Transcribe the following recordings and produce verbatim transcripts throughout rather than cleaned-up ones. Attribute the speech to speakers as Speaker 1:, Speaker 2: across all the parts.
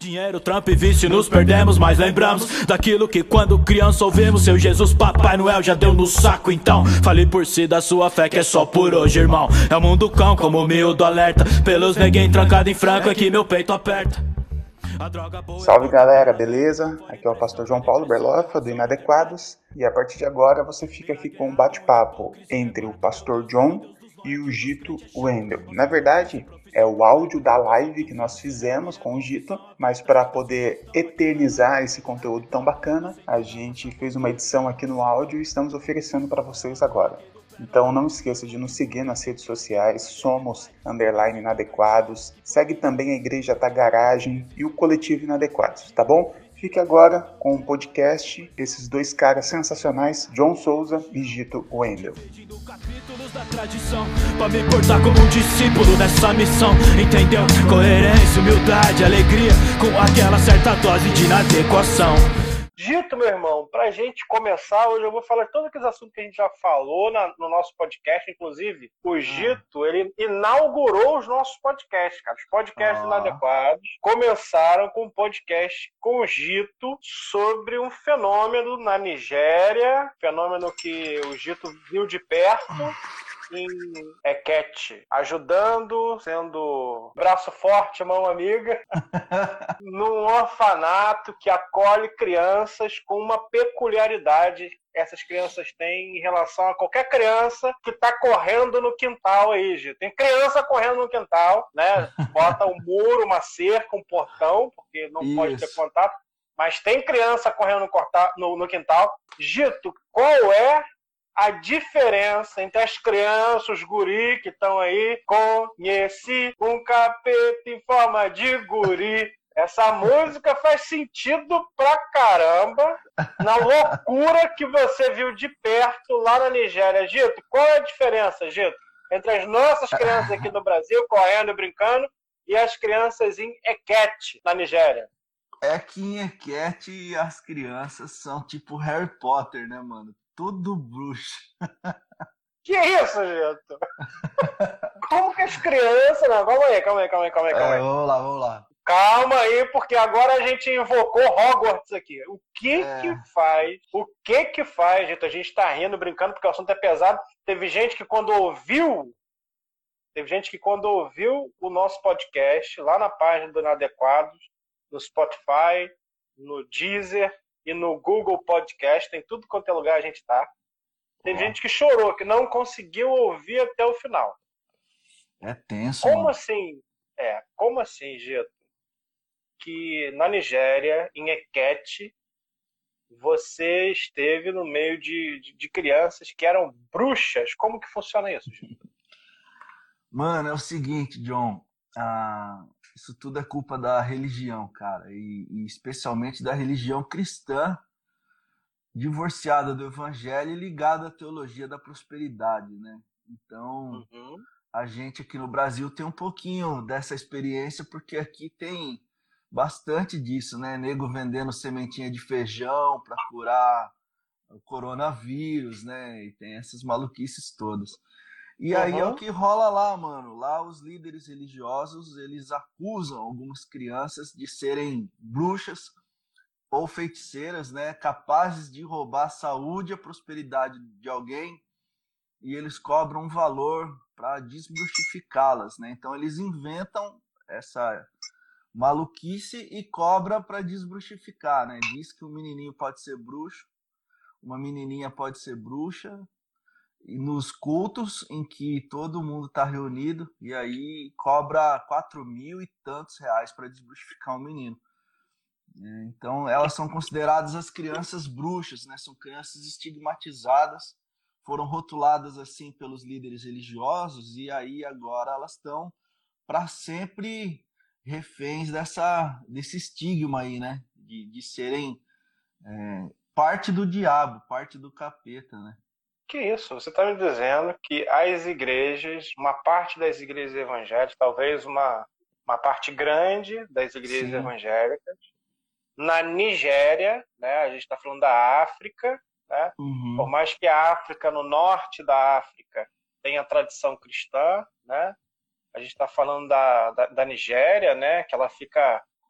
Speaker 1: Dinheiro, trampo e vício nos perdemos, mas lembramos daquilo que quando criança ouvimos. Seu Jesus, Papai Noel já deu no saco, então fale por si da sua fé que é só por hoje, irmão. É o mundo cão como o miúdo alerta, pelos neguinhos trancado em franco é que meu peito aperta.
Speaker 2: Salve galera, beleza? Aqui é o pastor João Paulo Berloffa do Inadequados e a partir de agora você fica aqui com um bate-papo entre o pastor John e o Gito Wendel. Na verdade, é o áudio da live que nós fizemos com o Gito, mas para poder eternizar esse conteúdo tão bacana, a gente fez uma edição aqui no áudio e estamos oferecendo para vocês agora. Então não esqueça de nos seguir nas redes sociais, somos underline inadequados, segue também a Igreja da Garagem e o Coletivo Inadequados, tá bom? Fique agora com o podcast desses dois caras sensacionais, John Souza e Gito Wendel.
Speaker 1: Capítulos da tradição, pra me portar como um discípulo nessa missão, entendeu? Coerência, humildade, alegria, com aquela certa dose de inadequação.
Speaker 3: Gito, meu irmão, pra gente começar, hoje eu vou falar de todos aqueles assuntos que a gente já falou na, no nosso podcast, inclusive o Gito, ele inaugurou os nossos podcasts, cara. Os podcasts ah. inadequados começaram com um podcast com o Gito sobre um fenômeno na Nigéria, fenômeno que o Gito viu de perto, em Ekete, ajudando, sendo braço forte, mão amiga, num orfanato que acolhe crianças com uma peculiaridade essas crianças têm em relação a qualquer criança que tá correndo no quintal aí, Gito. Tem criança correndo no quintal, né? Bota um muro, uma cerca, um portão, porque não Isso. pode ter contato, mas tem criança correndo no, no quintal. Gito, qual é a diferença entre as crianças, os guri que estão aí? Conheci um capeta em forma de guri. Essa música faz sentido pra caramba na loucura que você viu de perto lá na Nigéria. Gito, qual é a diferença, Gito, entre as nossas crianças aqui no Brasil, correndo e brincando, e as crianças em Ekete, na Nigéria?
Speaker 4: É que em Ekete as crianças são tipo Harry Potter, né, mano? Tudo bruxo.
Speaker 3: Que isso, Gito? Como que as crianças... Não, calma aí, calma aí, calma aí, calma aí. Calma aí.
Speaker 4: É, vamos lá, vamos lá.
Speaker 3: Calma aí, porque agora a gente invocou Hogwarts aqui. O que é. que faz? O que que faz, Gito? A gente tá rindo, brincando, porque o assunto é pesado. Teve gente que quando ouviu... Teve gente que quando ouviu o nosso podcast, lá na página do Inadequados, no Spotify, no Deezer e no Google Podcast, tem tudo quanto é lugar a gente tá. Teve gente que chorou, que não conseguiu ouvir até o final.
Speaker 4: É tenso,
Speaker 3: Como
Speaker 4: mano.
Speaker 3: assim? É, como assim, Gito? Que na Nigéria, em Ekete, você esteve no meio de, de, de crianças que eram bruxas. Como que funciona isso, Gito?
Speaker 4: Mano, é o seguinte, John. Ah, isso tudo é culpa da religião, cara. E, e especialmente da religião cristã, divorciada do evangelho e ligada à teologia da prosperidade, né? Então, uhum. a gente aqui no Brasil tem um pouquinho dessa experiência, porque aqui tem bastante disso, né? Nego vendendo sementinha de feijão para curar o coronavírus, né? E tem essas maluquices todas. E uhum. aí é o que rola lá, mano. Lá os líderes religiosos, eles acusam algumas crianças de serem bruxas ou feiticeiras, né, capazes de roubar a saúde e a prosperidade de alguém, e eles cobram um valor para desbruxificá-las, né? Então eles inventam essa maluquice e cobram para desbruxificar, né? Diz que um menininho pode ser bruxo, uma menininha pode ser bruxa, e nos cultos em que todo mundo está reunido, e aí cobra quatro mil e tantos reais para desbruxificar um menino. Então, elas são consideradas as crianças bruxas, né? São crianças estigmatizadas, foram rotuladas assim pelos líderes religiosos, e aí agora elas estão para sempre reféns dessa, desse estigma aí, né? De, de serem é, parte do diabo, parte do capeta, né?
Speaker 3: Que isso? Você está me dizendo que as igrejas, uma parte das igrejas evangélicas, talvez uma, uma parte grande das igrejas Sim. evangélicas, na Nigéria, né, a gente está falando da África, né, uhum. por mais que a África, no norte da África, tenha tradição cristã, né, a gente está falando da, da, da Nigéria, né, que ela fica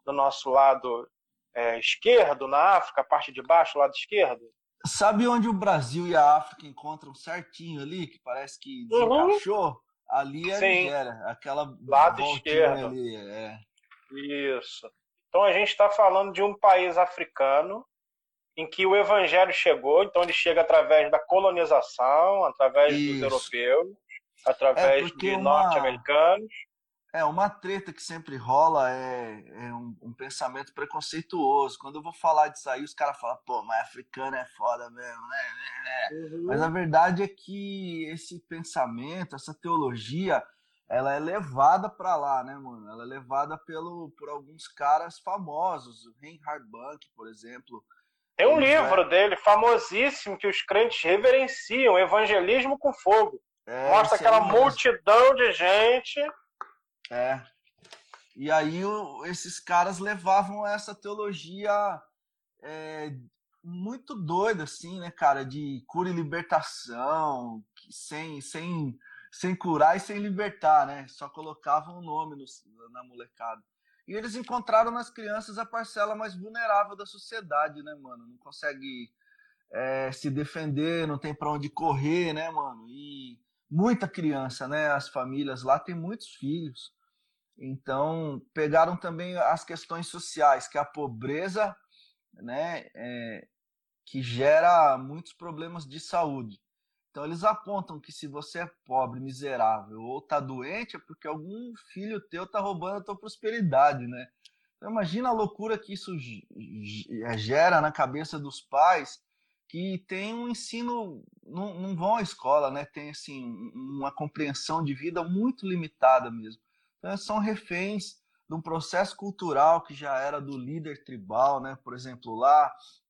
Speaker 3: do nosso lado é, esquerdo, na África, a parte de baixo, lado esquerdo.
Speaker 4: Sabe onde o Brasil e a África encontram certinho ali, que parece que desencaixou? Uhum. Ali é a Nigéria, aquela
Speaker 3: lado esquerdo.
Speaker 4: Ali. É.
Speaker 3: Isso. Então a gente está falando de um país africano em que o evangelho chegou, então ele chega através da colonização, através Isso. dos europeus, através é de uma... norte-americanos.
Speaker 4: É, uma treta que sempre rola é, é um, um pensamento preconceituoso. Quando eu vou falar disso aí, os caras falam, pô, mas africano é foda mesmo, né? Uhum. Mas a verdade é que esse pensamento, essa teologia, ela é levada para lá, né, mano? Ela é levada pelo, por alguns caras famosos, o Reinhard Bonnke, por exemplo.
Speaker 3: Tem um livro é... dele, famosíssimo, que os crentes reverenciam, Evangelismo com Fogo. É, Mostra aquela multidão de gente...
Speaker 4: É, e aí o, esses caras levavam essa teologia é, muito doida, assim, né, cara, de cura e libertação, sem, sem, sem curar e sem libertar, né, só colocavam o nome no, na molecada. E eles encontraram nas crianças a parcela mais vulnerável da sociedade, né, mano, não consegue é, se defender, não tem pra onde correr, né, mano, e muita criança, né, as famílias lá têm muitos filhos. Então, pegaram também as questões sociais, que é a pobreza, né, é, que gera muitos problemas de saúde. Então, eles apontam que se você é pobre, miserável ou está doente, é porque algum filho teu está roubando a tua prosperidade, né? Então, imagina a loucura que isso gera na cabeça dos pais que tem um ensino, não, não vão à escola, né? Tem, assim, uma compreensão de vida muito limitada mesmo. Então, são reféns de um processo cultural que já era do líder tribal, né? Por exemplo, lá,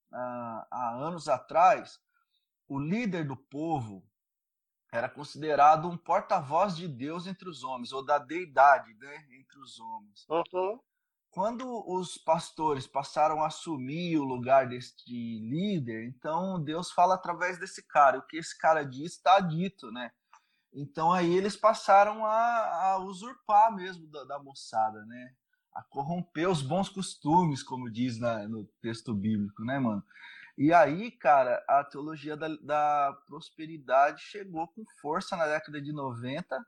Speaker 4: há anos atrás, o líder do povo era considerado um porta-voz de Deus entre os homens, ou da deidade, né? Entre os homens.
Speaker 3: Uhum.
Speaker 4: Quando os pastores passaram a assumir o lugar deste líder, então Deus fala através desse cara. O que esse cara diz está dito, né? Então aí eles passaram a, a usurpar mesmo da, da moçada, né? A corromper os bons costumes, como diz na, no texto bíblico, né, mano? E aí, cara, a teologia da, da prosperidade chegou com força na década de noventa,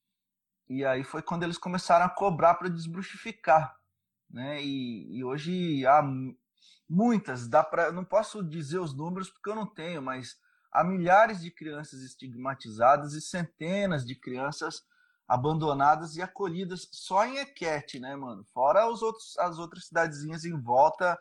Speaker 4: e aí foi quando eles começaram a cobrar para desbruxificar, né? E, e hoje há muitas, dá pra, não posso dizer os números porque eu não tenho, mas há milhares de crianças estigmatizadas e centenas de crianças abandonadas e acolhidas só em Equete, né, mano? Fora os outros, as outras cidadezinhas em volta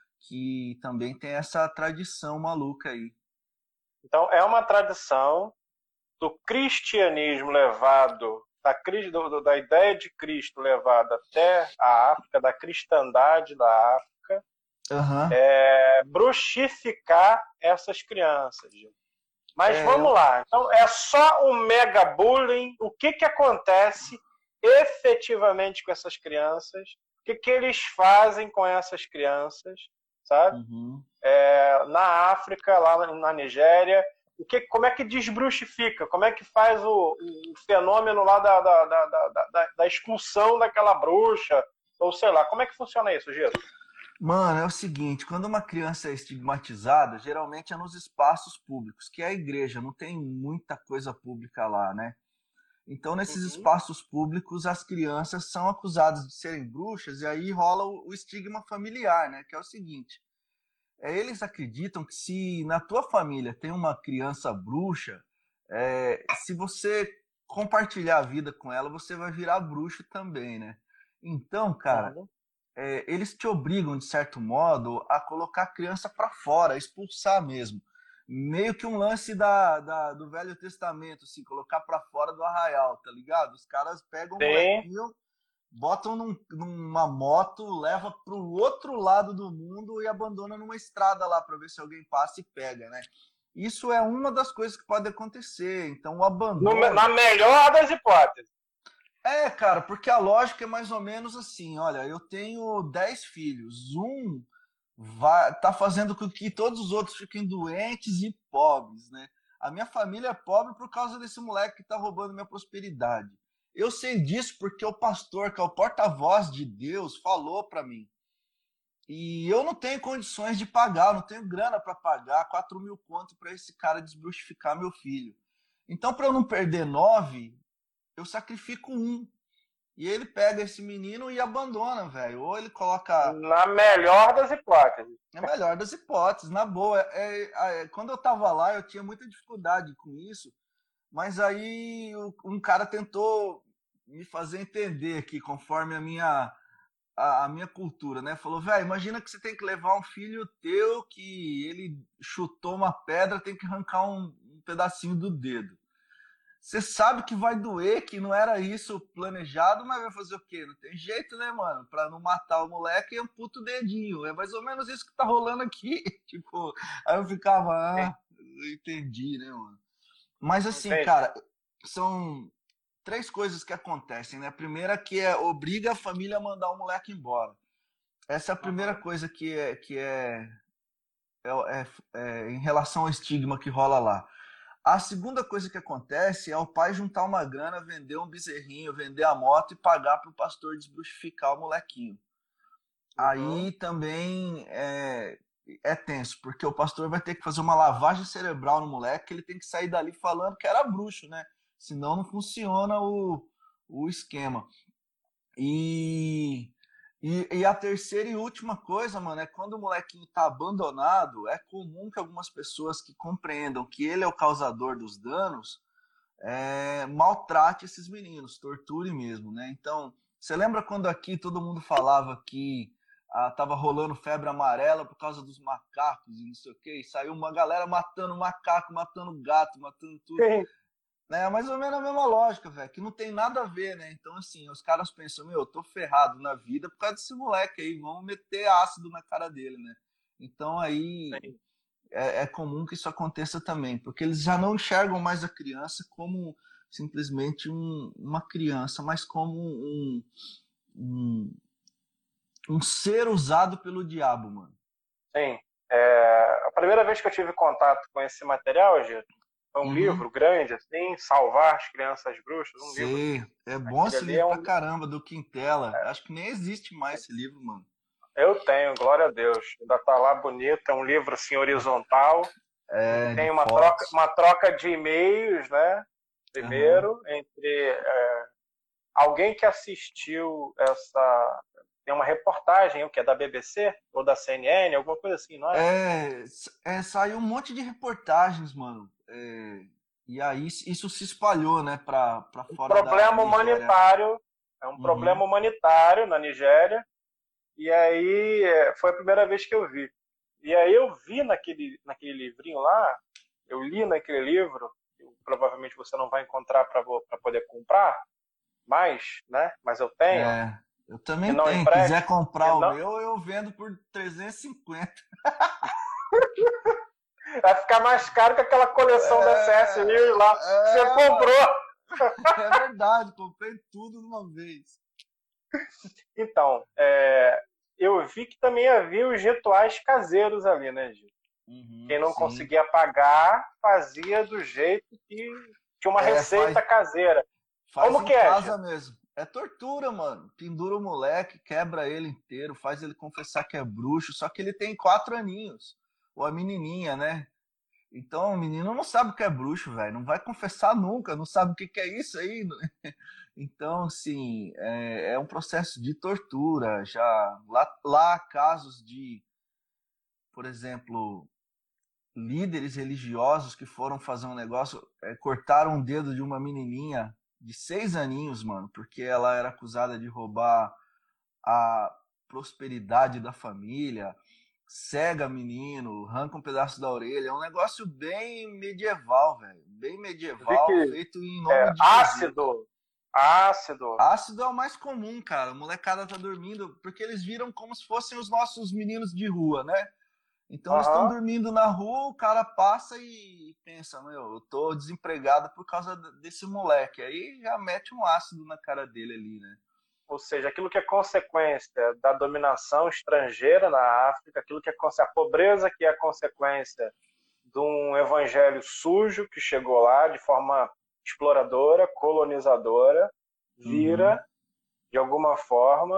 Speaker 4: que também tem essa tradição maluca aí.
Speaker 3: Então, é uma tradição do cristianismo levado, da, do, da ideia de Cristo levada até a África, da cristandade da África, uhum. é, bruxificar essas crianças, gente. Mas é, vamos lá, então é só um mega bullying. O que, que acontece efetivamente com essas crianças? O que, que eles fazem com essas crianças, sabe? Uhum. É, na África, lá na Nigéria, o que, como é que desbruxifica? Como é que faz o, o fenômeno lá da, da, da, da, da expulsão daquela bruxa? Ou sei lá, como é que funciona isso, Gito?
Speaker 4: Mano, é o seguinte, quando uma criança é estigmatizada, geralmente é nos espaços públicos, que é a igreja, não tem muita coisa pública lá, né? Então, nesses uhum. espaços públicos, as crianças são acusadas de serem bruxas, e aí rola o, o estigma familiar, né? Que é o seguinte, é, eles acreditam que se na tua família tem uma criança bruxa, é, se você compartilhar a vida com ela, você vai virar bruxo também, né? Então, cara... Uhum. É, eles te obrigam, de certo modo, a colocar a criança para fora, a expulsar mesmo. Meio que um lance da, da, do Velho Testamento, assim, colocar para fora do arraial, tá ligado? Os caras pegam um molequinho, botam num, numa moto, leva pro outro lado do mundo e abandona numa estrada lá para ver se alguém passa e pega, né? Isso é uma das coisas que pode acontecer. Então, o abandono...
Speaker 3: No, na melhor das hipóteses.
Speaker 4: É, cara, porque a lógica é mais ou menos assim, olha, eu tenho dez filhos, um vai, tá fazendo com que todos os outros fiquem doentes e pobres, né? A minha família é pobre por causa desse moleque que tá roubando minha prosperidade. Eu sei disso porque o pastor, que é o porta-voz de Deus, falou para mim. E eu não tenho condições de pagar, eu não tenho grana para pagar quatro mil conto para esse cara desbruxificar meu filho. Então, para eu não perder nove, eu sacrifico um. E ele pega esse menino e abandona, velho. Ou ele coloca...
Speaker 3: Na melhor das hipóteses.
Speaker 4: Na melhor das hipóteses, na boa. É, é, é, quando eu tava lá, eu tinha muita dificuldade com isso. Mas aí um cara tentou me fazer entender aqui, conforme a minha... A, a minha cultura, né? Falou, velho, imagina que você tem que levar um filho teu que ele chutou uma pedra, tem que arrancar um, um pedacinho do dedo. Você sabe que vai doer, que não era isso planejado, mas vai fazer o quê? Não tem jeito, né, mano? Pra não matar o moleque, amputa o dedinho. É mais ou menos isso que tá rolando aqui. Tipo, aí eu ficava, ah, eu entendi, né, mano? Mas assim,
Speaker 3: Entendi.
Speaker 4: Cara, são... três coisas que acontecem, né? A primeira que é obriga a família a mandar o moleque embora. Essa é a primeira coisa que é, que é, é, é, é em relação ao estigma que rola lá. A segunda coisa que acontece é o pai juntar uma grana, vender um bezerrinho, vender a moto e pagar para o pastor desbruxificar o molequinho. Uhum. Aí também é, é tenso, porque o pastor vai ter que fazer uma lavagem cerebral no moleque, ele tem que sair dali falando que era bruxo, né? Senão não funciona o, o esquema. E, e, e a terceira e última coisa, mano, é quando o molequinho tá abandonado, é comum que algumas pessoas que compreendam que ele é o causador dos danos, é, maltrate esses meninos, torture mesmo, né? Então, você lembra quando aqui todo mundo falava que ah, tava rolando febre amarela por causa dos macacos e não sei o quê, e saiu uma galera matando macaco, matando gato, matando tudo.
Speaker 3: Sim.
Speaker 4: É mais ou menos a mesma lógica, velho, que não tem nada a ver, né? Então, assim, os caras pensam, meu, eu tô ferrado na vida por causa desse moleque aí, vamos meter ácido na cara dele, né? Então, aí é, é comum que isso aconteça também, porque eles já não enxergam mais a criança como simplesmente um, uma criança, mas como um, um, um ser usado pelo diabo, mano.
Speaker 3: Sim. É, a primeira vez que eu tive contato com esse material, Gito, foi um uhum. livro grande, assim, Salvar as Crianças Bruxas. Um
Speaker 4: Sei,
Speaker 3: livro.
Speaker 4: É bom esse livro é um... pra caramba, do Quintela. É. Acho que nem existe mais esse livro, mano.
Speaker 3: Eu tenho, glória a Deus. Ainda tá lá bonito, é um livro, assim, horizontal.
Speaker 4: É,
Speaker 3: tem uma troca, uma troca de e-mails, né? Primeiro, uhum. entre é, alguém que assistiu essa... Tem uma reportagem, o que é da B B C ou da C N N, alguma coisa assim, não
Speaker 4: é? É, é saiu um monte de reportagens, mano. É, e aí isso se espalhou, né, para para fora
Speaker 3: um problema
Speaker 4: da
Speaker 3: humanitário, é um uhum. problema humanitário na Nigéria. E aí foi a primeira vez que eu vi. E aí eu vi naquele naquele livrinho lá, eu li naquele livro, eu, provavelmente você não vai encontrar para poder comprar, mas, né, mas eu tenho.
Speaker 4: É. Eu também tenho. Se quiser comprar
Speaker 3: eu
Speaker 4: o
Speaker 3: não...
Speaker 4: meu, eu vendo por trezentos e cinquenta.
Speaker 3: Vai ficar mais caro que aquela coleção é, da C S mil lá que é, você comprou.
Speaker 4: É verdade, comprei tudo de uma vez.
Speaker 3: Então, é, eu vi que também havia os rituais caseiros ali, né, Gil? Uhum, Quem não sim. conseguia pagar, fazia do jeito que tinha uma é, receita
Speaker 4: faz,
Speaker 3: caseira.
Speaker 4: Faz
Speaker 3: Como
Speaker 4: em
Speaker 3: que é,
Speaker 4: casa
Speaker 3: Gil?
Speaker 4: mesmo. É tortura, mano. Pendura o moleque, quebra ele inteiro, faz ele confessar que é bruxo, só que ele tem quatro aninhos. Ou a menininha, né? Então o menino não sabe o que é bruxo, velho. Não vai confessar nunca, não sabe o que é isso aí. Então, assim, é, é um processo de tortura. Já lá, lá há casos de, por exemplo, líderes religiosos que foram fazer um negócio, é, cortaram o dedo de uma menininha de seis aninhos, mano, porque ela era acusada de roubar a prosperidade da família, cega menino, arranca um pedaço da orelha. É um negócio bem medieval, velho. Bem medieval, que, feito em nome
Speaker 3: é,
Speaker 4: de
Speaker 3: ácido.
Speaker 4: Jesus.
Speaker 3: Ácido.
Speaker 4: Ácido é o mais comum, cara. A molecada tá dormindo, porque eles viram como se fossem os nossos meninos de rua, né? Então uhum. eles estão dormindo na rua, o cara passa e pensa, meu, eu tô desempregado por causa desse moleque. Aí já mete um ácido na cara dele ali, né?
Speaker 3: Ou seja, aquilo que é consequência da dominação estrangeira na África, aquilo que é a pobreza que é consequência de um evangelho sujo que chegou lá de forma exploradora, colonizadora, vira, uhum. de alguma forma,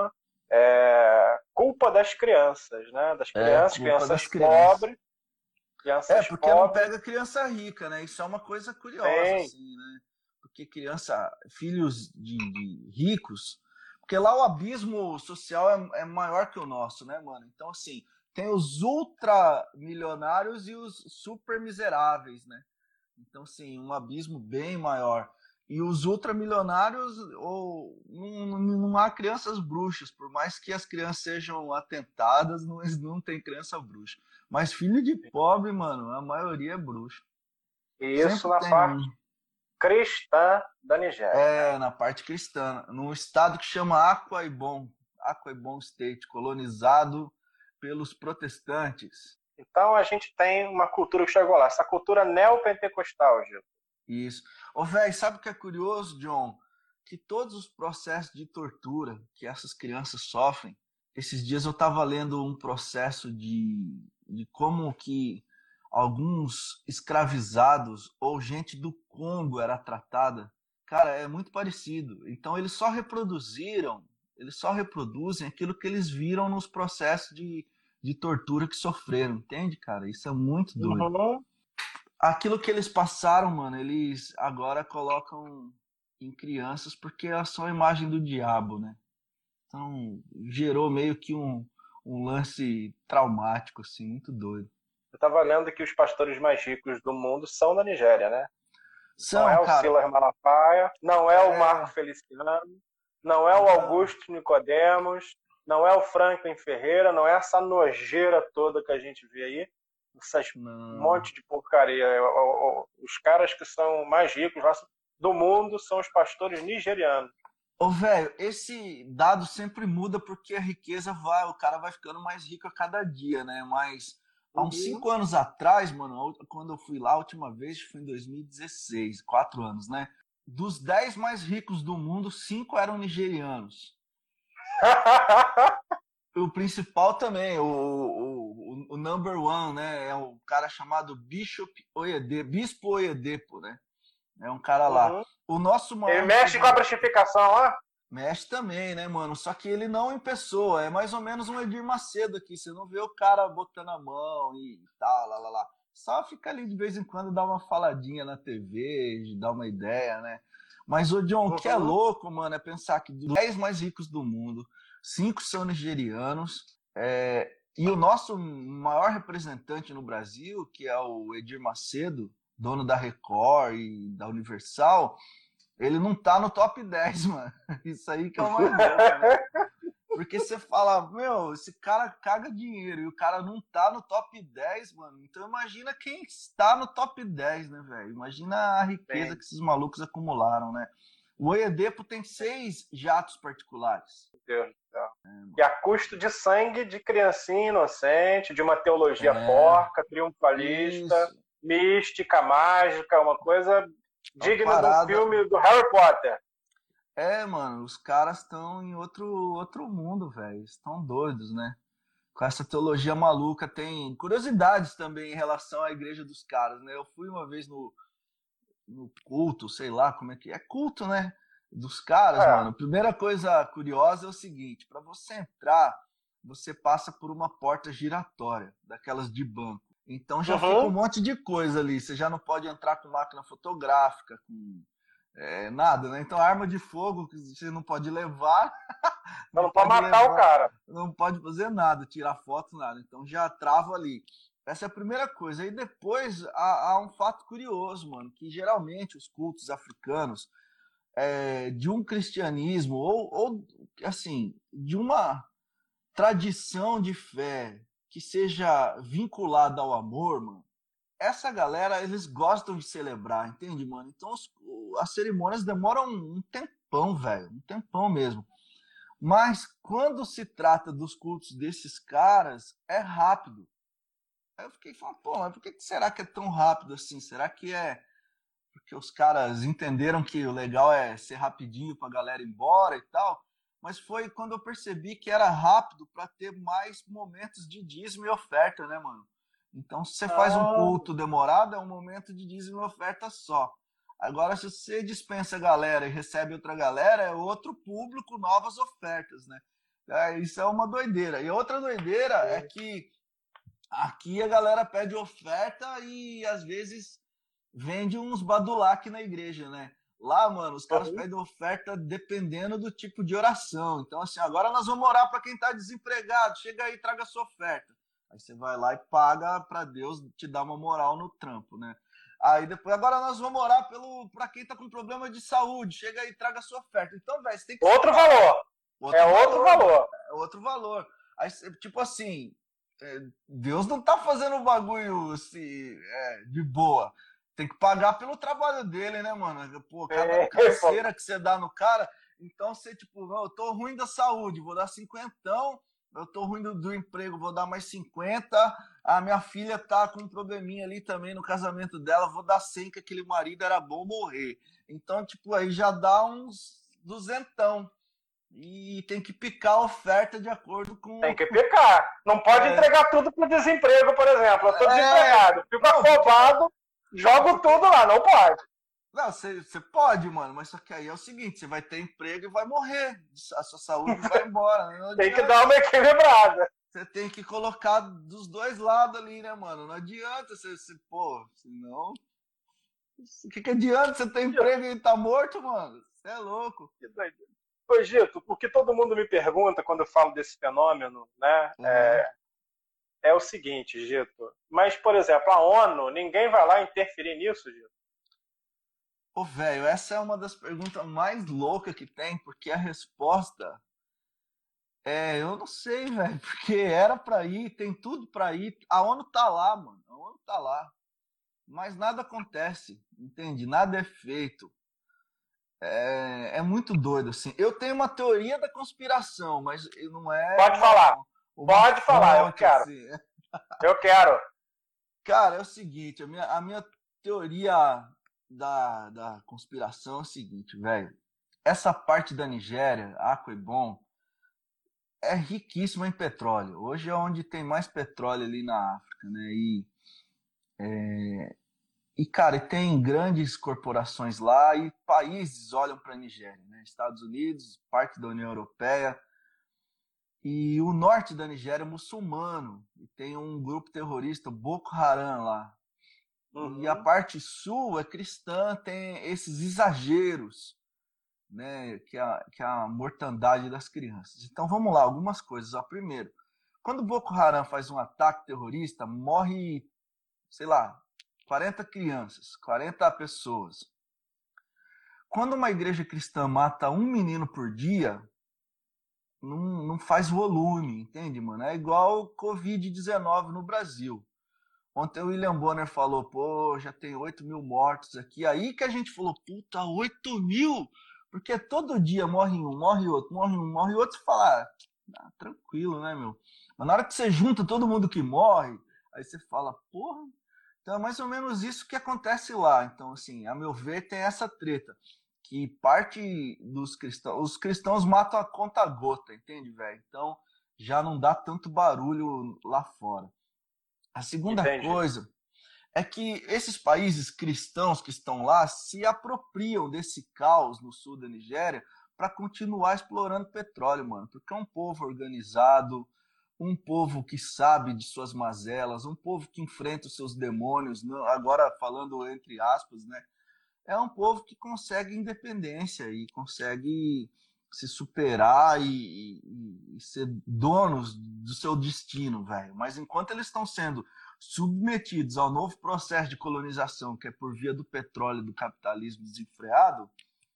Speaker 3: é, culpa das crianças, né? Das crianças,
Speaker 4: é,
Speaker 3: crianças
Speaker 4: das crianças.
Speaker 3: pobres. Crianças
Speaker 4: é, porque
Speaker 3: pobres.
Speaker 4: não pega criança rica, né? Isso é uma coisa curiosa,
Speaker 3: Sim.
Speaker 4: assim, né? Porque criança, filhos de, de ricos, porque lá o abismo social é, é maior que o nosso, né, mano? Então, assim, tem os ultramilionários e os super miseráveis, né? Então, assim, um abismo bem maior. E os ultramilionários, ou não, não há crianças bruxas, por mais que as crianças sejam atentadas, não, não tem criança bruxa. Mas filho de pobre, mano, a maioria é bruxa.
Speaker 3: Isso
Speaker 4: Sempre
Speaker 3: na
Speaker 4: tem
Speaker 3: parte
Speaker 4: um.
Speaker 3: cristã da Nigéria.
Speaker 4: É, na parte cristã, num estado que chama Akwa Ibom, Akwa Ibom State, colonizado pelos protestantes.
Speaker 3: Então a gente tem uma cultura que chegou lá, essa cultura neopentecostal, Gil.
Speaker 4: Isso. Ô, velho, sabe o que é curioso, John? Que todos os processos de tortura que essas crianças sofrem, esses dias eu estava lendo um processo de, de como que alguns escravizados ou gente do Congo era tratada. Cara, é muito parecido. Então eles só reproduziram, eles só reproduzem aquilo que eles viram nos processos de, de tortura que sofreram, entende, cara? Isso é muito doido.
Speaker 3: Uhum.
Speaker 4: Aquilo que eles passaram, mano, eles agora colocam em crianças porque elas são a imagem do diabo, né? Então gerou meio que um, um lance traumático, assim, muito doido.
Speaker 3: Eu estava lendo que os pastores mais ricos do mundo são da Nigéria, né?
Speaker 4: São,
Speaker 3: não é o
Speaker 4: cara,
Speaker 3: Silas Malafaia, não é,
Speaker 4: é
Speaker 3: o Marco Feliciano, não é o Augusto Nicodemos, não é o Franklin Ferreira, não é essa nojeira toda que a gente vê aí, essas
Speaker 4: não.
Speaker 3: monte de porcaria. Os caras que são mais ricos do mundo são os pastores nigerianos.
Speaker 4: Ô, velho, esse dado sempre muda porque a riqueza vai, o cara vai ficando mais rico a cada dia, né? Mas há uns cinco anos atrás, mano, quando eu fui lá a última vez, foi em dois mil e dezesseis, quatro anos, né? Dos dez mais ricos do mundo, cinco eram nigerianos. O principal também, o, o, o number one, né? É um cara chamado Bishop Oyedepo, Bispo Oyedepo, né? É um cara lá.
Speaker 3: Uhum.
Speaker 4: O nosso maior...
Speaker 3: Ele mexe com a prestificação lá?
Speaker 4: Mexe também, né, mano? Só que ele não em pessoa. É mais ou menos um Edir Macedo aqui. Você não vê o cara botando a mão e tal, lá, lá, lá. Só fica ali de vez em quando, dar uma faladinha na T V, dar uma ideia, né? Mas, ô John, o
Speaker 3: uhum.
Speaker 4: que é louco, mano, é pensar que dos dez mais ricos do mundo, cinco são nigerianos. É... E o nosso maior representante no Brasil, que é o Edir Macedo, dono da Record e da Universal, ele não tá no top dez, mano. Isso aí que é uma ideia, né? Porque você fala, meu, esse cara caga dinheiro e o cara não tá no top dez, mano. Então imagina quem está no top dez, né, velho? Imagina a riqueza Bem. que esses malucos acumularam, né? O Oyedepo tem seis jatos particulares.
Speaker 3: Meu Deus do céu. É, e a custo de sangue de criancinha inocente, de uma teologia é. porca, triunfalista, Isso. mística, mágica, uma coisa... digno do filme do Harry Potter.
Speaker 4: É, mano, os caras estão em outro, outro mundo, velho. Estão doidos, né? Com essa teologia maluca. Tem curiosidades também em relação à igreja dos caras, né? Eu fui uma vez no, no culto, sei lá como é que é. É culto, né? Dos caras, é. mano. Primeira coisa curiosa é o seguinte: para você entrar, você passa por uma porta giratória, daquelas de banco. Então já uhum. fica um monte de coisa ali. Você já não pode entrar com máquina fotográfica, com é, nada, né? Então arma de fogo que você não pode levar.
Speaker 3: Não, não pode matar levar, o cara.
Speaker 4: Não pode fazer nada, tirar foto, nada. Então já trava ali. Essa é a primeira coisa. E depois há, há um fato curioso, mano, que geralmente os cultos africanos é, de um cristianismo ou, ou assim, de uma tradição de fé que seja vinculada ao amor, mano, essa galera, eles gostam de celebrar, entende, mano? Então os, as cerimônias demoram um tempão, velho, um tempão mesmo. Mas quando se trata dos cultos desses caras, é rápido. Aí eu fiquei falando, pô, mas por que será que é tão rápido assim? Será que é porque os caras entenderam que o legal é ser rapidinho pra galera ir embora e tal? Mas foi quando eu percebi que era rápido para ter mais momentos de dízimo e oferta, né, mano? Então, se você faz um culto demorado, é um momento de dízimo e oferta só. Agora, se você dispensa a galera e recebe outra galera, é outro público, novas ofertas, né? É, isso é uma doideira. E outra doideira é que aqui a galera pede oferta e às vezes vende uns badulac na igreja, né? Lá, mano, os caras uhum. pedem oferta dependendo do tipo de oração. Então, assim, agora nós vamos orar para quem tá desempregado. Chega aí, traga a sua oferta. Aí você vai lá e paga para Deus te dar uma moral no trampo, né? Aí depois, agora nós vamos orar pelo para quem tá com problema de saúde. Chega aí, traga a sua oferta. Então, velho, você tem que...
Speaker 3: Outro valor. Outro é valor, outro valor.
Speaker 4: É outro valor. Aí, tipo assim, Deus não tá fazendo um bagulho assim, é, de boa. Tem que pagar pelo trabalho dele, né, mano? Pô, cada é, canseira que você dá no cara. Então, você, tipo, eu tô ruim da saúde, vou dar cinquentão. Eu tô ruim do, do emprego, vou dar mais cinquenta. A minha filha tá com um probleminha ali também no casamento dela, vou dar cem, que aquele marido era bom morrer. Então, tipo, aí já dá uns duzentão. E tem que picar a oferta de acordo com...
Speaker 3: Tem que picar. Não pode é. entregar tudo pro desemprego, por exemplo. Eu tô é. desempregado. Fico afobado, jogo tudo lá. Não pode.
Speaker 4: Não, você pode, mano. Mas só que aí é o seguinte, você vai ter emprego e vai morrer. A sua saúde vai embora. Né?
Speaker 3: Tem que dar uma equilibrada.
Speaker 4: Você tem que colocar dos dois lados ali, né, mano? Não adianta você... Pô, senão... O que, que adianta você ter emprego e tá morto, mano? Você é louco.
Speaker 3: Que doideira. Ô, Gito, o que todo mundo me pergunta quando eu falo desse fenômeno, né, uhum. é, é o seguinte, Gito. Mas, por exemplo, a ONU, ninguém vai lá interferir nisso, Gito?
Speaker 4: Ô, velho, essa é uma das perguntas mais loucas que tem, porque a resposta é, eu não sei, velho, porque era pra ir, tem tudo pra ir. A ONU tá lá, mano, a ONU tá lá. Mas nada acontece, entende? Nada é feito. É, é muito doido, assim. Eu tenho uma teoria da conspiração, mas não é...
Speaker 3: Pode
Speaker 4: uma,
Speaker 3: falar.
Speaker 4: Uma
Speaker 3: Pode falar, eu quero. Assim. Eu quero.
Speaker 4: Cara, é o seguinte, a minha, a minha teoria da, da conspiração é o seguinte, velho. Essa parte da Nigéria, Akwa Ibom, é riquíssima em petróleo. Hoje é onde tem mais petróleo ali na África, né? E... É, E, cara, tem grandes corporações lá e países olham para a Nigéria, né? Estados Unidos, parte da União Europeia. E o norte da Nigéria é muçulmano. E tem um grupo terrorista, Boko Haram, lá. Uhum. E a parte sul é cristã, tem esses exageros, né? Que é a, que é a mortandade das crianças. Então, vamos lá, algumas coisas. Ó, primeiro, quando o Boko Haram faz um ataque terrorista, morre, sei lá, quarenta crianças, quarenta pessoas. Quando uma igreja cristã mata um menino por dia, não, não faz volume, entende, mano? É igual covid dezenove no Brasil. Ontem o William Bonner falou, pô, já tem oito mil mortos aqui. Aí que a gente falou, puta, oito mil? Porque todo dia morre um, morre outro, morre um, morre outro. Você fala, ah, tranquilo, né, meu? Mas na hora que você junta todo mundo que morre, aí você fala, porra... Então é mais ou menos isso que acontece lá. Então, assim, a meu ver, tem essa treta. Que parte dos cristãos... Os cristãos matam a conta gota, entende, velho? Então, já não dá tanto barulho lá fora. A segunda Entendi. coisa é que esses países cristãos que estão lá se apropriam desse caos no sul da Nigéria para continuar explorando petróleo, mano. Porque é um povo organizado... Um povo que sabe de suas mazelas, um povo que enfrenta os seus demônios, agora falando entre aspas, né? É um povo que consegue independência e consegue se superar e, e, e ser donos do seu destino, velho. Mas enquanto eles estão sendo submetidos ao novo processo de colonização, que é por via do petróleo e do capitalismo desenfreado,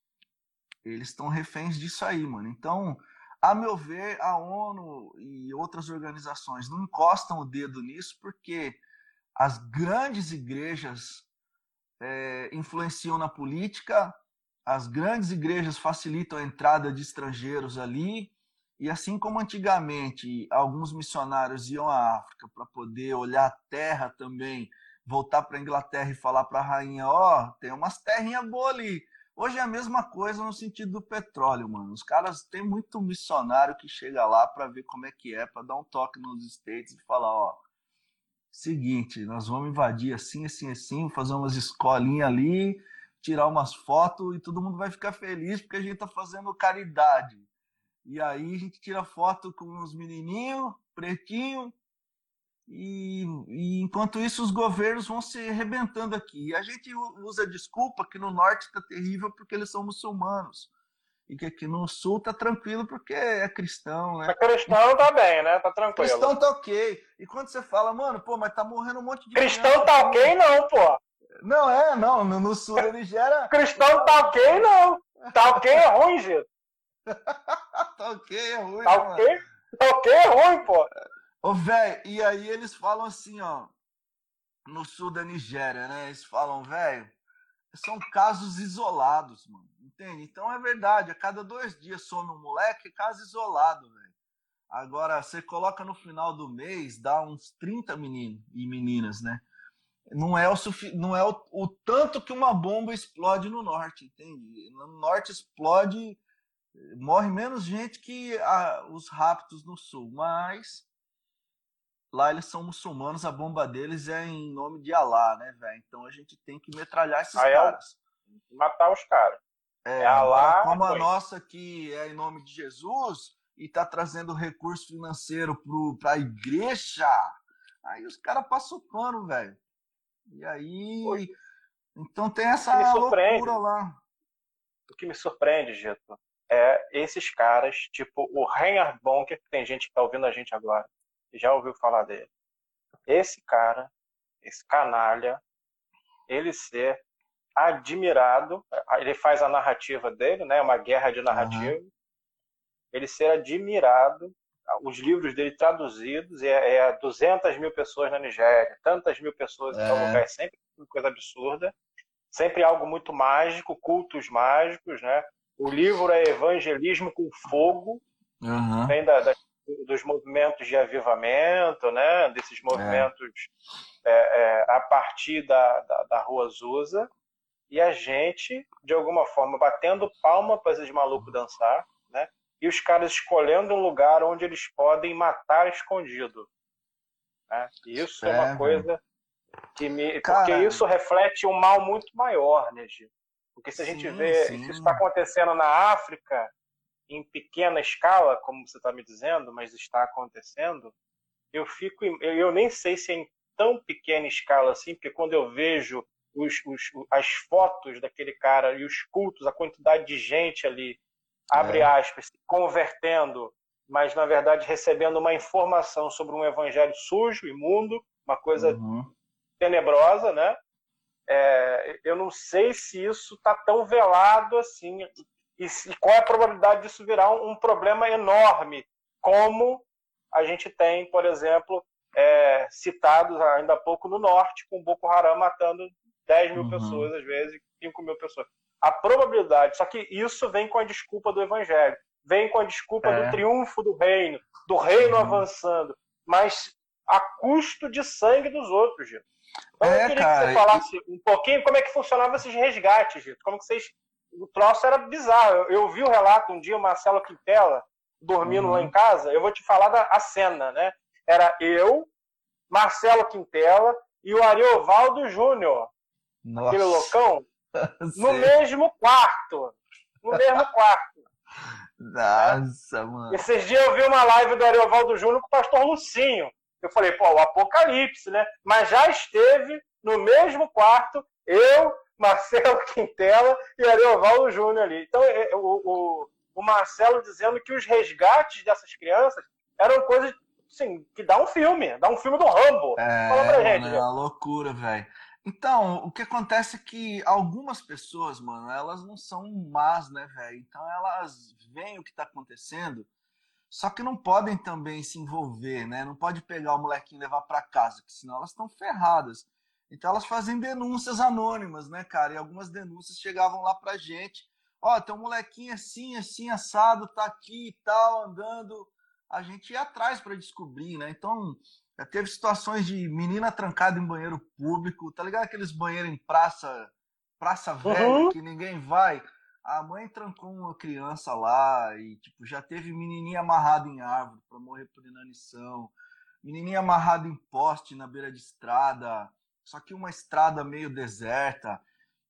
Speaker 4: eles estão reféns disso aí, mano. Então... A meu ver, a ONU e outras organizações não encostam o dedo nisso porque as grandes igrejas é, influenciam na política, as grandes igrejas facilitam a entrada de estrangeiros ali, e assim como antigamente alguns missionários iam à África para poder olhar a terra também, voltar para a Inglaterra e falar para a rainha, ó, oh, tem umas terrinhas boas ali. Hoje é a mesma coisa no sentido do petróleo, mano. Os caras têm muito missionário que chega lá para ver como é que é, para dar um toque nos States e falar, ó, seguinte, nós vamos invadir assim, assim, assim, fazer umas escolinhas ali, tirar umas fotos e todo mundo vai ficar feliz porque a gente tá fazendo caridade. E aí a gente tira foto com os menininhos, pretinho, e, e enquanto isso os governos vão se arrebentando aqui. E a gente usa a desculpa que no norte está terrível porque eles são muçulmanos. E que aqui no sul tá tranquilo porque é cristão, né?
Speaker 3: Mas cristão tá bem, né? Tá tranquilo.
Speaker 4: Cristão tá ok. E quando você fala, mano, pô, mas tá morrendo um monte de
Speaker 3: cristão
Speaker 4: criança,
Speaker 3: tá ok não, pô.
Speaker 4: Não, é, não. No, no sul da Nigéria...
Speaker 3: cristão tá ok não. Tá ok é ruim, gente.
Speaker 4: Tá ok é ruim,
Speaker 3: Tá
Speaker 4: né,
Speaker 3: ok? Mano? Tá ok é ruim, pô.
Speaker 4: Ô, velho, e aí eles falam assim, ó, no sul da Nigéria, né? Eles falam, velho, são casos isolados, mano, entende? Então é verdade, a cada dois dias some um moleque, é caso isolado, velho. Agora, você coloca no final do mês, dá uns trinta meninos e meninas, né? Não é o, sufi... não é o, o tanto que uma bomba explode no norte, entende? No norte explode, morre menos gente que a, os raptos no sul, mas... lá eles são muçulmanos, a bomba deles é em nome de Alá, né, velho? Então a gente tem que metralhar esses
Speaker 3: Aí
Speaker 4: caras.
Speaker 3: É matar os caras.
Speaker 4: É,
Speaker 3: é Alá,
Speaker 4: como
Speaker 3: foi.
Speaker 4: a nossa aqui é em nome de Jesus e tá trazendo recurso financeiro pro, pra igreja, aí os caras passam pano, velho. E aí... Poxa. Então tem essa loucura lá.
Speaker 3: O que me surpreende, Gito, é esses caras, tipo o Reinhard Bonker, que tem gente que tá ouvindo a gente agora, já ouviu falar dele. Esse cara, esse canalha, ele ser admirado, ele faz a narrativa dele, né, uma guerra de narrativa, uhum. Ele ser admirado, os livros dele traduzidos, é, é duzentas mil pessoas na Nigéria, tantas mil pessoas em é. tal lugar, é sempre uma coisa absurda, sempre algo muito mágico, cultos mágicos, né? O livro é Evangelismo com Fogo, uhum. Vem da, da dos movimentos de avivamento, né? Desses movimentos é. É, é, a partir da, da, da Rua Azusa, e a gente, de alguma forma, batendo palma para esses malucos dançar, né? E os caras escolhendo um lugar onde eles podem matar escondido. Né? E isso é, é uma coisa que me... Cara... Porque isso reflete um mal muito maior, né, Gil? Porque se a gente sim, vê... Sim. Se isso está acontecendo na África... em pequena escala, como você está me dizendo, mas está acontecendo, eu fico, eu nem sei se é em tão pequena escala assim, porque quando eu vejo os, os, as fotos daquele cara e os cultos, a quantidade de gente ali, abre é. aspas, se convertendo, mas na verdade recebendo uma informação sobre um evangelho sujo, imundo, uma coisa uhum. tenebrosa, né? É, eu não sei se isso está tão velado assim. E qual é a probabilidade disso virar um, um problema enorme, como a gente tem, por exemplo, é, citados ainda há pouco no norte, com o Boko Haram matando dez mil uhum. pessoas, às vezes cinco mil pessoas. A probabilidade, só que isso vem com a desculpa do evangelho, vem com a desculpa é. do triunfo do reino, do reino uhum. avançando, mas a custo de sangue dos outros, Gito. Então é, eu queria cara, que você falasse e... um pouquinho como é que funcionavam esses resgates, Gito, como que vocês... O troço era bizarro. Eu, eu vi o relato um dia, o Marcelo Quintela, dormindo uhum. lá em casa. Eu vou te falar da a cena, né? Era eu, Marcelo Quintela e o Ariovaldo Júnior, aquele loucão, no mesmo quarto. No mesmo quarto.
Speaker 4: Nossa, né? Mano.
Speaker 3: Esses dias eu vi uma live do Ariovaldo Júnior com o pastor Lucinho. Eu falei, pô, o apocalipse, né? Mas já esteve no mesmo quarto, eu, Marcelo Quintela e Ariovaldo Júnior ali. Então, o, o, o Marcelo dizendo que os resgates dessas crianças eram coisas assim, que dá um filme, dá um filme do Rambo.
Speaker 4: É,
Speaker 3: Fala pra gente.
Speaker 4: É uma loucura, velho. Então, o que acontece é que algumas pessoas, mano, elas não são más, né, velho? Então, elas veem o que tá acontecendo, só que não podem também se envolver, né? Não pode pegar o molequinho e levar pra casa, que senão elas estão ferradas. Então elas fazem denúncias anônimas, né, cara? E algumas denúncias chegavam lá pra gente. Ó, oh, tem um molequinho assim, assim, assado, tá aqui e tal, andando. A gente ia atrás pra descobrir, né? Então, já teve situações de menina trancada em banheiro público, tá ligado? Aqueles banheiros em praça, praça velha, uhum. que ninguém vai. A mãe trancou uma criança lá e, tipo, já teve menininha amarrada em árvore pra morrer por inanição. Menininha amarrada em poste na beira de estrada. Só que uma estrada meio deserta.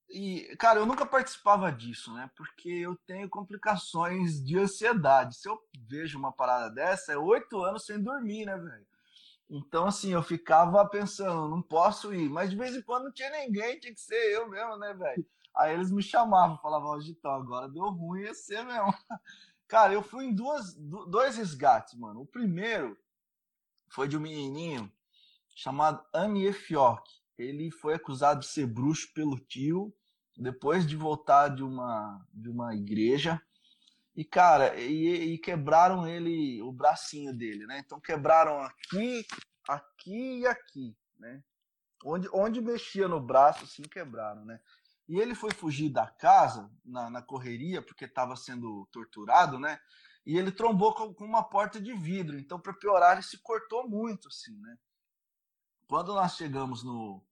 Speaker 4: E, cara, eu nunca participava disso, né? Porque eu tenho complicações de ansiedade. Se eu vejo uma parada dessa, é oito anos sem dormir, né, velho? Então, assim, eu ficava pensando, não posso ir. Mas de vez em quando não tinha ninguém, tinha que ser eu mesmo, né, velho? Aí eles me chamavam, falavam, ó, Gitão, agora deu ruim, ia ser mesmo. Cara, eu fui em duas, dois resgates, mano. O primeiro foi de um menininho chamado Anie Fiok. Ele foi acusado de ser bruxo pelo tio, depois de voltar de uma, de uma igreja. E, cara, e, e quebraram ele, o bracinho dele, né? Então quebraram aqui, aqui e aqui, né? Onde, onde mexia no braço, assim, quebraram, né? E ele foi fugir da casa, na, na correria, porque estava sendo torturado, né? E ele trombou com, com uma porta de vidro. Então, para piorar, ele se cortou muito, assim, né? Quando nós chegamos no,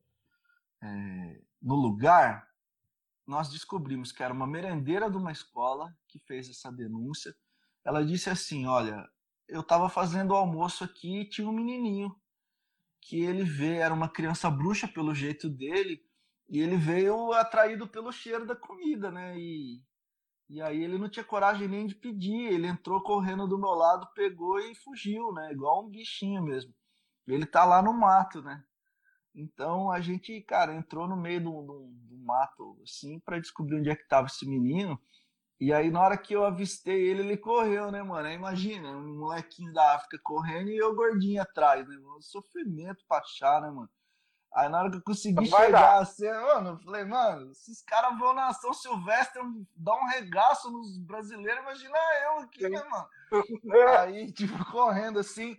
Speaker 4: é, no lugar, nós descobrimos que era uma merendeira de uma escola que fez essa denúncia. Ela disse assim, olha, eu estava fazendo o almoço aqui e tinha um menininho que ele vê, era uma criança bruxa pelo jeito dele, e ele veio atraído pelo cheiro da comida, né? E, e aí ele não tinha coragem nem de pedir, ele entrou correndo do meu lado, pegou e fugiu, né? Igual um bichinho mesmo. Ele tá lá no mato, né? Então a gente, cara, entrou no meio do, do, do mato, assim, para descobrir onde é que tava esse menino. E aí na hora que eu avistei ele, ele correu, né, mano? Aí, imagina, um molequinho da África correndo e eu gordinho atrás, né, mano? Sofrimento pra achar, né, mano? Aí na hora que eu consegui
Speaker 3: Vai
Speaker 4: chegar,
Speaker 3: dar.
Speaker 4: assim, mano, eu falei, mano, esses caras vão na São Silvestre dar um regaço nos brasileiros, imagina eu aqui, né, mano? Aí, tipo, correndo assim,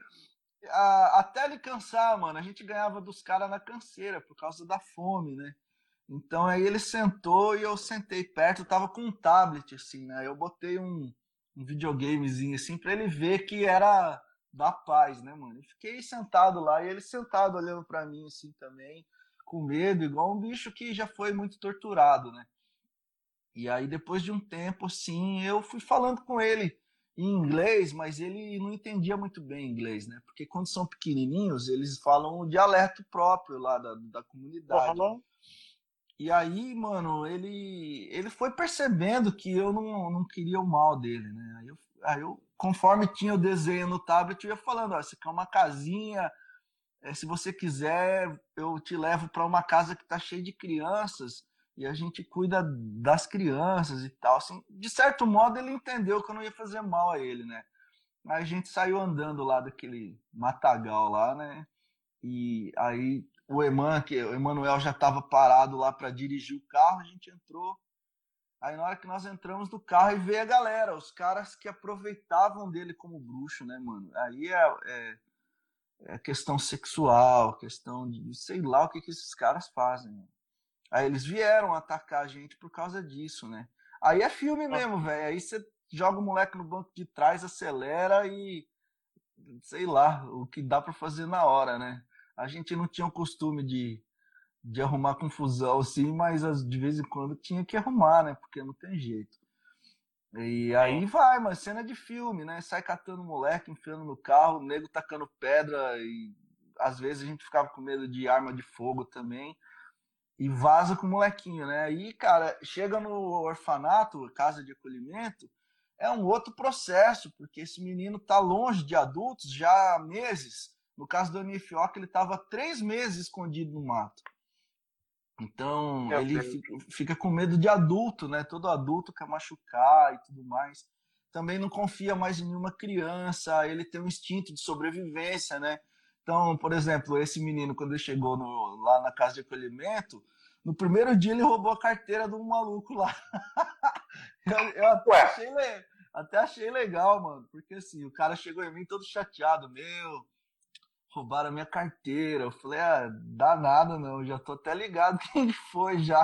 Speaker 4: a, até ele cansar, mano, a gente ganhava dos caras na canseira, por causa da fome, né? Então aí ele sentou e eu sentei perto, eu tava com um tablet, assim, né? Eu botei um, um videogamezinho, assim, pra ele ver que era da paz, né, mano? Eu fiquei sentado lá e ele sentado olhando pra mim, assim, também, com medo, igual um bicho que já foi muito torturado, né? E aí depois de um tempo, assim, eu fui falando com ele em inglês, mas ele não entendia muito bem inglês, né? Porque quando são pequenininhos, eles falam o dialeto próprio lá da, da comunidade.
Speaker 3: Uhum.
Speaker 4: E aí, mano, ele, ele foi percebendo que eu não, não queria o mal dele, né? Aí eu, aí eu, conforme tinha o desenho no tablet, eu ia falando, ó, isso aqui é uma casinha, é, se você quiser, eu te levo para uma casa que tá cheia de crianças e a gente cuida das crianças e tal. Assim, de certo modo, ele entendeu que eu não ia fazer mal a ele, né? Aí a gente saiu andando lá daquele matagal lá, né? E aí o Eman, que o Emanuel já estava parado lá para dirigir o carro, a gente entrou. Aí na hora que nós entramos no carro e veio a galera, os caras que aproveitavam dele como bruxo, né, mano? Aí é, é, é questão sexual, questão de sei lá o que, que esses caras fazem. Mano. Aí eles vieram atacar a gente por causa disso, né? Aí é filme mesmo, velho. Aí você joga o moleque no banco de trás, acelera e sei lá o que dá para fazer na hora, né? A gente não tinha o costume de, de arrumar confusão assim, mas de vez em quando tinha que arrumar, né? Porque não tem jeito. E aí vai, mas cena de filme, né? Sai catando moleque, enfiando no carro, o nego tacando pedra e às vezes a gente ficava com medo de arma de fogo também e vaza com o molequinho, né? Aí, cara, chega no orfanato, casa de acolhimento, é um outro processo, porque esse menino tá longe de adultos já há meses. No caso do Anie Fiok, ele estava três meses escondido no mato. Então,
Speaker 3: Meu
Speaker 4: ele
Speaker 3: Deus.
Speaker 4: fica, fica com medo de adulto, né? Todo adulto quer machucar e tudo mais. Também não confia mais em nenhuma criança, ele tem um instinto de sobrevivência, né? Então, por exemplo, esse menino, quando ele chegou no, lá na casa de acolhimento, no primeiro dia ele roubou a carteira de um maluco lá. eu, eu até, achei, até achei legal, mano, porque assim, o cara chegou em mim todo chateado, meu... roubaram a minha carteira. Eu falei, ah, dá nada não, já tô até ligado quem foi já.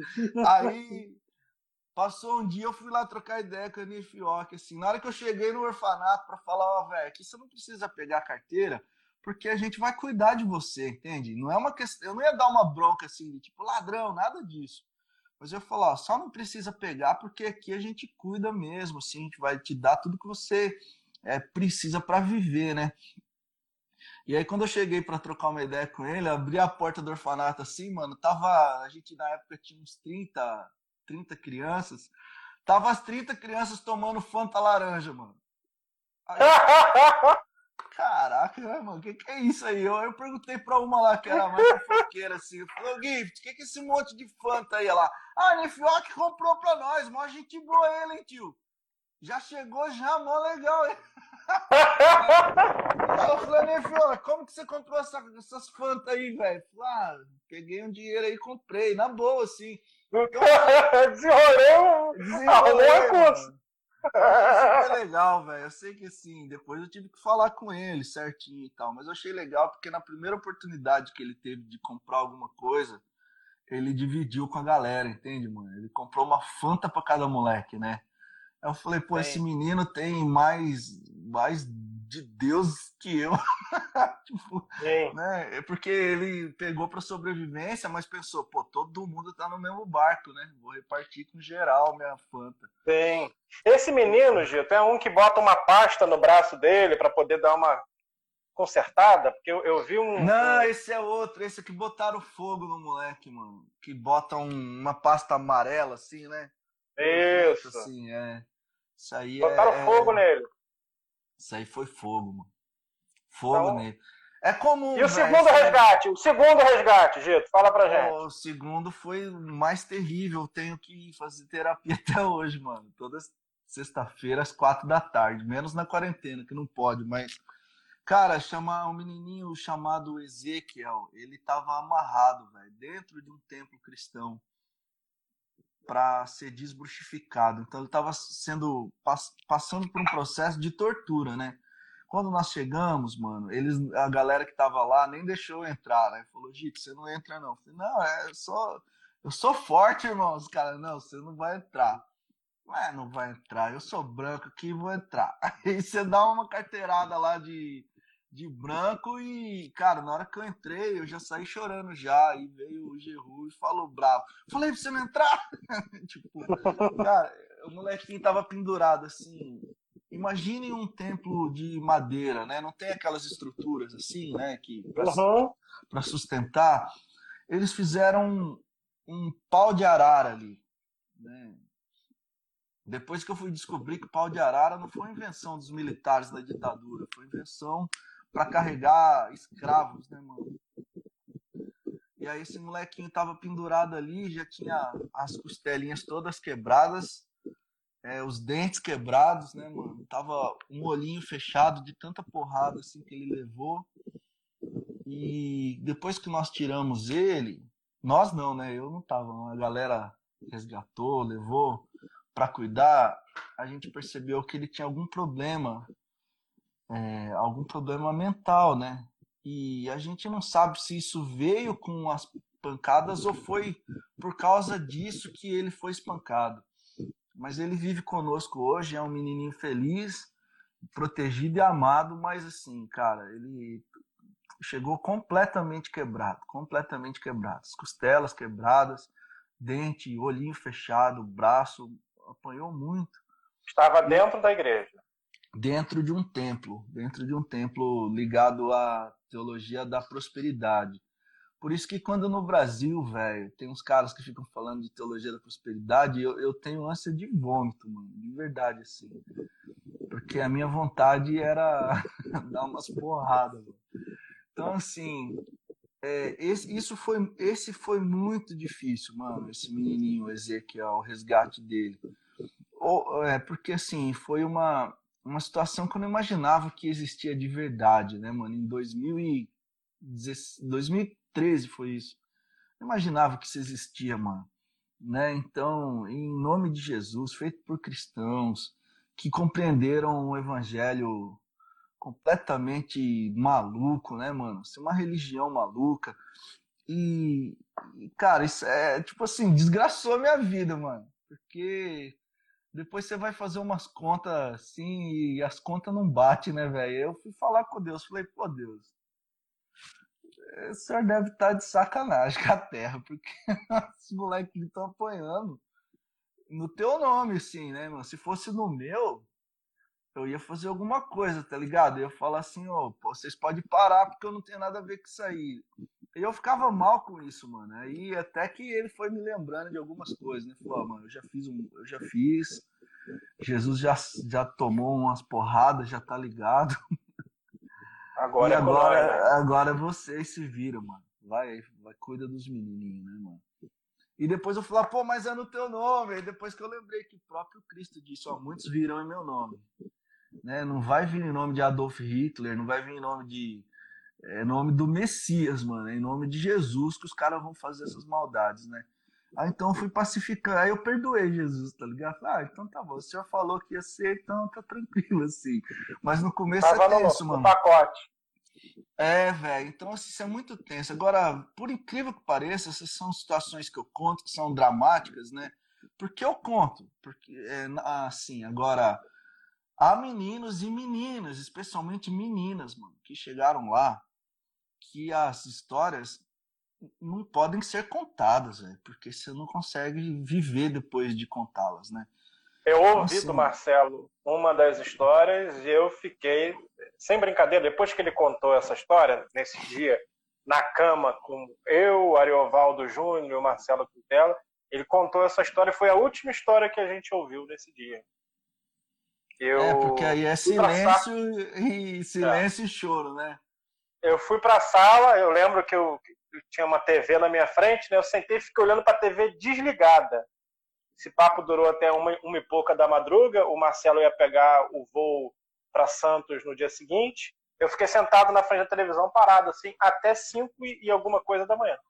Speaker 4: Aí, passou um dia, eu fui lá trocar ideia com a Anie Fiok, assim, na hora que eu cheguei no orfanato pra falar, ó, oh, velho, aqui você não precisa pegar a carteira, porque a gente vai cuidar de você, entende? Não é uma questão, eu não ia dar uma bronca assim, de tipo, ladrão, nada disso. Mas eu ia falar, ó, só não precisa pegar, porque aqui a gente cuida mesmo, assim, a gente vai te dar tudo que você é, precisa pra viver, né? E aí, quando eu cheguei pra trocar uma ideia com ele, abri a porta do orfanato assim, mano, tava, a gente na época tinha uns trinta, trinta crianças, tava as trinta crianças tomando Fanta laranja, mano. Aí, caraca, né, mano, o que, que é isso aí? Eu, eu perguntei pra uma lá que era mais fofoqueira, assim, eu falei, ô Gift, o que, que é esse monte de Fanta aí? Ela, ah, Nefioque comprou pra nós, mó gente boa ele, hein, tio? Já chegou já, mó legal, hein? Eu falei, Nefioque, como que você comprou essa, essas Fanta aí, velho? Ah, peguei um dinheiro aí e comprei, na boa, assim.
Speaker 3: Desenrolei, desenrolei a curso.
Speaker 4: Isso foi legal, velho. Eu sei que assim, depois eu tive que falar com ele certinho e tal, mas eu achei legal porque na primeira oportunidade que ele teve de comprar alguma coisa, ele dividiu com a galera, entende, mano? Ele comprou uma Fanta pra cada moleque, né? Aí eu falei, pô, Sim. esse menino tem mais, mais de Deus que eu. Tipo, né? É porque ele pegou pra sobrevivência, mas pensou, pô, todo mundo tá no mesmo barco, né? Vou repartir com geral minha Fanta.
Speaker 3: Sim. Esse menino, Gito, é um que bota uma pasta no braço dele pra poder dar uma consertada? Porque eu, eu vi um...
Speaker 4: Não,
Speaker 3: um...
Speaker 4: esse é outro. Esse é que botaram fogo no moleque, mano. Que botam uma pasta amarela, assim, né?
Speaker 3: Isso.
Speaker 4: Assim, é. Isso aí
Speaker 3: botaram
Speaker 4: é...
Speaker 3: fogo nele.
Speaker 4: Isso aí foi fogo, mano. Fogo
Speaker 3: então...
Speaker 4: nele. É comum,
Speaker 3: E o véio, segundo resgate? O segundo resgate, Gito, fala pra gente.
Speaker 4: O segundo foi o mais terrível. Eu tenho que fazer terapia até hoje, mano. Toda sexta-feira, às quatro da tarde. Menos na quarentena, que não pode, mas... Cara, chama um menininho chamado Ezequiel. Ele tava amarrado, velho, dentro de um templo cristão para ser desbruxificado. Então ele tava sendo pass, passando por um processo de tortura, né? Quando nós chegamos, mano, eles, a galera que tava lá nem deixou eu entrar, né? Falou, Gito, você não entra não. Eu falei, não, é, eu sou, eu sou forte, irmão. Os caras, não, você não vai entrar. Ué, não vai entrar, eu sou branco aqui, vou entrar. Aí você dá uma carteirada lá de, de branco e, cara, na hora que eu entrei, eu já saí chorando já. E veio o Geru e falou bravo. Falei pra você não entrar? Tipo, cara, o molequinho tava pendurado assim. Imaginem um templo de madeira, né? Não tem aquelas estruturas assim, né? Que pra, uhum. pra sustentar. Eles fizeram um, um pau de arara ali, né? Depois que eu fui descobrir que o pau de arara não foi invenção dos militares da ditadura, foi invenção para carregar escravos, né, mano? E aí esse molequinho tava pendurado ali, já tinha as costelinhas todas quebradas, é, os dentes quebrados, né, mano? Tava um olhinho fechado de tanta porrada assim que ele levou. E depois que nós tiramos ele, nós não, né? Eu não tava, a galera resgatou, levou para cuidar, a gente percebeu que ele tinha algum problema, é, algum problema mental, né? E a gente não sabe se isso veio com as pancadas ou foi por causa disso que ele foi espancado. Mas ele vive conosco hoje, é um menininho feliz, protegido e amado, mas assim, cara, ele chegou completamente quebrado, completamente quebrado. As costelas quebradas, dente, olhinho fechado, braço, apanhou muito.
Speaker 3: Estava dentro e, da igreja.
Speaker 4: Dentro de um templo, dentro de um templo ligado à teologia da prosperidade. Por isso que quando no Brasil, velho, tem uns caras que ficam falando de teologia da prosperidade, eu, eu tenho ânsia de vômito, mano, de verdade, assim. Porque a minha vontade era dar umas porradas, mano. Então, assim, é, esse, isso foi, esse foi muito difícil, mano, esse menininho, Ezequiel, o resgate dele. Ou, é, porque, assim, foi uma, uma situação que eu não imaginava que existia de verdade, né, mano? Em dois mil e treze foi isso. Eu imaginava que isso existia, mano. Né? Então, em nome de Jesus, feito por cristãos que compreenderam o evangelho completamente maluco, né, mano? Isso é uma religião maluca. E, e, cara, isso é, tipo assim, desgraçou a minha vida, mano. Porque depois você vai fazer umas contas assim e as contas não batem, né, velho? Eu fui falar com Deus, falei, pô, Deus, o senhor deve estar de sacanagem com a terra, porque os moleques estão apanhando no teu nome, assim, né, mano? Se fosse no meu, eu ia fazer alguma coisa, tá ligado? Eu ia falar assim, ó, oh, vocês podem parar porque eu não tenho nada a ver com isso aí. E eu ficava mal com isso, mano. Aí até que ele foi me lembrando de algumas coisas, né? Falou, oh, mano, eu já fiz, um, eu já fiz, Jesus já, já tomou umas porradas, já tá ligado.
Speaker 3: Agora
Speaker 4: e
Speaker 3: é
Speaker 4: agora,
Speaker 3: nós, né?
Speaker 4: agora vocês se viram, mano. Vai, vai, cuida dos menininhos, né, mano? E depois eu falei, pô, mas é no teu nome. Aí depois que eu lembrei que o próprio Cristo disse, ó, muitos virão em meu nome. Né? Não vai vir em nome de Adolf Hitler, não vai vir em nome de... É nome do Messias, mano. É em nome de Jesus que os caras vão fazer essas maldades, né? Aí então eu fui pacificando. Aí eu perdoei Jesus, tá ligado? Ah, então tá bom. O senhor falou que ia ser, então tá tranquilo, assim. Mas no começo
Speaker 3: Tava
Speaker 4: é tenso,
Speaker 3: no,
Speaker 4: mano.
Speaker 3: no pacote.
Speaker 4: É, velho. Então, assim, isso é muito tenso. Agora, por incrível que pareça, essas são situações que eu conto que são dramáticas, né? Porque eu conto. Porque, é, assim, agora, há meninos e meninas, especialmente meninas, mano, que chegaram lá, que as histórias não podem ser contadas, velho, porque você não consegue viver depois de contá-las, né?
Speaker 3: Eu
Speaker 4: Então,
Speaker 3: ouvi
Speaker 4: assim,
Speaker 3: do Marcelo uma das histórias e eu fiquei, sem brincadeira, depois que ele contou essa história, nesse dia, na cama com eu, Ariovaldo Júnior, o Marcelo Quintela, ele contou essa história e foi a última história que a gente ouviu nesse dia. Eu
Speaker 4: é, porque aí é
Speaker 3: fui pra sa-
Speaker 4: silêncio e silêncio e choro, né?
Speaker 3: Eu fui para a sala, eu lembro que eu, eu tinha uma T V na minha frente, né? Eu sentei e fiquei olhando para a T V desligada. Esse papo durou até uma, uma e pouca da madruga. O Marcelo ia pegar o voo para Santos no dia seguinte. Eu fiquei sentado na frente da televisão, parado assim, até cinco e, e alguma coisa da manhã.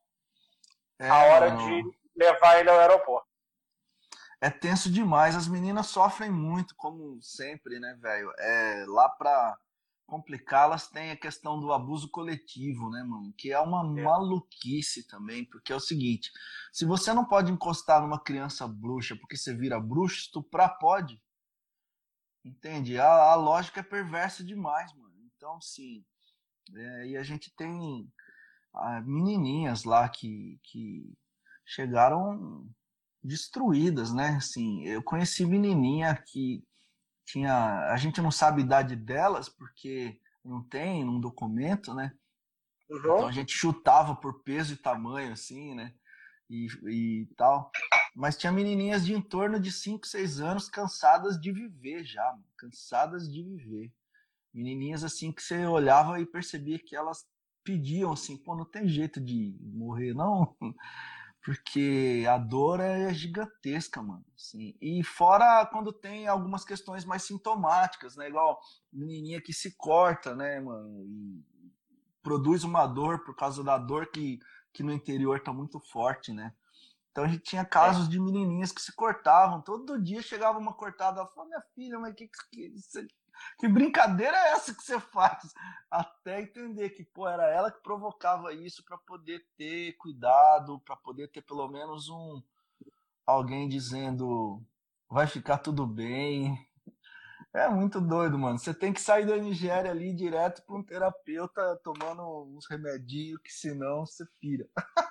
Speaker 4: É,
Speaker 3: a hora
Speaker 4: mano,
Speaker 3: de levar ele ao aeroporto.
Speaker 4: é tenso demais. As meninas sofrem muito, como sempre, né, velho? É, lá pra complicá-las tem a questão do abuso coletivo, né, mano? Que é uma maluquice também, porque é o seguinte, se você não pode encostar numa criança bruxa porque você vira bruxo, estuprar pode. Entende? A, a lógica é perversa demais, mano. Então, sim, é, e a gente tem ah, menininhas lá que, que chegaram destruídas, né? Assim, eu conheci menininha que tinha, a gente não sabe a idade delas porque não tem um documento, né?
Speaker 3: Uhum.
Speaker 4: Então a gente chutava por peso e tamanho, assim, né? E, e tal. Mas tinha menininhas de em torno de cinco, seis anos cansadas de viver já, mano. Cansadas de viver. Menininhas assim que você olhava e percebia que elas pediam assim, pô, não tem jeito de morrer, não. Porque a dor é gigantesca, mano. Assim. E fora quando tem algumas questões mais sintomáticas, né? Igual menininha que se corta, né, mano? E produz uma dor por causa da dor que, que no interior tá muito forte, né? Então a gente tinha casos é. de menininhas que se cortavam. Todo dia chegava uma cortada. Ela falava, minha filha, mas que, que, que, que brincadeira é essa que você faz? Até entender que, pô, era ela que provocava isso para poder ter cuidado, para poder ter pelo menos um alguém dizendo vai ficar tudo bem. É muito doido, mano. Você tem que sair da Nigéria ali direto para um terapeuta tomando uns remedinhos que senão você pira.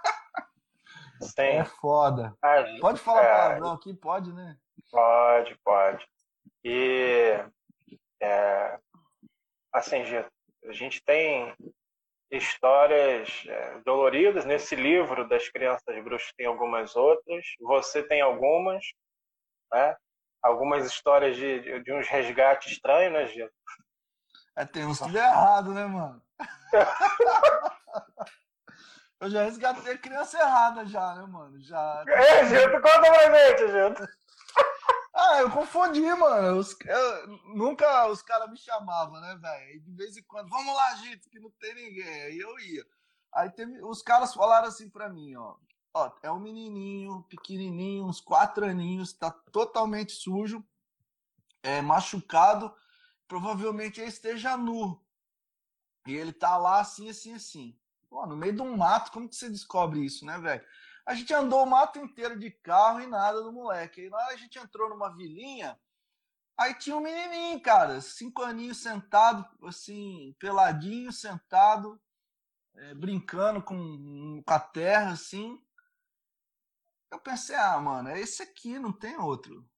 Speaker 3: Sim.
Speaker 4: É foda.
Speaker 3: Ah,
Speaker 4: pode falar
Speaker 3: é,
Speaker 4: palavrão aqui? Pode, né?
Speaker 3: Pode, pode. E, é, assim, Gito, a gente tem histórias é, doloridas. Nesse livro das Crianças Bruxas tem algumas outras. Você tem algumas, né? Algumas histórias de, de, de uns resgates estranhos, né, Gito?
Speaker 4: É, tem uns que deu errado, né, mano? Eu já resgatei a criança errada já, né, mano? Já...
Speaker 3: É, Gito, conta pra gente, Gito.
Speaker 4: Ah, eu confundi, mano. Os, eu, nunca os caras me chamavam, né, velho? De vez em quando, vamos lá, Gito, que não tem ninguém. Aí eu ia. Aí teve, os caras falaram assim pra mim, ó. Ó, é um menininho, pequenininho, uns quatro aninhos, tá totalmente sujo, é machucado, provavelmente ele esteja nu. E ele tá lá assim, assim, assim. Pô, no meio de um mato, como que você descobre isso, né, velho? A gente andou o mato inteiro de carro e nada do moleque. Aí lá a gente entrou numa vilinha, aí tinha um menininho, cara, cinco aninhos sentado, assim, peladinho, sentado, é, brincando com, com a terra, assim. Eu pensei, ah, mano, é esse aqui, não tem outro.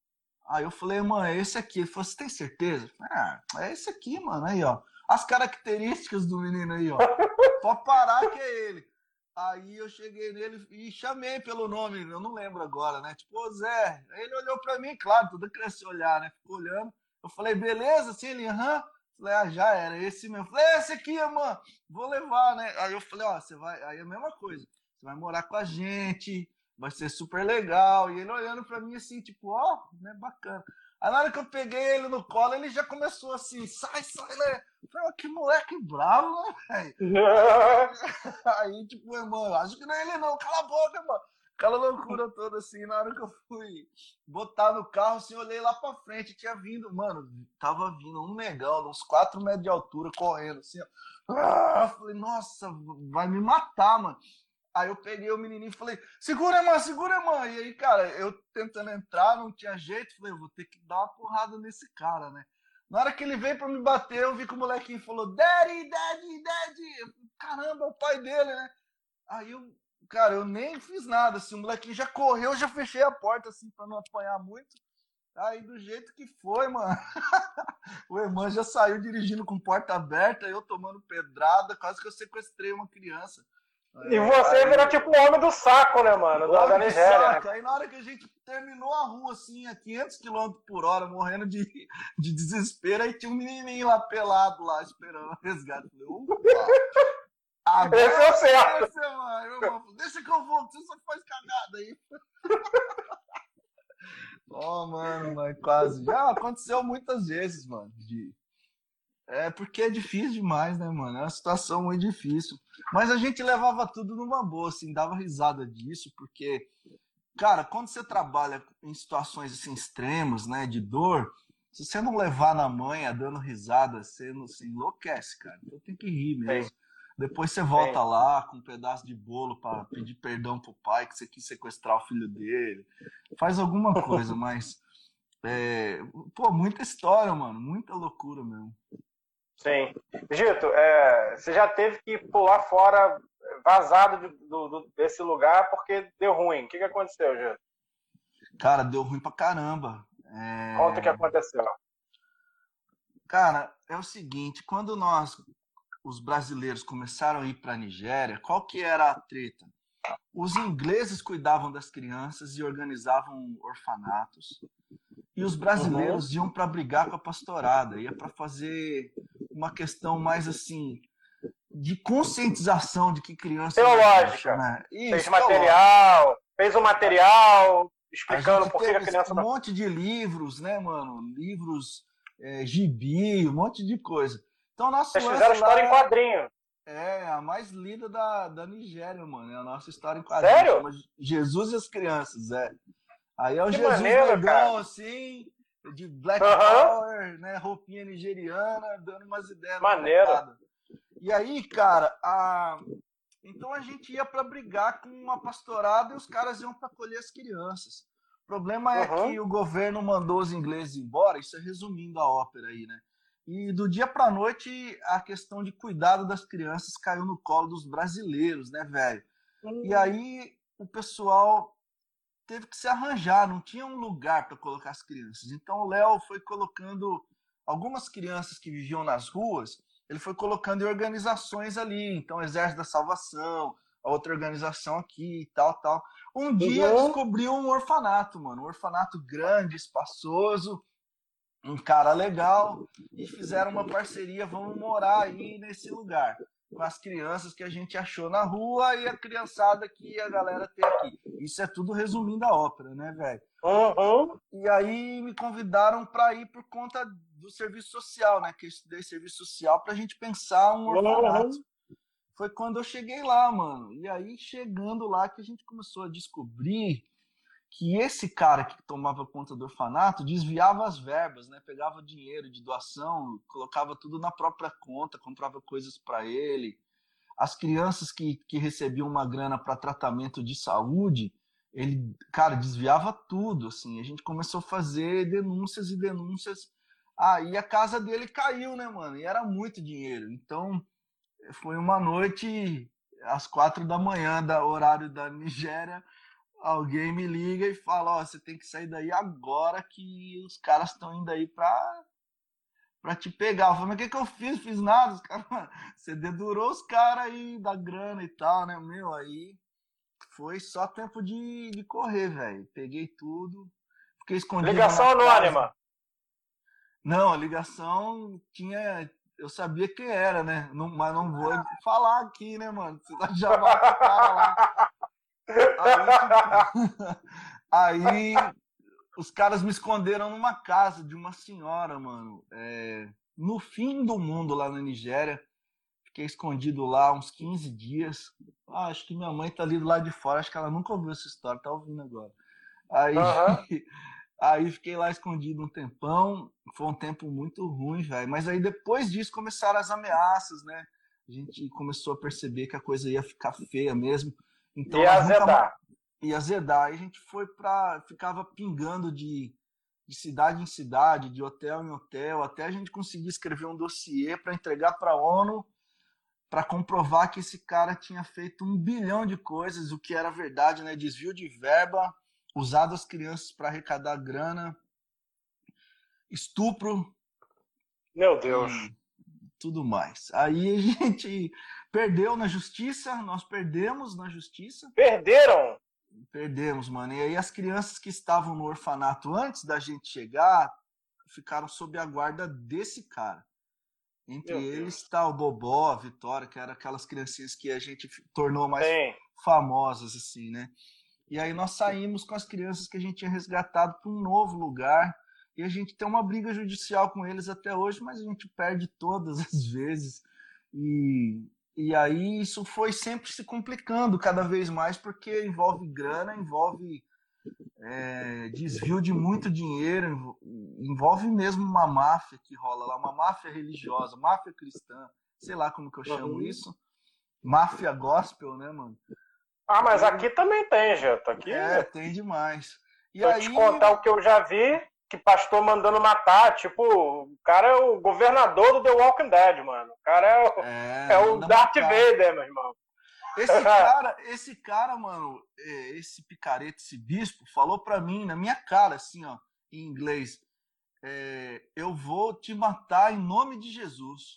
Speaker 4: Aí eu falei, mano, é esse aqui. Ele falou, você tem certeza? Ah, é esse aqui, mano. Aí, ó. As características do menino aí, ó. Pode parar que é ele. Aí eu cheguei nele e chamei pelo nome, eu não lembro agora, né? Tipo, ô Zé. Aí ele olhou pra mim, claro, toda criança olhar, né? Ficou olhando. Eu falei, beleza? Assim, ele, aham. Falei, ah, já era, esse mesmo. Falei, é esse aqui, mano, vou levar, né? Aí eu falei, ó, você vai. Aí é a mesma coisa. Você vai morar com a gente, vai ser super legal. E ele olhando pra mim assim, tipo, ó, né, bacana. Aí na hora que eu peguei ele no colo, ele já começou assim, sai, sai, né? Eu falei, que moleque bravo, né, velho? Aí, tipo, irmão, acho que não é ele não, cala a boca, mano. Aquela loucura toda, assim, na hora que eu fui botar no carro, assim, olhei lá pra frente, tinha vindo, mano, tava vindo um negão, uns quatro metros de altura, correndo, assim, ó. Ah, falei, nossa, vai me matar, mano. Aí eu peguei o menininho e falei, segura, irmã, segura, irmã. E aí, cara, eu tentando entrar, não tinha jeito, falei, eu vou ter que dar uma porrada nesse cara, né? Na hora que ele veio pra me bater, eu vi que o molequinho falou, daddy, daddy, daddy. Caramba, é o pai dele, né? Aí eu, cara, eu nem fiz nada, assim, o molequinho já correu, já fechei a porta, assim, pra não apanhar muito. Aí, do jeito que foi, mano, o irmão já saiu dirigindo com porta aberta, eu tomando pedrada, quase que eu sequestrei uma criança.
Speaker 3: E você aí, virou tipo o homem do saco, né, mano? Da, da Nigéria.
Speaker 4: Né? Aí na hora que a gente terminou a rua, assim, a quinhentos quilômetros por hora, morrendo de, de desespero, aí tinha um menininho lá pelado, lá, esperando o resgate. Eu falei, agora
Speaker 3: esse é o certo.
Speaker 4: Esse, mano. Eu, mano, deixa que eu vou, você só faz cagada aí. Ó, oh, mano, mas quase. Já aconteceu muitas vezes, mano, de... É porque é difícil demais, né, mano? É uma situação muito difícil. Mas a gente levava tudo numa boa, assim, dava risada disso, porque, cara, quando você trabalha em situações assim extremas, né, de dor, se você não levar na manha, dando risada, você não se enlouquece, cara. Então tem que rir mesmo. Sim. Depois você volta Sim. lá com um pedaço de bolo para pedir perdão pro pai que você quis sequestrar o filho dele. Faz alguma coisa, mas... É... Pô, muita história, mano. Muita loucura mesmo.
Speaker 3: Sim. Gito, é, você já teve que pular fora, vazado de, do, do, desse lugar porque deu ruim. O que, que aconteceu, Gito?
Speaker 4: Cara, deu ruim pra caramba. É...
Speaker 3: Conta o que aconteceu.
Speaker 4: Cara, é o seguinte, quando nós, os brasileiros, começaram a ir pra Nigéria, qual que era a treta? Os ingleses cuidavam das crianças e organizavam orfanatos. E os brasileiros uhum. iam para brigar com a pastorada, ia para fazer uma questão mais assim de conscientização de que criança
Speaker 3: teológica, né? Isso, fez material, teológica. fez um material explicando por que a criança
Speaker 4: um monte de livros, né, mano, livros, é, gibi, um monte de coisa. Então nosso
Speaker 3: Vocês fizeram história lá... em quadrinho.
Speaker 4: É, a mais lida da, da Nigéria, mano. É a nossa história em quadrinhos.
Speaker 3: Sério?
Speaker 4: Chama Jesus e as Crianças, é. Aí é o
Speaker 3: que
Speaker 4: Jesus negão, assim, de Black
Speaker 3: uhum.
Speaker 4: Power, né? Roupinha nigeriana, dando umas ideias.
Speaker 3: Maneiro.
Speaker 4: E aí, cara, a... então a gente ia pra brigar com uma pastorada e os caras iam pra acolher as crianças. O problema é uhum. que o governo mandou os ingleses embora, isso é resumindo a ópera aí, né? E do dia pra noite, a questão de cuidado das crianças caiu no colo dos brasileiros, né, velho? Uhum. E aí, o pessoal teve que se arranjar, não tinha um lugar para colocar as crianças. Então, o Léo foi colocando algumas crianças que viviam nas ruas, ele foi colocando em organizações ali. Então, Exército da Salvação, a outra organização aqui e tal, tal. Um dia, uhum. descobriu um orfanato, mano. Um orfanato grande, espaçoso, um cara legal, e fizeram uma parceria, vamos morar aí nesse lugar, com as crianças que a gente achou na rua e a criançada que a galera tem aqui. Isso é tudo resumindo a ópera, né, velho?
Speaker 3: Uhum.
Speaker 4: E aí me convidaram para ir por conta do serviço social, né, que eu estudei serviço social, pra gente pensar um orfanato. Uhum. Foi quando eu cheguei lá, mano. E aí, chegando lá, que a gente começou a descobrir que esse cara que tomava conta do orfanato desviava as verbas, né? Pegava dinheiro de doação, colocava tudo na própria conta, comprava coisas para ele. As crianças que, que recebiam uma grana para tratamento de saúde, ele, cara, desviava tudo, assim. A gente começou a fazer denúncias e denúncias. Aí ah, a casa dele caiu, né, mano? E era muito dinheiro. Então, foi uma noite, às quatro da manhã, da horário da Nigéria. alguém me liga e fala, ó, você tem que sair daí agora que os caras estão indo aí pra, pra te pegar. Eu falei, mas o que que eu fiz? Fiz nada. Os caras, você dedurou os caras aí da grana e tal, né, meu? Aí foi só tempo de, de correr, velho. Peguei tudo, fiquei escondido.
Speaker 3: Ligação anônima.
Speaker 4: Não, a ligação tinha... Eu sabia quem era, né? Não, mas não vou falar aqui, né, mano? Você já mata o cara lá. Aí, aí os caras me esconderam numa casa de uma senhora, mano. É, no fim do mundo, lá na Nigéria. Fiquei escondido lá uns quinze dias. Ah, acho que minha mãe tá ali do lado de fora. Acho que ela nunca ouviu essa história, tá ouvindo agora. Aí... Uhum. Aí fiquei lá escondido um tempão, foi um tempo muito ruim, velho. Mas aí depois disso começaram as ameaças, né? A gente começou a perceber que a coisa ia ficar feia mesmo. Então,
Speaker 3: ia azedar.
Speaker 4: Ia azedar. Aí a gente foi pra... ficava pingando de, de cidade em cidade, de hotel em hotel, até a gente conseguir escrever um dossiê para entregar para a ONU, para comprovar que esse cara tinha feito um bilhão de coisas, o que era verdade, né? Desvio de verba, usado as crianças para arrecadar grana, estupro.
Speaker 3: Meu Deus.
Speaker 4: Tudo mais. Aí a gente perdeu na justiça, nós perdemos na justiça.
Speaker 3: Perderam?
Speaker 4: Perdemos, mano. E aí as crianças que estavam no orfanato antes da gente chegar ficaram sob a guarda desse cara. Entre Meu eles está o Bobó, a Vitória, que eram aquelas criancinhas que a gente tornou mais Sim. famosas, assim, né? E aí nós saímos com as crianças que a gente tinha resgatado para um novo lugar. E a gente tem uma briga judicial com eles até hoje, mas a gente perde todas as vezes. E, e aí isso foi sempre se complicando cada vez mais, porque envolve grana, envolve é, desvio de muito dinheiro, envolve mesmo uma máfia que rola lá, uma máfia religiosa, máfia cristã, sei lá como que eu chamo uhum. isso. Máfia gospel, né, mano?
Speaker 3: Ah, mas aqui também tem, Jeto. Aqui
Speaker 4: é, tem demais.
Speaker 3: E Se aí... eu te contar o que eu já vi, que pastor mandando matar, tipo, o cara é o governador do The Walking Dead, mano. O cara é o, é, é o Darth matar. Vader, meu irmão.
Speaker 4: Esse cara, esse cara, mano, esse picareta, esse bispo, falou pra mim, na minha cara, assim, ó, em inglês, é, eu vou te matar em nome de Jesus.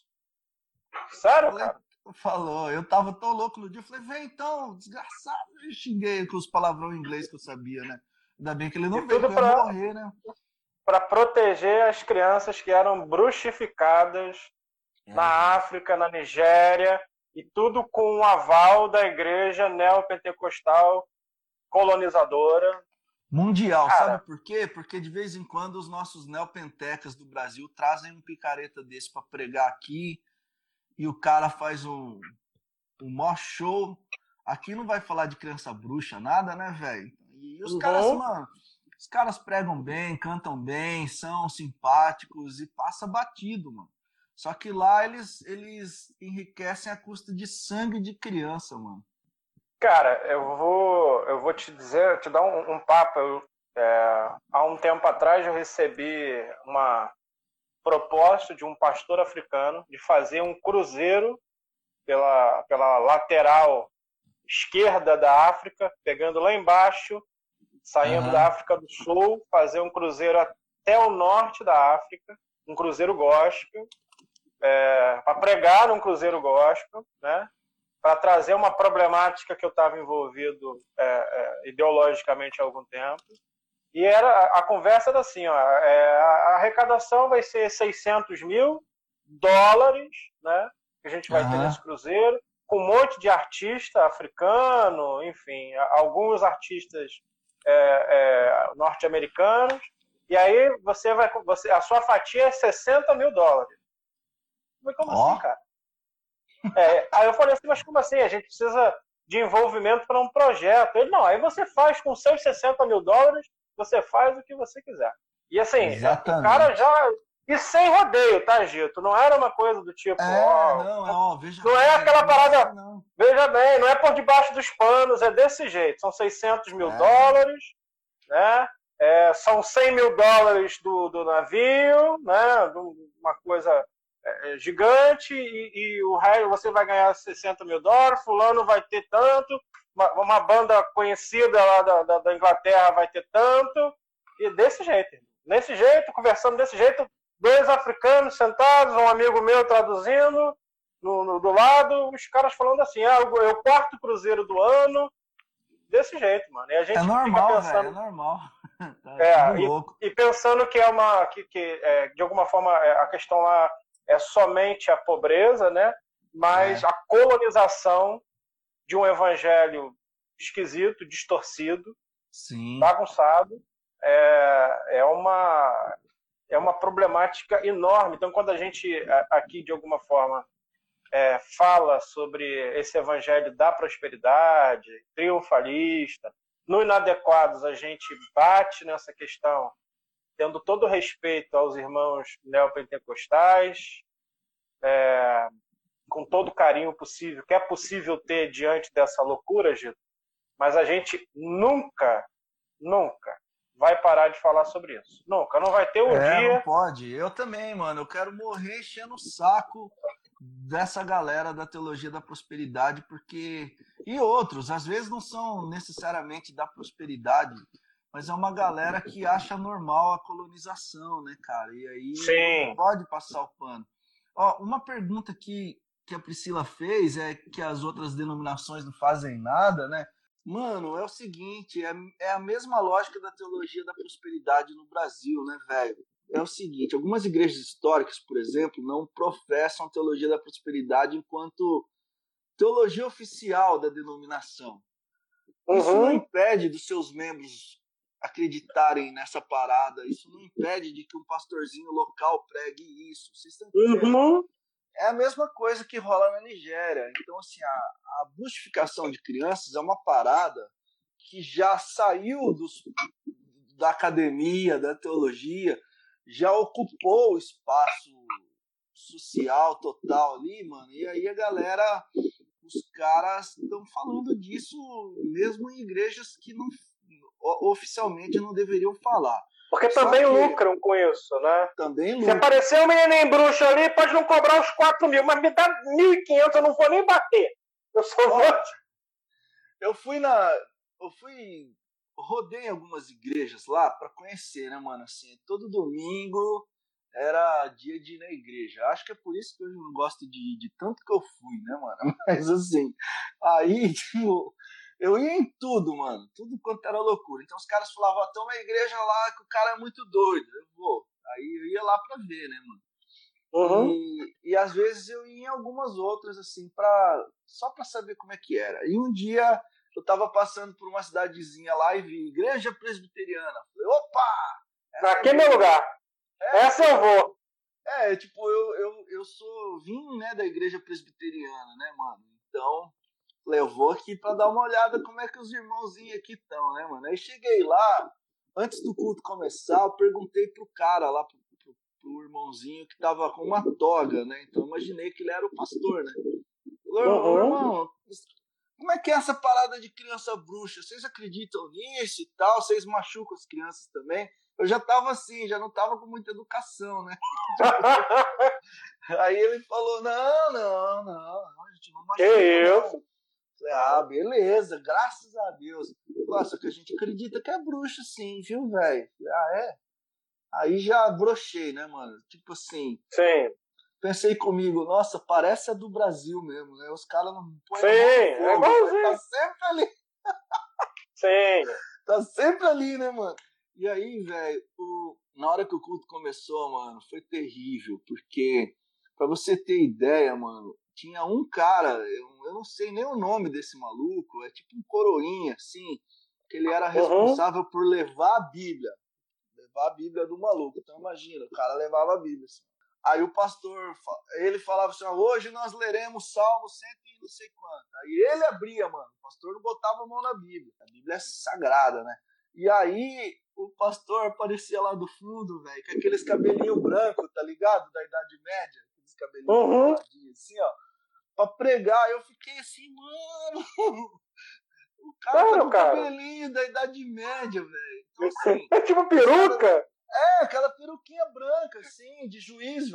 Speaker 3: Sério,
Speaker 4: falei,
Speaker 3: cara?
Speaker 4: Falou, eu tava tão louco no dia, eu falei, vem então, desgraçado, eu xinguei com os palavrões em inglês que eu sabia, né? Ainda bem que ele não
Speaker 3: e
Speaker 4: veio
Speaker 3: tudo pra
Speaker 4: morrer, né?
Speaker 3: Pra proteger as crianças que eram bruxificadas é. na África, na Nigéria, e tudo com o aval da igreja neopentecostal colonizadora.
Speaker 4: Mundial, Cara, sabe por quê? Porque de vez em quando os nossos neopentecas do Brasil trazem um picareta desse pra pregar aqui, e o cara faz um, um maior show. Aqui não vai falar de criança bruxa, nada, né, velho? E os uhum. caras, mano, os caras pregam bem, cantam bem, são simpáticos e passa batido, mano. Só que lá eles, eles enriquecem a custa de sangue de criança, mano.
Speaker 3: Cara, eu vou, eu vou te dizer, te dar um, um papo. Eu, é, há um tempo atrás eu recebi uma proposta de um pastor africano de fazer um cruzeiro pela, pela lateral esquerda da África, pegando lá embaixo, saindo uhum. da África do Sul, fazer um cruzeiro até o norte da África, um cruzeiro gospel, é, para pregar um cruzeiro gospel, né, para trazer uma problemática que eu estava envolvido é, é, ideologicamente há algum tempo. E era, a conversa era assim, ó, é, a arrecadação vai ser seiscentos mil dólares, né, que a gente vai uhum. ter nesse cruzeiro, com um monte de artista africano, enfim, alguns artistas é, é, norte-americanos, e aí você vai, você, a sua fatia é sessenta mil dólares. Mas como oh. assim, cara? É, aí eu falei assim, mas como assim? A gente precisa de envolvimento para um projeto. Ele, não, aí você faz com seus sessenta mil dólares, você faz o que você quiser. E assim, Exatamente. o cara já... E sem rodeio, tá, Gito? Não era uma coisa do tipo...
Speaker 4: É,
Speaker 3: ó,
Speaker 4: não, ó, veja
Speaker 3: Não
Speaker 4: bem,
Speaker 3: é aquela
Speaker 4: não
Speaker 3: parada...
Speaker 4: Não.
Speaker 3: Veja bem, não é por debaixo dos panos, é desse jeito. São seiscentos mil
Speaker 4: é.
Speaker 3: dólares, né? É, são cem mil dólares do, do navio, né? Uma coisa é, gigante e, e o resto você vai ganhar sessenta mil dólares, fulano vai ter tanto, uma, uma banda conhecida lá da, da, da Inglaterra vai ter tanto, e desse jeito, desse jeito, conversando desse jeito, dois africanos sentados, um amigo meu traduzindo no, no, do lado, os caras falando assim, ah, eu, eu quarto cruzeiro do ano, desse jeito, mano. E a gente
Speaker 4: é normal,
Speaker 3: fica pensando,
Speaker 4: velho, é normal. Tá
Speaker 3: é,
Speaker 4: e, louco.
Speaker 3: E pensando que é uma, que, que é, de alguma forma a questão lá é somente a pobreza, né? Mas é. a colonização de um evangelho esquisito, distorcido,
Speaker 4: Sim.
Speaker 3: bagunçado, é, é uma é uma problemática enorme. Então, quando a gente aqui de alguma forma É, fala sobre esse evangelho da prosperidade, triunfalista, no Inadequados a gente bate nessa questão, tendo todo o respeito aos irmãos neopentecostais, é, com todo o carinho possível, que é possível ter diante dessa loucura, Gito, mas a gente nunca, nunca vai parar de falar sobre isso. Nunca, não vai ter um
Speaker 4: é,
Speaker 3: dia...
Speaker 4: Não pode, eu também, mano, eu quero morrer enchendo o saco dessa galera da teologia da prosperidade, porque e outros, às vezes não são necessariamente da prosperidade, mas é uma galera que acha normal a colonização, né, cara? E aí
Speaker 3: Sim.
Speaker 4: não pode passar o pano. Ó, uma pergunta que, que a Priscila fez é que as outras denominações não fazem nada, né? Mano, é o seguinte, é, é a mesma lógica da teologia da prosperidade no Brasil, né, velho? É o seguinte, algumas igrejas históricas, por exemplo, não professam a teologia da prosperidade enquanto teologia oficial da denominação. Uhum. Isso não impede dos seus membros acreditarem nessa parada, isso não impede de que um pastorzinho local pregue isso. Vocês estão entendendo?
Speaker 3: Uhum.
Speaker 4: É a mesma coisa que rola na Nigéria. Então, assim, a, a bustificação de crianças é uma parada que já saiu dos, da academia, da teologia, já ocupou o espaço social total ali, mano, e aí a galera, os caras estão falando disso mesmo em igrejas que não, oficialmente não deveriam falar.
Speaker 3: Porque Só também que, lucram com isso, né?
Speaker 4: Também lucram.
Speaker 3: Se aparecer um menininho bruxo ali, pode não cobrar os quatro mil, mas me dá mil e quinhentos, eu não vou nem bater. Eu só vou...
Speaker 4: Eu fui na... Eu fui... rodei algumas igrejas lá para conhecer, né, mano? Assim, todo domingo era dia de ir na igreja. Acho que é por isso que eu não gosto de ir, de tanto que eu fui, né, mano? Mas assim, aí, tipo, eu ia em tudo, mano. Tudo quanto era loucura. Então os caras falavam, ó, tem uma igreja lá que o cara é muito doido. Eu vou. Aí eu ia lá pra ver, né, mano? Uhum. E, e às vezes eu ia em algumas outras, assim, pra, só pra saber como é que era. E um dia... eu tava passando por uma cidadezinha lá e vi igreja presbiteriana. Falei, opa!
Speaker 3: Aqui é meu lugar. É, essa eu vou.
Speaker 4: É, tipo, eu, eu, eu sou, vim, né, da igreja presbiteriana, né, mano? Então, falei, eu vou aqui pra dar uma olhada como é que os irmãozinhos aqui estão, né, mano? Aí cheguei lá, antes do culto começar, eu perguntei pro cara lá, pro, pro, pro irmãozinho que tava com uma toga, né? Então, eu imaginei que ele era o pastor, né? Falei, uhum. irmão, como é que é essa parada de criança bruxa? Vocês acreditam nisso e tal? Vocês machucam as crianças também? Eu já tava assim, já não tava com muita educação, né? Aí ele falou, não, não, não, a gente não machuca.
Speaker 3: Que isso?
Speaker 4: Falei, ah, beleza, graças a Deus. Nossa, que a gente acredita que é bruxa sim, viu, velho? Ah, é? Aí já brochei, né, mano? Tipo assim...
Speaker 3: Sim.
Speaker 4: Pensei comigo, nossa, parece a do Brasil mesmo, né? Os caras não põem
Speaker 3: Sim, é igualzinho.
Speaker 4: Tá sempre ali.
Speaker 3: Sim.
Speaker 4: Tá sempre ali, né, mano? E aí, velho, na hora que o culto começou, mano, foi terrível, porque, pra você ter ideia, mano, tinha um cara, eu, eu não sei nem o nome desse maluco, é tipo um coroinha, assim, que ele era responsável uhum. por levar a Bíblia, levar a Bíblia do maluco. Então imagina, o cara levava a Bíblia, assim. Aí o pastor, ele falava assim, hoje nós leremos Salmo cento e não sei quanto. Aí ele abria, mano, o pastor não botava a mão na Bíblia, a Bíblia é sagrada, né? E aí o pastor aparecia lá do fundo, velho, com aqueles cabelinhos brancos, tá ligado? Da Idade Média, aqueles cabelinhos
Speaker 3: uhum.
Speaker 4: assim, ó, pra pregar. Eu fiquei assim, mano, o cara claro, tá com o cabelinho da Idade Média, velho. Então, assim,
Speaker 3: é tipo peruca?
Speaker 4: É, aquela peruquinha branca, assim, de juiz, velho.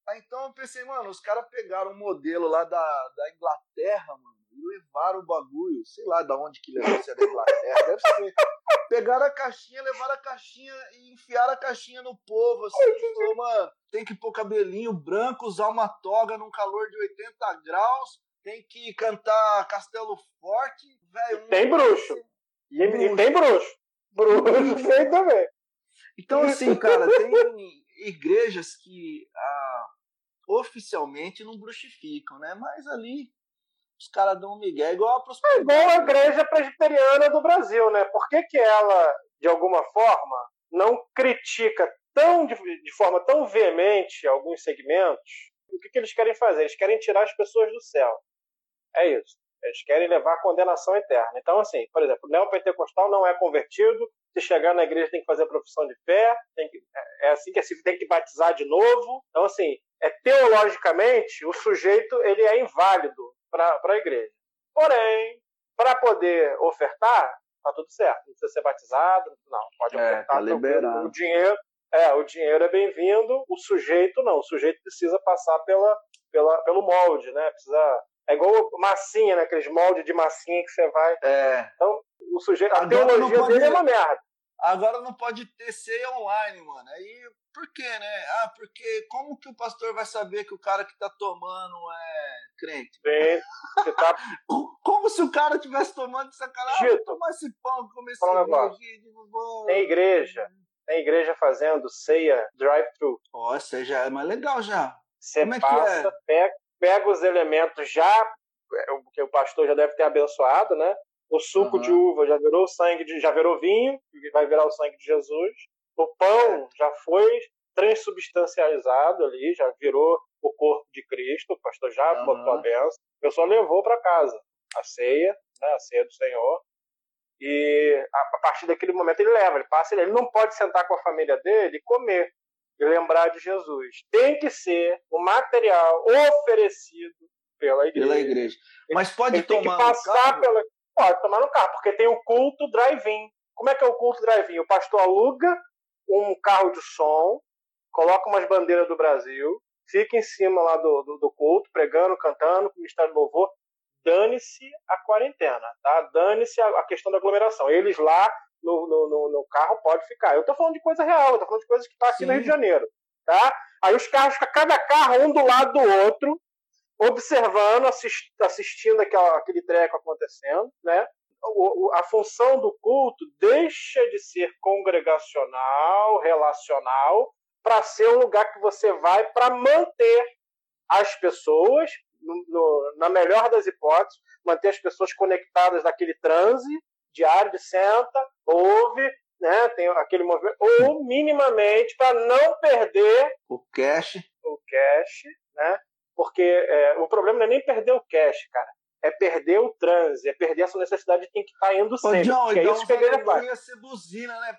Speaker 4: Aí então eu pensei, mano, os caras pegaram um modelo lá da, da Inglaterra, mano, e levaram o bagulho, sei lá de onde que levou, se é da Inglaterra, deve ser. Pegaram a caixinha, levaram a caixinha e enfiaram a caixinha no povo, assim, falou, mano, tem que pôr cabelinho branco, usar uma toga num calor de oitenta graus, tem que cantar Castelo Forte, velho.
Speaker 3: Tem bruxo. E, e tem bruxo. Bruxo tem também.
Speaker 4: Então, assim, cara, tem igrejas que ah, oficialmente não bruxificam, né? Mas ali os caras dão um migué, igual a prosperidade.
Speaker 3: É igual a igreja presbiteriana do Brasil, né? Por que que ela, de alguma forma, não critica tão, de, de forma tão veemente alguns segmentos? O que que eles querem fazer? Eles querem tirar as pessoas do céu. É isso. Eles querem levar a condenação eterna. Então, assim, por exemplo, o neopentecostal não é convertido, se chegar na igreja tem que fazer a profissão de fé, tem que, é assim que é, tem que batizar de novo. Então, assim, é, teologicamente, o sujeito ele é inválido para a igreja. Porém, para poder ofertar, tá tudo certo. Não precisa ser batizado, não. Pode
Speaker 4: é,
Speaker 3: ofertar.
Speaker 4: Tá liberado.
Speaker 3: O dinheiro, é, o dinheiro é bem-vindo, o sujeito não. O sujeito precisa passar pela, pela, pelo molde, né? Precisa... É igual massinha, né? Aqueles moldes de massinha que você vai...
Speaker 4: É.
Speaker 3: Então, o sujeito, a
Speaker 4: Agora
Speaker 3: teologia
Speaker 4: pode...
Speaker 3: dele é uma merda.
Speaker 4: Agora não pode ter ceia online, mano. Aí, por quê, né? Ah, porque como que o pastor vai saber que o cara que tá tomando é crente?
Speaker 3: Sim, você tá...
Speaker 4: Como se o cara estivesse tomando de sacanagem?
Speaker 3: Gito,
Speaker 4: tomar esse pão, comer esse
Speaker 3: um Tem igreja. Tem igreja fazendo ceia drive-thru.
Speaker 4: Ó, essa já é mais legal já.
Speaker 3: Você
Speaker 4: como é
Speaker 3: passa,
Speaker 4: que é?
Speaker 3: pega, pega os elementos já, que o pastor já deve ter abençoado, né? O suco uhum. de uva já virou sangue, de, já virou vinho, que vai virar o sangue de Jesus. O pão é. já foi transubstancializado ali, já virou o corpo de Cristo. O pastor já uhum. botou a bênção. A pessoa levou para casa a ceia, né? A ceia do Senhor. E a partir daquele momento ele leva, ele passa, ele não pode sentar com a família dele e comer e lembrar de Jesus. Tem que ser o material oferecido pela igreja.
Speaker 4: Pela igreja. Mas pode
Speaker 3: ele
Speaker 4: tomar
Speaker 3: tem que passar pela... Pode tomar no carro, porque tem o culto drive-in. Como é que é o culto drive-in? O pastor aluga um carro de som, coloca umas bandeiras do Brasil, fica em cima lá do, do, do culto, pregando, cantando, com o ministério de louvor. Dane-se a quarentena, tá? Dane-se a, a questão da aglomeração. Eles lá no, no, no, no carro podem ficar. Eu tô falando de coisa real, eu tô falando de coisas que tá aqui Sim. no Rio de Janeiro, tá? Aí os carros, cada carro um do lado do outro, observando, assist, assistindo aquela, aquele treco acontecendo, né? O, o, a função do culto deixa de ser congregacional, relacional, para ser um lugar que você vai para manter as pessoas, no, no, na melhor das hipóteses, manter as pessoas conectadas naquele transe diário de senta, ouve, né? Tem aquele movimento, ou minimamente para não perder
Speaker 4: o cash,
Speaker 3: o cash, né? Porque é, o problema não é nem perder o cash, cara. É perder o transe, é perder essa necessidade de ter que estar indo sempre. Ô,
Speaker 4: John,
Speaker 3: que
Speaker 4: então
Speaker 3: é isso que a igreja faz.
Speaker 4: Ia ser buzina, né?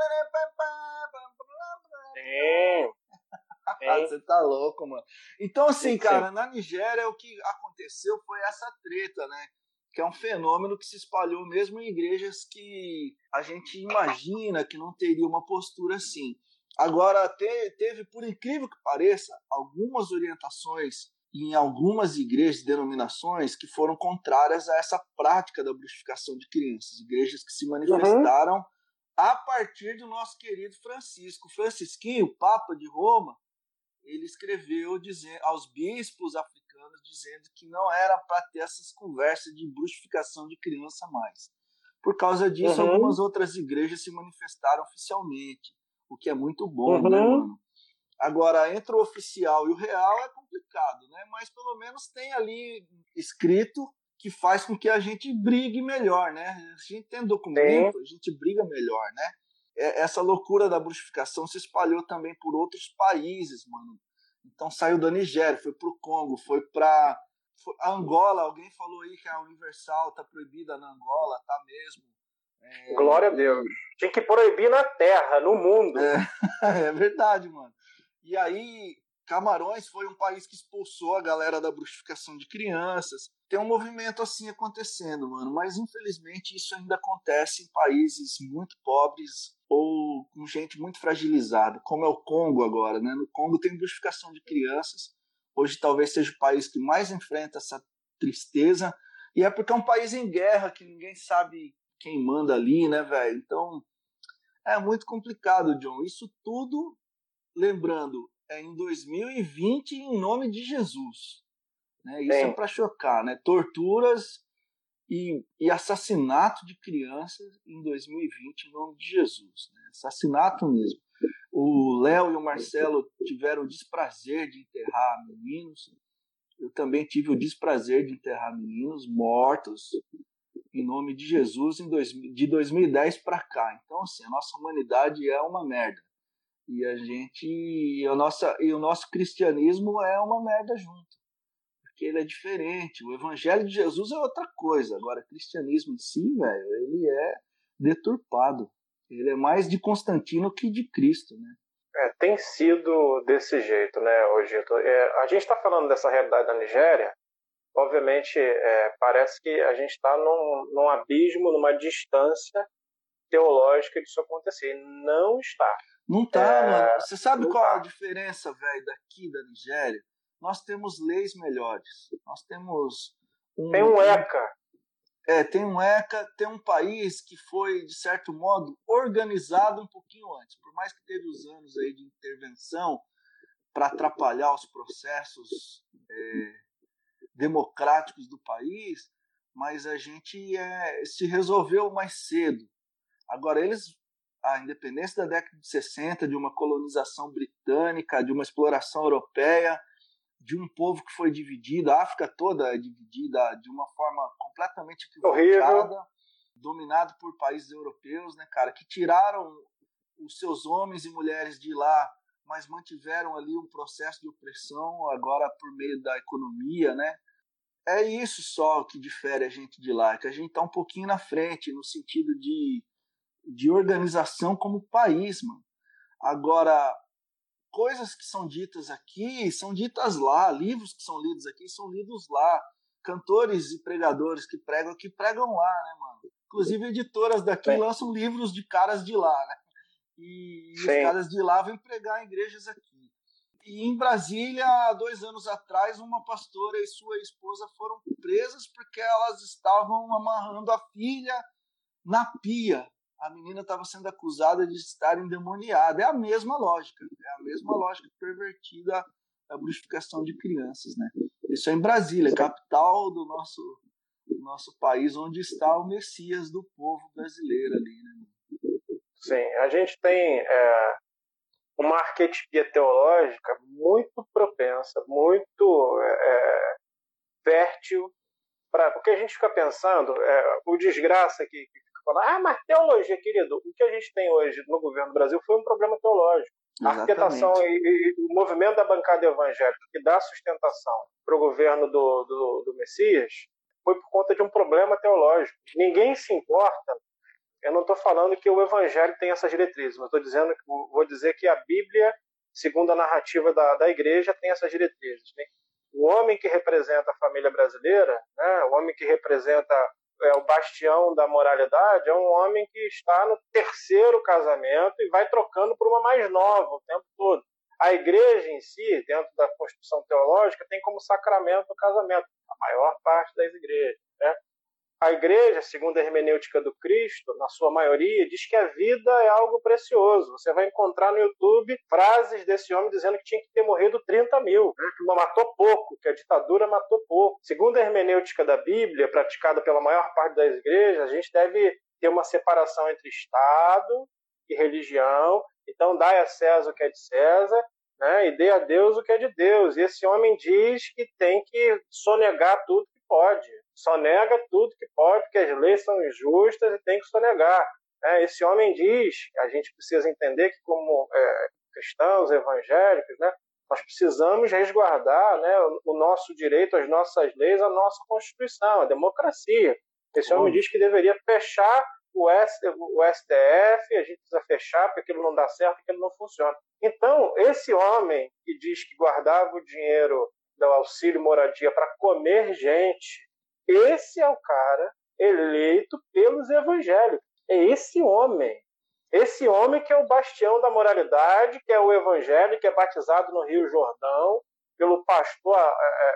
Speaker 3: Sim.
Speaker 4: Ah, você tá louco, mano. Então, assim, sim, cara, sim. na Nigéria o que aconteceu foi essa treta, né? Que é um fenômeno que se espalhou mesmo em igrejas que a gente imagina que não teria uma postura assim. Agora, te, teve, por incrível que pareça, algumas orientações em algumas igrejas e denominações que foram contrárias a essa prática da bruxificação de crianças. Igrejas que se manifestaram uhum. a partir do nosso querido Francisco. Francisquinho, o Papa de Roma, ele escreveu dizendo, aos bispos africanos dizendo que não era para ter essas conversas de bruxificação de criança mais. Por causa disso, uhum. algumas outras igrejas se manifestaram oficialmente. O que é muito bom, uhum. né, mano? Agora, entre o oficial e o real é complicado, né? Mas pelo menos tem ali escrito que faz com que a gente brigue melhor, né? A gente tem documento, Sim. a gente briga melhor, né? Essa loucura da bruxificação se espalhou também por outros países, mano. Então saiu da Nigéria, foi pro Congo, foi pra foi, a Angola. Alguém falou aí que a Universal tá proibida na Angola, tá mesmo.
Speaker 3: É, Glória a Deus. Tinha que proibir na terra, no mundo.
Speaker 4: É, é verdade, mano. E aí, Camarões foi um país que expulsou a galera da bruxificação de crianças. Tem um movimento assim acontecendo, mano. Mas, infelizmente, isso ainda acontece em países muito pobres ou com gente muito fragilizada, como é o Congo agora, né? No Congo tem bruxificação de crianças. Hoje talvez seja o país que mais enfrenta essa tristeza. E é porque é um país em guerra, que ninguém sabe quem manda ali, né, velho? Então, é muito complicado, John. Isso tudo, lembrando, é em dois mil e vinte em nome de Jesus. Né? Isso Sim. é para chocar, né? Torturas e, e assassinato de crianças em dois mil e vinte em nome de Jesus. Né? Assassinato mesmo. O Léo e o Marcelo tiveram o desprazer de enterrar meninos. Eu também tive o desprazer de enterrar meninos mortos em nome de Jesus em dois, de dois mil e dez para cá. Então, assim, a nossa humanidade é uma merda. E a gente, e, a nossa, e o nosso cristianismo é uma merda junto, porque ele é diferente. O evangelho de Jesus é outra coisa. Agora, o cristianismo em si, velho, ele é deturpado. Ele é mais de Constantino que de Cristo, né?
Speaker 3: É, tem sido desse jeito, né, hoje. É, a gente está falando dessa realidade da Nigéria. Obviamente, é, parece que a gente está num, num abismo, numa distância teológica disso acontecer. Não está.
Speaker 4: Não tá, é, mano. Você sabe qual tá. é a diferença, velho, daqui da Nigéria? Nós temos leis melhores. Nós temos um...
Speaker 3: Tem um ECA.
Speaker 4: É, tem um ECA, tem um país que foi, de certo modo, organizado um pouquinho antes. Por mais que teve os anos aí de intervenção para atrapalhar os processos é, democráticos do país, mas a gente é, se resolveu mais cedo. Agora, eles... a independência da década de sessenta, de uma colonização britânica, de uma exploração europeia, de um povo que foi dividido, a África toda é dividida de uma forma completamente equivocada, dominado por países europeus, né, cara, que tiraram os seus homens e mulheres de lá, mas mantiveram ali um processo de opressão, agora por meio da economia, né? É isso só que difere a gente de lá, que a gente está um pouquinho na frente, no sentido de de organização como país, mano. Agora, coisas que são ditas aqui são ditas lá, livros que são lidos aqui são lidos lá, cantores e pregadores que pregam aqui pregam lá, né, mano? Inclusive editoras daqui Sim. lançam livros de caras de lá, né? E, e os caras de lá vêm pregar em igrejas aqui. E em Brasília, há dois anos atrás, uma pastora e sua esposa foram presas porque elas estavam amarrando a filha na pia. A menina estava sendo acusada de estar endemoniada. É a mesma lógica, é a mesma lógica pervertida da bruxificação de crianças, né? Isso é em Brasília, capital do nosso, do nosso país, onde está o Messias do povo brasileiro ali, né?
Speaker 3: Sim, a gente tem é, uma arquetipia teológica muito propensa, muito é, fértil, pra, porque a gente fica pensando, é, o desgraça que, que Falar, ah, mas teologia, querido, o que a gente tem hoje no governo do Brasil foi um problema teológico. Exatamente. A arquitetação e, e o movimento da bancada evangélica que dá sustentação para o governo do, do, do Messias foi por conta de um problema teológico. Ninguém se importa. Eu não estou falando que o evangelho tem essas diretrizes, mas estou dizendo, vou dizer que a Bíblia, segundo a narrativa da, da igreja, tem essas diretrizes. Né? O homem que representa a família brasileira, né? O homem que representa é o bastião da moralidade, é um homem que está no terceiro casamento e vai trocando por uma mais nova o tempo todo. A igreja em si, dentro da construção teológica, tem como sacramento o casamento, a maior parte das igrejas, né? A igreja, segundo a hermenêutica do Cristo, na sua maioria, diz que a vida é algo precioso. Você vai encontrar no YouTube frases desse homem dizendo que tinha que ter morrido trinta mil, né? Que matou pouco, que a ditadura matou pouco. Segundo a hermenêutica da Bíblia, praticada pela maior parte das igrejas, a gente deve ter uma separação entre Estado e religião. Então, dai a César o que é de César, né? E dê a Deus o que é de Deus. E esse homem diz que tem que sonegar tudo que pode. Sonega tudo que pode, porque as leis são injustas e tem que sonegar. É, esse homem diz, a gente precisa entender que como é, cristãos, evangélicos, né, nós precisamos resguardar, né, o, o nosso direito, as nossas leis, a nossa Constituição, a democracia. Esse homem diz que deveria fechar o, S, o S T F, a gente precisa fechar porque aquilo não dá certo, aquilo não funciona. Então, esse homem que diz que guardava o dinheiro do auxílio moradia para comer gente, esse é o cara eleito pelos evangélicos. É esse homem. Esse homem que é o bastião da moralidade, que é o evangelho, que é batizado no Rio Jordão, pelo pastor é,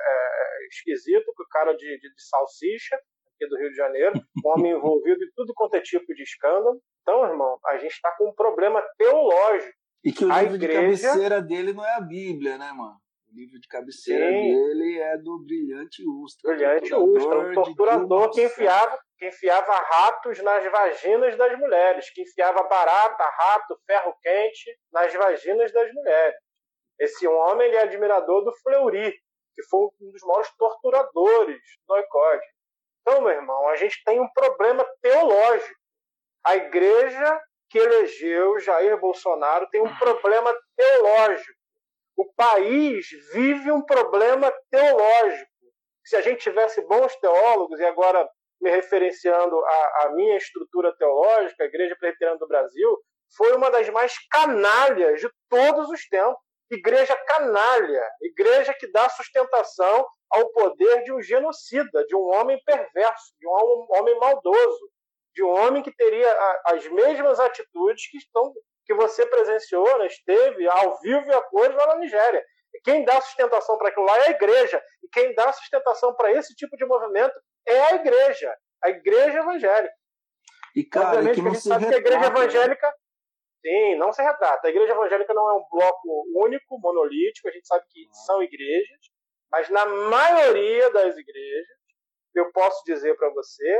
Speaker 3: é, é, esquisito, o cara de, de, de salsicha, aqui do Rio de Janeiro, um homem envolvido em tudo quanto é tipo de escândalo. Então, irmão, a gente está com um problema teológico.
Speaker 4: E que o
Speaker 3: a
Speaker 4: livro
Speaker 3: igreja...
Speaker 4: de cabeceira dele não é a Bíblia, né, mano? O livro de cabeceira Sim. dele é do Brilhante Ustra.
Speaker 3: Brilhante Ustra, um torturador que enfiava, que enfiava ratos nas vaginas das mulheres, que enfiava barata, rato, ferro quente nas vaginas das mulheres. Esse homem ele é admirador do Fleury, que foi um dos maiores torturadores do Oicode. Então, meu irmão, a gente tem um problema teológico. A igreja que elegeu Jair Bolsonaro tem um problema teológico. O país vive um problema teológico. Se a gente tivesse bons teólogos, e agora me referenciando à, à minha estrutura teológica, a Igreja Presbiteriana do Brasil foi uma das mais canalhas de todos os tempos. Igreja canalha, igreja que dá sustentação ao poder de um genocida, de um homem perverso, de um homem maldoso, de um homem que teria as mesmas atitudes que, estão, que você presenciou, né, esteve ao vivo e a cores lá na Nigéria. E quem dá sustentação para aquilo lá é a igreja. E quem dá sustentação para esse tipo de movimento é a igreja, a igreja evangélica.
Speaker 4: E, cara,
Speaker 3: Obviamente
Speaker 4: que
Speaker 3: que a
Speaker 4: não
Speaker 3: gente
Speaker 4: se
Speaker 3: sabe que a igreja
Speaker 4: retrata,
Speaker 3: evangélica...
Speaker 4: Né?
Speaker 3: Sim, não se retrata. A igreja evangélica não é um bloco único, monolítico. A gente sabe que são igrejas. Mas na maioria das igrejas, eu posso dizer para você,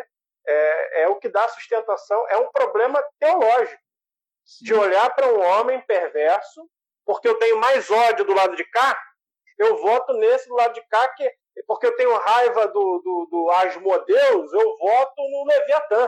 Speaker 3: é, é o que dá sustentação, é um problema teológico. Sim. De olhar para um homem perverso, porque eu tenho mais ódio do lado de cá, eu voto nesse do lado de cá, que, porque eu tenho raiva do, do, do Asmodeus, eu voto no Leviatã.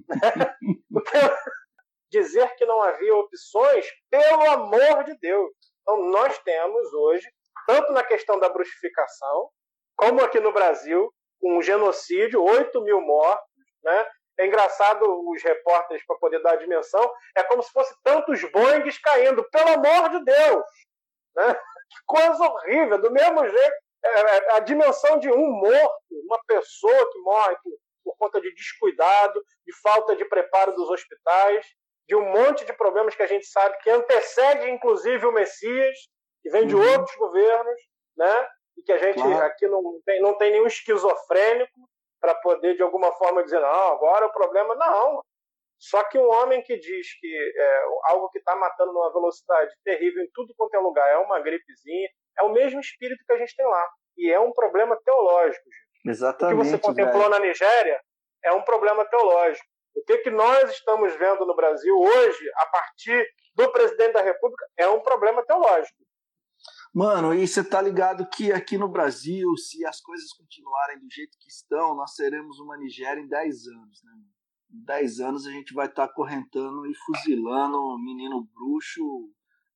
Speaker 3: Porque dizer que não havia opções, pelo amor de Deus. Então nós temos hoje, tanto na questão da bruxificação, como aqui no Brasil, um genocídio, oito mil mortos, né? É engraçado os repórteres, para poder dar a dimensão, é como se fosse tantos Boeings caindo, pelo amor de Deus! Né? Que coisa horrível! Do mesmo jeito, é, a dimensão de um morto, uma pessoa que morre por, por conta de descuidado, de falta de preparo dos hospitais, de um monte de problemas que a gente sabe que antecede, inclusive, o Messias, que vem de uhum. outros governos, né? E que a gente claro. aqui não tem, não tem nenhum esquizofrênico para poder, de alguma forma, dizer, não, agora o problema... Não. Só que um homem que diz que é, algo que está matando numa velocidade terrível em tudo quanto é lugar é uma gripezinha, é o mesmo espírito que a gente tem lá. E é um problema teológico, gente.
Speaker 4: Exatamente.
Speaker 3: O que você contemplou, velho, na Nigéria é um problema teológico. O que, que nós estamos vendo no Brasil hoje, a partir do presidente da República, é um problema teológico.
Speaker 4: Mano, e você tá ligado que aqui no Brasil, se as coisas continuarem do jeito que estão, nós seremos uma Nigéria em dez anos, né? Em dez anos a gente vai estar tá correntando e fuzilando menino bruxo,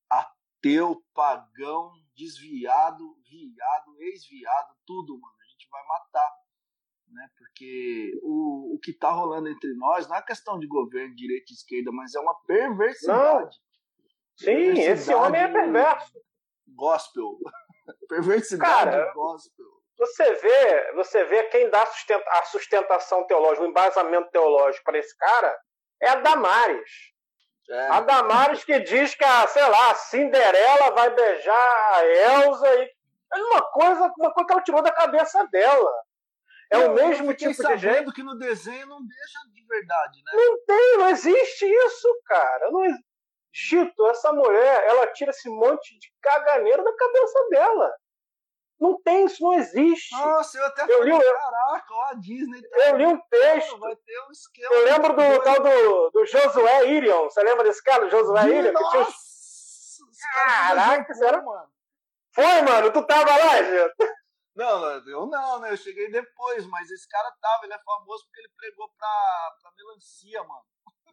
Speaker 4: ateu, pagão, desviado, viado, ex-viado, tudo, mano. A gente vai matar, né? Porque o, o que tá rolando entre nós não é questão de governo, direita e esquerda, mas é uma perversidade.
Speaker 3: Não. Sim, perversidade, esse homem é perverso.
Speaker 4: Gospel. Perversidade.
Speaker 3: Cara,
Speaker 4: gospel.
Speaker 3: Você vê, você vê quem dá sustenta, a sustentação teológica, o embasamento teológico para esse cara é a Damares. É. A Damares que diz que a, sei lá, a Cinderela vai beijar a Elsa e é uma coisa, uma coisa que ela tirou da cabeça dela. É eu, o mesmo
Speaker 4: eu
Speaker 3: tipo de gente
Speaker 4: que no desenho não deixa de verdade, né?
Speaker 3: Não tem, não existe isso, cara. Não existe. Gito, essa mulher, ela tira esse monte de caganeiro da cabeça dela. Não tem, isso não existe.
Speaker 4: Nossa, eu até
Speaker 3: eu
Speaker 4: falei,
Speaker 3: li,
Speaker 4: caraca, ó, a Disney... Tá
Speaker 3: eu li um texto.
Speaker 4: Vai ter um esquema.
Speaker 3: Eu lembro do tal do, do Josué Irion. Você lembra desse cara, Josué Irion?
Speaker 4: Nossa!
Speaker 3: Que tinha... Caraca, será? Mano. Foi, mano? Tu tava lá, Gito?
Speaker 4: Não, eu não, né? Eu cheguei depois, mas esse cara tava, ele é famoso porque ele pregou pra, pra melancia, mano.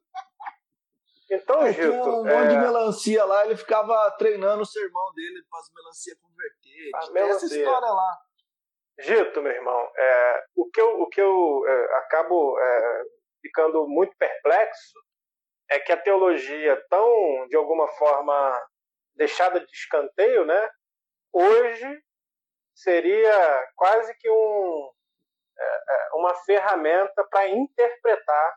Speaker 3: Então,
Speaker 4: é,
Speaker 3: Gito,
Speaker 4: tinha um
Speaker 3: é...
Speaker 4: monte de melancia lá, ele ficava treinando o sermão dele para as melancias converterem. Essa história lá.
Speaker 3: Gito, meu irmão, é, o que eu, o que eu é, acabo é, ficando muito perplexo é que a teologia tão, de alguma forma, deixada de escanteio, né? Hoje seria quase que um, é, uma ferramenta para interpretar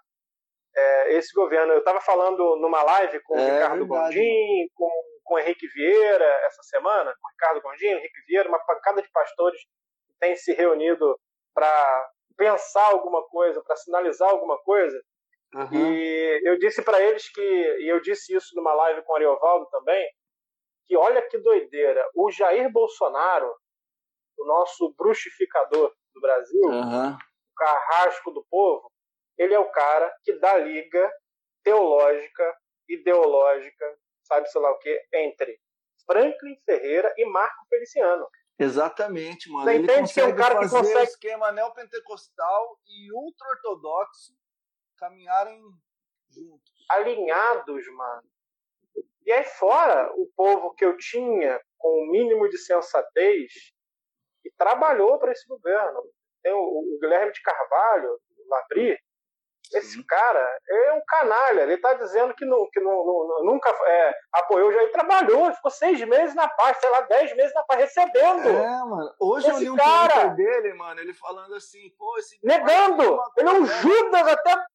Speaker 3: é, esse governo. Eu estava falando numa live com o
Speaker 4: é,
Speaker 3: Ricardo
Speaker 4: verdade.
Speaker 3: Gondim, com, com o Henrique Vieira essa semana, com o Ricardo Gondim, Henrique Vieira, uma pancada de pastores que têm se reunido para pensar alguma coisa, para sinalizar alguma coisa. Uhum. E eu disse para eles que, e eu disse isso numa live com o Ariovaldo também, que olha que doideira, o Jair Bolsonaro, o nosso bruxificador do Brasil,
Speaker 4: uhum.
Speaker 3: o carrasco do povo, ele é o cara que dá liga teológica, ideológica, sabe-se lá o quê, entre Franklin Ferreira e Marco Feliciano.
Speaker 4: Exatamente, mano.
Speaker 3: Você
Speaker 4: ele
Speaker 3: entende
Speaker 4: consegue
Speaker 3: que é um cara
Speaker 4: fazer
Speaker 3: que consegue...
Speaker 4: o esquema neopentecostal e ultra-ortodoxo caminharem juntos.
Speaker 3: Alinhados, mano. E aí fora, o povo que eu tinha com o mínimo de sensatez e trabalhou para esse governo. Tem o, o Guilherme de Carvalho, o Labri. Esse Sim. cara é um canalha. Ele está dizendo que, não, que não, não, nunca é, apoiou o Jair. Trabalhou, ficou seis meses na paz, sei lá, dez meses na paz, recebendo.
Speaker 4: É, mano. Hoje
Speaker 3: esse
Speaker 4: eu li um
Speaker 3: cara,
Speaker 4: Twitter dele, mano, ele falando assim, pô, esse...
Speaker 3: negando! Ele é um Judas até...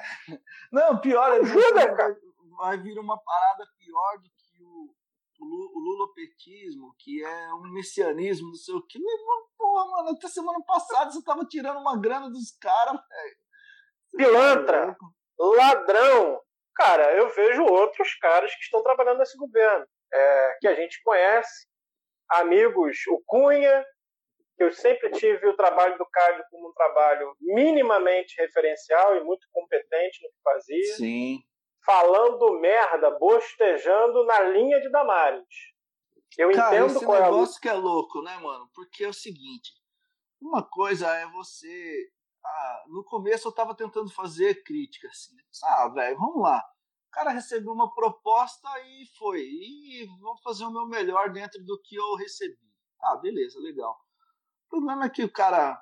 Speaker 4: Não, pior, ele
Speaker 3: Judas,
Speaker 4: vai,
Speaker 3: cara.
Speaker 4: vai vir uma parada pior do que o, o lulopetismo, que é um messianismo, não sei o que. Porra, mano, até semana passada você tava tirando uma grana dos caras, velho.
Speaker 3: Pilantra, ladrão. Cara, eu vejo outros caras que estão trabalhando nesse governo, é, que a gente conhece, amigos, o Cunha, que eu sempre tive o trabalho do Cádio como um trabalho minimamente referencial e muito competente no que fazia.
Speaker 4: Sim.
Speaker 3: Falando merda, bostejando na linha de Damares. Eu
Speaker 4: Cara,
Speaker 3: entendo
Speaker 4: esse
Speaker 3: qual é a
Speaker 4: negócio que é louco, né, mano? Porque é o seguinte, uma coisa é você... Ah, no começo eu tava tentando fazer crítica, assim. Ah, velho, vamos lá. O cara recebeu uma proposta e foi. E vou fazer o meu melhor dentro do que eu recebi. Ah, beleza, legal. O problema é que o cara,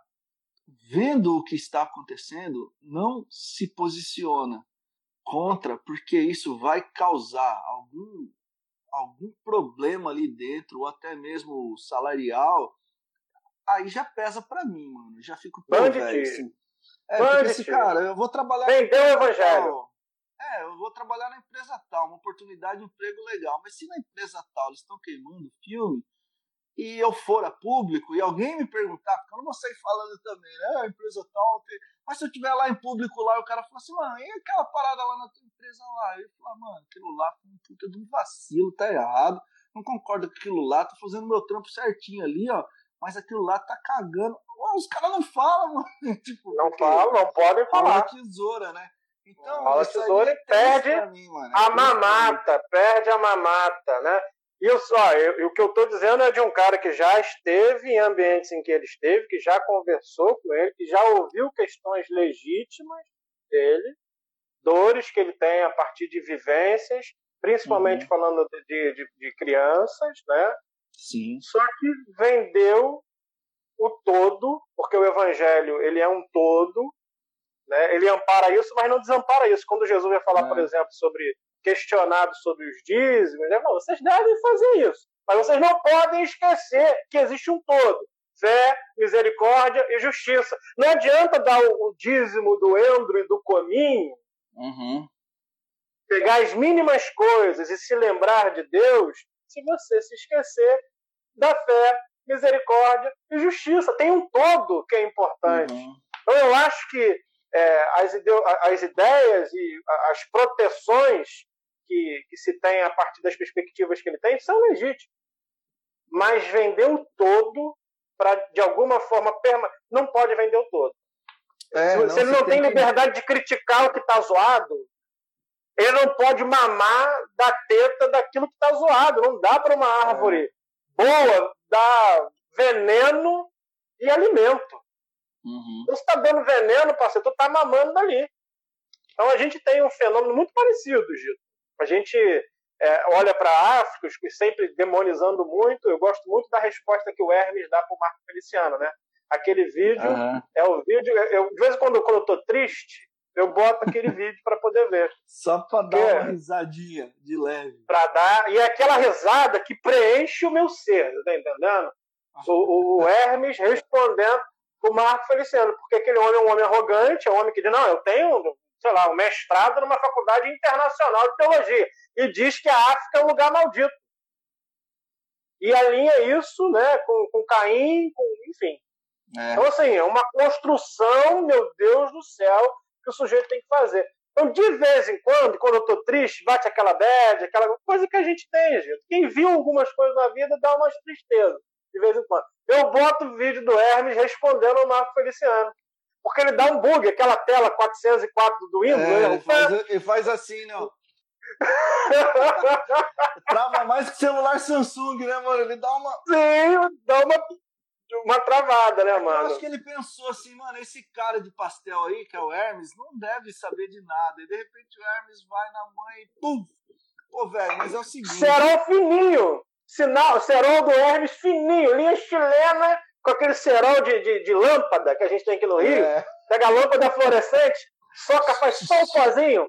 Speaker 4: vendo o que está acontecendo, não se posiciona contra, porque isso vai causar algum, algum problema ali dentro, ou até mesmo salarial. Aí já pesa pra mim, mano. Já fico pô, velho, assim. É, porque esse cara, eu vou trabalhar...
Speaker 3: Vendeu o evangelho.
Speaker 4: Tal. É, eu vou trabalhar na empresa tal, uma oportunidade de emprego legal. Mas se na empresa tal eles estão queimando o filme, e eu for a público, e alguém me perguntar, porque eu não vou sair falando também, né? A empresa tal... Tem... Mas se eu estiver lá em público lá, e o cara fala assim, mano, e aquela parada lá na tua empresa lá? Eu falo, mano, aquilo lá foi um puta de um vacilo, tá errado. Não concordo com aquilo lá, tô fazendo meu trampo certinho ali, ó. Mas aquilo lá tá cagando. Ué, os caras não falam, mano. Tipo,
Speaker 3: não falam, não podem falar.
Speaker 4: Fala tesoura, né? Então,
Speaker 3: fala tesoura e perde
Speaker 4: mim,
Speaker 3: a mamata, perde a mamata, né? E eu, ó, eu, eu, o que eu tô dizendo é de um cara que já esteve em ambientes em que ele esteve, que já conversou com ele, que já ouviu questões legítimas dele, dores que ele tem a partir de vivências, principalmente uhum. falando de, de, de crianças, né?
Speaker 4: Sim.
Speaker 3: Só que vendeu o todo, porque o evangelho ele é um todo, né? Ele ampara isso, mas não desampara isso. Quando Jesus ia falar, é. por exemplo, sobre questionado sobre os dízimos, né? Não, vocês devem fazer isso, mas vocês não podem esquecer que existe um todo: fé, misericórdia e justiça. Não adianta dar o dízimo do endro e do cominho,
Speaker 4: uhum.
Speaker 3: pegar as mínimas coisas e se lembrar de Deus, se você se esquecer da fé, misericórdia e justiça. Tem um todo que é importante.
Speaker 4: Uhum.
Speaker 3: Então eu acho que é, as, ide as ideias e as proteções que, que se tem a partir das perspectivas que ele tem são legítimas. Mas vender o todo para, de alguma forma, perma... não pode vender o todo.
Speaker 4: É,
Speaker 3: se
Speaker 4: não,
Speaker 3: se ele não tem
Speaker 4: que...
Speaker 3: liberdade de criticar o que está zoado, ele não pode mamar da teta daquilo que está zoado. Não dá para uma árvore é. boa dar veneno e alimento.
Speaker 4: Uhum.
Speaker 3: Então, você está dando veneno, parceiro, tu está mamando dali. Então a gente tem um fenômeno muito parecido, Gito. A gente é, olha para a África, sempre demonizando muito. Eu gosto muito da resposta que o Hermes dá para o Marco Feliciano, né? Aquele vídeo,
Speaker 4: uhum.
Speaker 3: é o vídeo... Eu, de vez em quando, quando eu estou triste, eu boto aquele vídeo para poder ver.
Speaker 4: Só para dar é, uma risadinha de leve.
Speaker 3: Para dar, e é aquela risada que preenche o meu ser, tá entendendo? O, o Hermes respondendo o Marco Feliciano, porque aquele homem é um homem arrogante, é um homem que diz, não, eu tenho, sei lá, um mestrado numa faculdade internacional de teologia, e diz que a África é um lugar maldito. E alinha isso, né, com, com Caim, com, enfim. É. Então, assim, é uma construção, meu Deus do céu, que o sujeito tem que fazer. Então, de vez em quando, quando eu tô triste, bate aquela bad, aquela coisa que a gente tem, gente. Quem viu algumas coisas na vida dá umas tristezas, de vez em quando. Eu boto o vídeo do Hermes respondendo ao Marco Feliciano. Porque ele dá um bug, aquela tela quatrocentos e quatro do Windows.
Speaker 4: É, ele, faz, ele faz assim, não. Trava mais que celular Samsung, né, mano? Ele dá uma...
Speaker 3: Sim, dá uma, uma travada, né, mano?
Speaker 4: Eu acho que ele pensou assim, mano, esse cara de pastel aí, que é o Hermes, não deve saber de nada. E de repente o Hermes vai na mãe e pum! Pô, velho, mas é o seguinte...
Speaker 3: Cerol fininho! Sinal, cerol do Hermes fininho, linha chilena, com aquele cerol de, de, de lâmpada que a gente tem aqui no Rio. É. Pega a lâmpada fluorescente, soca, faz só um pozinho.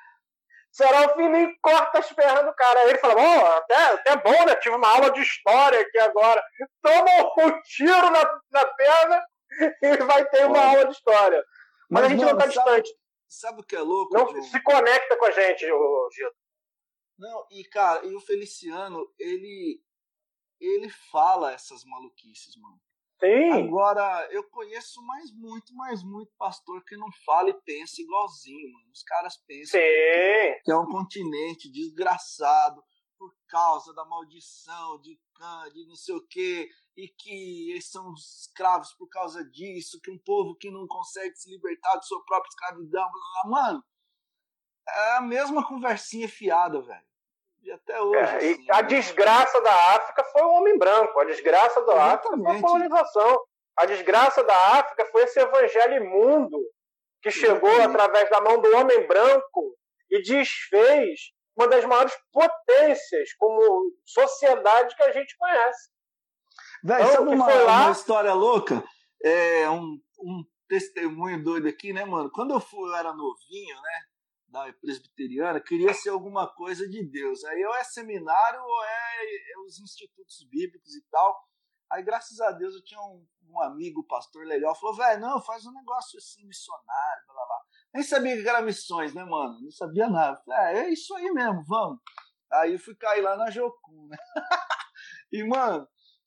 Speaker 3: Cerol fininho, corta as pernas do cara. Aí ele fala, oh, até, até bom, né? Tive uma aula de história aqui agora. Toma um tiro na, na perna e vai ter uma Olha. aula de história. Mas, Mas a gente mano, não tá
Speaker 4: sabe,
Speaker 3: distante.
Speaker 4: Sabe o que é louco?
Speaker 3: Não
Speaker 4: João?
Speaker 3: Se conecta com a gente, Gito.
Speaker 4: Não, e cara, e o Feliciano, ele, ele fala essas maluquices, mano.
Speaker 3: Sim.
Speaker 4: Agora, eu conheço mais muito, mais muito pastor que não fala e pensa igualzinho, mano. Os caras pensam que, que é um continente desgraçado por causa da maldição de Cã, de não sei o quê, e que eles são escravos por causa disso, que um povo que não consegue se libertar de sua própria escravidão. Mano, é a mesma conversinha fiada, velho. E até hoje. É, assim,
Speaker 3: a
Speaker 4: né?
Speaker 3: desgraça da África foi o homem branco. A desgraça da
Speaker 4: Exatamente.
Speaker 3: África foi a colonização. A desgraça da África foi esse evangelho imundo que chegou Exatamente. através da mão do homem branco e desfez uma das maiores potências como sociedade que a gente conhece.
Speaker 4: Velho, então, sabe uma, lá... uma história louca? É um, um testemunho doido aqui, né, mano? Quando eu, fui, eu era novinho, né? Da presbiteriana, queria ser alguma coisa de Deus. Aí ou é seminário ou é, é os institutos bíblicos e tal. Aí, graças a Deus, eu tinha um, um amigo, pastor legal, falou, velho, não, faz um negócio assim, missionário, blá, blá, blá. Nem sabia que era missões, né, mano? Não sabia nada. Falei, é, é isso aí mesmo, vamos. Aí fui cair lá na Jocum, né? E, mano,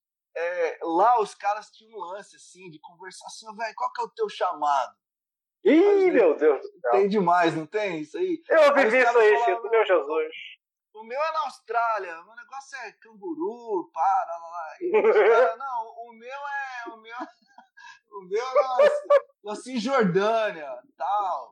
Speaker 4: é, lá os caras tinham um lance, assim, de conversar assim, velho, qual que é o teu chamado?
Speaker 3: Ih, Mas, meu Deus do céu.
Speaker 4: Tem demais, não tem isso aí?
Speaker 3: Eu vivi isso aí, Chico, meu Jesus.
Speaker 4: O meu é na Austrália, o meu negócio é canguru, para, lá, lá. E, não, o meu é. O meu, o meu é na, na Cisjordânia, tal.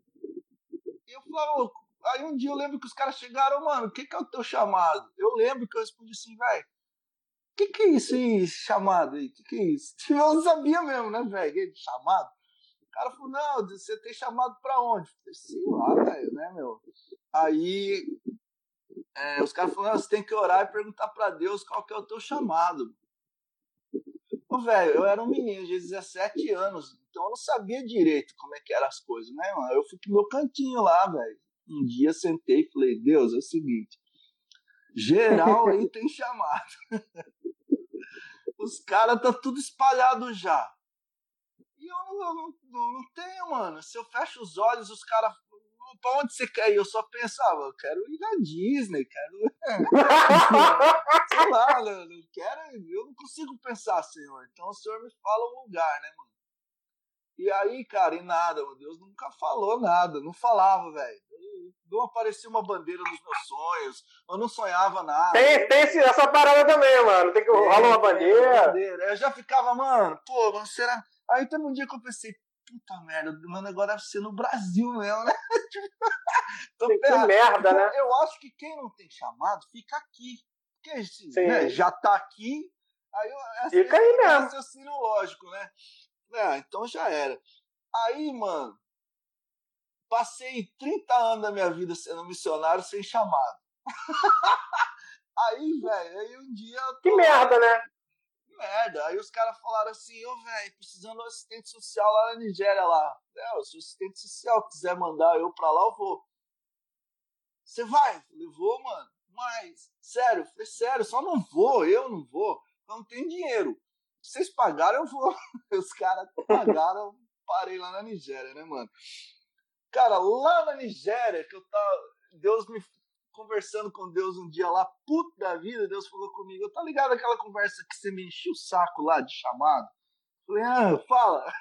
Speaker 4: E eu falava, aí um dia eu lembro que os caras chegaram, mano, o que, que é o teu chamado? Eu lembro que eu respondi assim, velho, o que, que é isso aí, chamado aí? O que, que é isso? Eu não sabia mesmo, né, velho? Chamado? O cara falou, não, você tem chamado pra onde? Eu falei, sei lá, velho, né, meu? Aí é, os caras falaram, você tem que orar e perguntar pra Deus qual que é o teu chamado. Ô, velho, eu era um menino de dezessete anos, então eu não sabia direito como é que eram as coisas, né, mano? Eu fui pro meu cantinho lá, velho. Um dia sentei e falei, Deus, é o seguinte, geral aí tem chamado. Os caras tá tudo espalhado já. E eu não, eu não, não, não tenho, mano. Se eu fecho os olhos, os caras... Pra onde você quer ir? Eu só pensava, eu quero ir na Disney, quero... Sei lá, não, não quero... Eu não consigo pensar, Senhor. Então o Senhor me fala um lugar, né, mano? E aí, cara, e nada, meu Deus nunca falou nada. Não falava, velho. Não aparecia uma bandeira nos meus sonhos. Eu não sonhava nada.
Speaker 3: Tem, tem essa parada também, mano. Tem que rolar uma bandeira.
Speaker 4: bandeira. Eu já ficava, mano, pô, mas será... Aí teve um dia que eu pensei, puta merda, o meu negócio deve ser no Brasil mesmo, né? Tô
Speaker 3: que ferrado. merda,
Speaker 4: então,
Speaker 3: né?
Speaker 4: Eu acho que quem não tem chamado, fica aqui. Porque né, já tá aqui, aí eu, essa,
Speaker 3: fica aí mesmo.
Speaker 4: É raciocínio lógico, né? É, então já era. Aí, mano, passei trinta anos da minha vida sendo missionário sem chamado. Aí, velho, aí um dia...
Speaker 3: Que merda, né?
Speaker 4: merda. Aí os caras falaram assim, ô, velho, precisando de um assistente social lá na Nigéria, lá. É, se o assistente social quiser mandar eu pra lá, eu vou. Você vai? Eu falei, vou, mano. Mas, sério, eu falei, sério, só não vou, eu não vou. Eu não tenho dinheiro. Se vocês pagaram, eu vou. Os caras pagaram, eu parei lá na Nigéria, né, mano? Cara, lá na Nigéria, que eu tava... Deus me... Conversando com Deus um dia lá, puto da vida, Deus falou comigo, tá ligado aquela conversa que você me encheu o saco lá de chamado? Eu falei, ah, fala.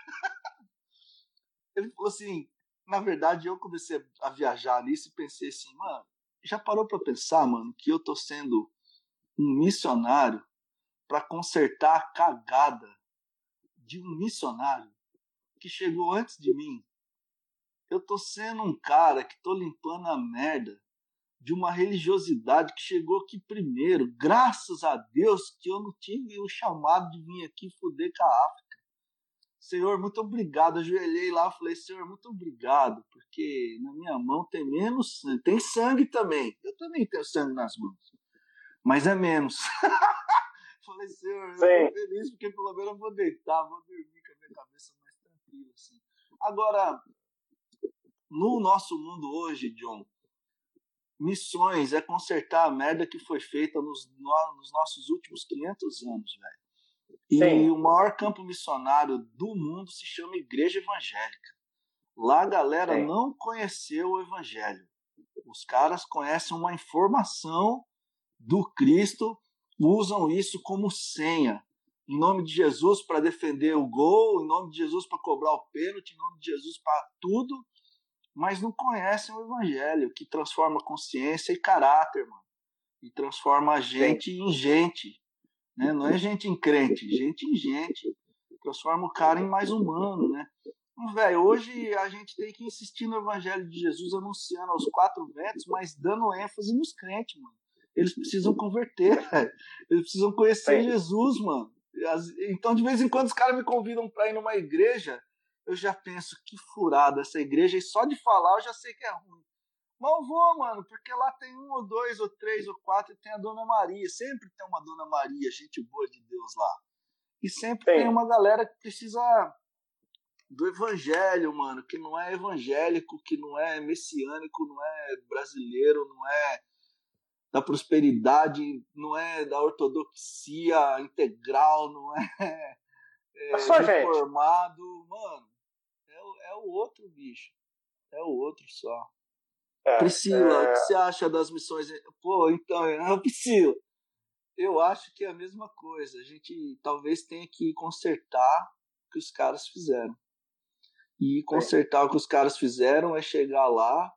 Speaker 4: Ele falou assim, na verdade, eu comecei a viajar nisso e pensei assim, mano, já parou pra pensar, mano, que eu tô sendo um missionário pra consertar a cagada de um missionário que chegou antes de mim? Eu tô sendo um cara que tô limpando a merda de uma religiosidade que chegou aqui primeiro. Graças a Deus que eu não tive o chamado de vir aqui foder com a África. Senhor, muito obrigado. Eu ajoelhei lá e falei, Senhor, muito obrigado, porque na minha mão tem menos sangue. Tem sangue também. Eu também tenho sangue nas mãos. Mas é menos. Falei, Senhor, eu tô feliz porque pelo menos eu vou deitar, vou dormir com a minha cabeça mais tranquila. Assim. Agora, no nosso mundo hoje, John, missões é consertar a merda que foi feita nos, no, nos nossos últimos quinhentos anos, velho. E Sim. o maior campo missionário do mundo se chama Igreja Evangélica. Lá a galera Sim. não conheceu o Evangelho. Os caras conhecem uma informação do Cristo, usam isso como senha. Em nome de Jesus para defender o gol, em nome de Jesus para cobrar o pênalti, em nome de Jesus para tudo, mas não conhecem o Evangelho, que transforma consciência e caráter, mano. E transforma a gente Sim. em gente. Né? Não é gente em crente, gente em gente. Transforma o cara em mais humano, né? Então, velho, hoje a gente tem que insistir no Evangelho de Jesus, anunciando aos quatro ventos, mas dando ênfase nos crentes, mano. Eles precisam converter, velho. Eles precisam conhecer Sim. Jesus, mano. Então, de vez em quando, os caras me convidam pra ir numa igreja, eu já penso, que furada essa igreja, e só de falar eu já sei que é ruim. Mas eu vou, mano, porque lá tem um, ou dois, ou três, ou quatro, e tem a Dona Maria. Sempre tem uma Dona Maria, gente boa de Deus lá. E sempre Sim. tem uma galera que precisa do evangelho, mano, que não é evangélico, que não é messiânico, não é brasileiro, não é da prosperidade, não é da ortodoxia integral, não é, é
Speaker 3: só
Speaker 4: reformado. Gente. Mano, é, é o outro bicho. É o outro só. É, Priscila, é... o que você acha das missões? Pô, então, Priscila, eu acho que é a mesma coisa. A gente talvez tenha que consertar o que os caras fizeram. E consertar é. o que os caras fizeram é chegar lá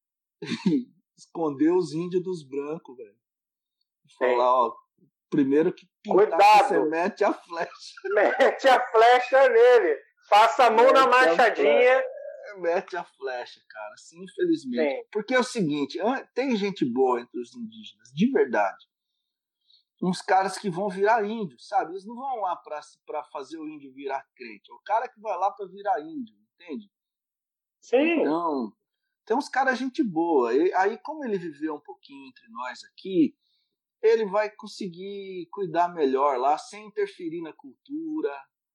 Speaker 4: e esconder os índios dos brancos, velho. Falar, ó, primeiro que pintar,
Speaker 3: Cuidado.
Speaker 4: Você mete a flecha.
Speaker 3: Mete a flecha nele. Passa a mão mete na machadinha.
Speaker 4: Mete a flecha, cara. Assim, infelizmente. Sim. Porque é o seguinte, tem gente boa entre os indígenas, de verdade. Uns caras que vão virar índio, sabe? Eles não vão lá pra, pra fazer o índio virar crente. É o cara que vai lá pra virar índio, entende?
Speaker 3: Sim.
Speaker 4: Então, tem uns caras gente boa. E, aí, como ele viveu um pouquinho entre nós aqui, ele vai conseguir cuidar melhor lá, sem interferir na cultura,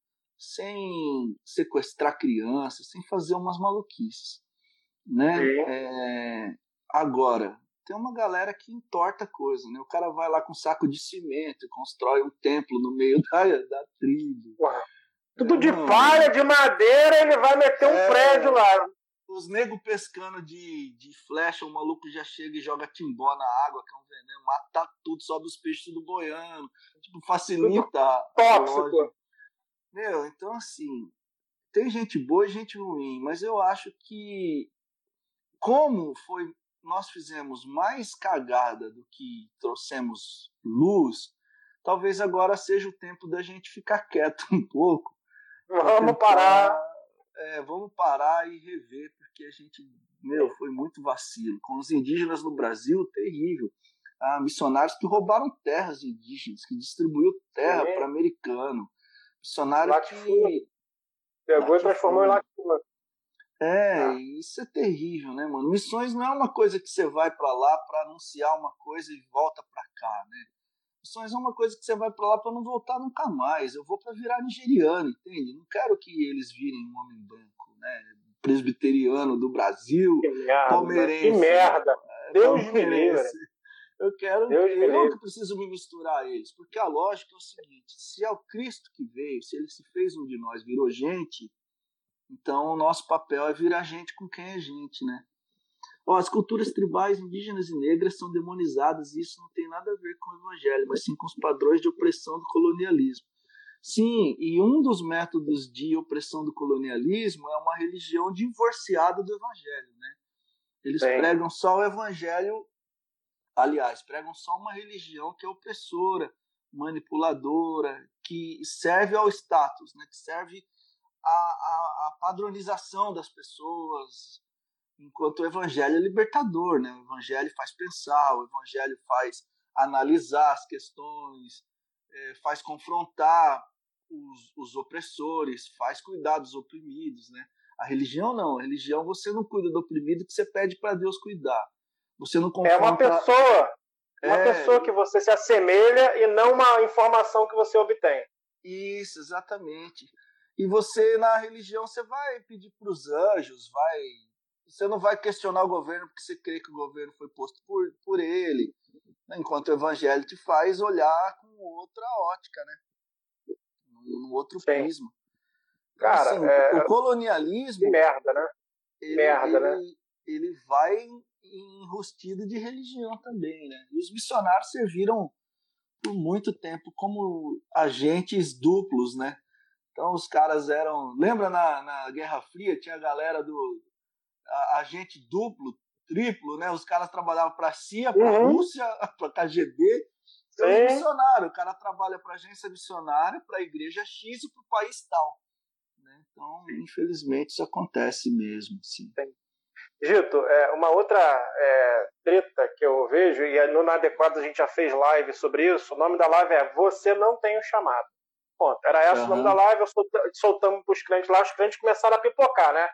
Speaker 4: sem sequestrar crianças, sem fazer umas maluquices, né? É, agora, tem uma galera que entorta coisa, né? O cara vai lá com um saco de cimento e constrói um templo no meio da, da tribo.
Speaker 3: Ué. Tudo é, de mano, palha, de madeira, ele vai meter um é, prédio lá.
Speaker 4: Os negros pescando de, de flecha, o maluco já chega e joga timbó na água, que é um veneno, mata tudo, sobe os peixes tudo boiando, tipo, facilita.
Speaker 3: Tóxico.
Speaker 4: Meu, então assim, tem gente boa e gente ruim, mas eu acho que como foi, nós fizemos mais cagada do que trouxemos luz, talvez agora seja o tempo da gente ficar quieto um pouco.
Speaker 3: Vamos tentar, parar.
Speaker 4: É, vamos parar e rever, porque a gente, meu, foi muito vacilo. Com os indígenas no Brasil, terrível. Ah, missionários que roubaram terras indígenas, que distribuiu terra para americano. Missionário que...
Speaker 3: Pegou e transformou em latifúndio.
Speaker 4: É, ah. isso é terrível, né, mano? Missões não é uma coisa que você vai para lá para anunciar uma coisa e volta para cá, né? Missões é uma coisa que você vai para lá para não voltar nunca mais. Eu vou para virar nigeriano, entende? Não quero que eles virem um homem branco, né? Presbiteriano do Brasil,
Speaker 3: que merda,
Speaker 4: palmeirense.
Speaker 3: Que merda! Deus me livre.
Speaker 4: Eu quero,
Speaker 3: Deus
Speaker 4: eu
Speaker 3: me
Speaker 4: que preciso me misturar a eles, porque a lógica é o seguinte: se é o Cristo que veio, se ele se fez um de nós, virou gente, então o nosso papel é virar gente com quem é gente, né? Ó, as culturas tribais, indígenas e negras são demonizadas e isso não tem nada a ver com o evangelho, mas sim com os padrões de opressão do colonialismo. Sim, e um dos métodos de opressão do colonialismo é uma religião divorciada do evangelho, né? Eles
Speaker 3: Sim.
Speaker 4: pregam só o evangelho, aliás, pregam só uma religião que é opressora, manipuladora, que serve ao status, né? Que serve à, à, à padronização das pessoas, enquanto o evangelho é libertador, né? O evangelho faz pensar, o evangelho faz analisar as questões, é, faz confrontar os, os opressores, faz cuidar dos oprimidos, né? A religião não, a religião você não cuida do oprimido que você pede para Deus cuidar. Você não confronta...
Speaker 3: É uma pessoa, uma
Speaker 4: é...
Speaker 3: pessoa que você se assemelha e não uma informação que você obtém.
Speaker 4: Isso, exatamente. E você, na religião, você vai pedir para os anjos, vai... Você não vai questionar o governo porque você crê que o governo foi posto por, por ele, né? Enquanto o evangelho te faz olhar com outra ótica, né? Num outro
Speaker 3: Sim.
Speaker 4: prisma. Então,
Speaker 3: Cara,
Speaker 4: assim,
Speaker 3: é...
Speaker 4: o colonialismo...
Speaker 3: Que merda, né?
Speaker 4: Ele,
Speaker 3: merda,
Speaker 4: ele,
Speaker 3: né?
Speaker 4: Ele vai enrustido de religião também, né? E os missionários serviram por muito tempo como agentes duplos, né? Então os caras eram... Lembra na, na Guerra Fria, tinha a galera do... A, agente duplo, triplo, né? Os caras trabalhavam para a C I A, para a
Speaker 3: Uhum.
Speaker 4: Rússia, para a K G B. Então, os missionários, o cara trabalha para a agência missionária, para a igreja X e para o país tal. Né? Então, infelizmente, isso acontece mesmo. Sim.
Speaker 3: Gito, é, uma outra é, treta que eu vejo, e no Inadequado a gente já fez live sobre isso, o nome da live é Você Não Tem o Chamado. Ponto. Era esse uhum. o nome da live, eu solta, soltamos para os crentes lá, os crentes começaram a pipocar, né?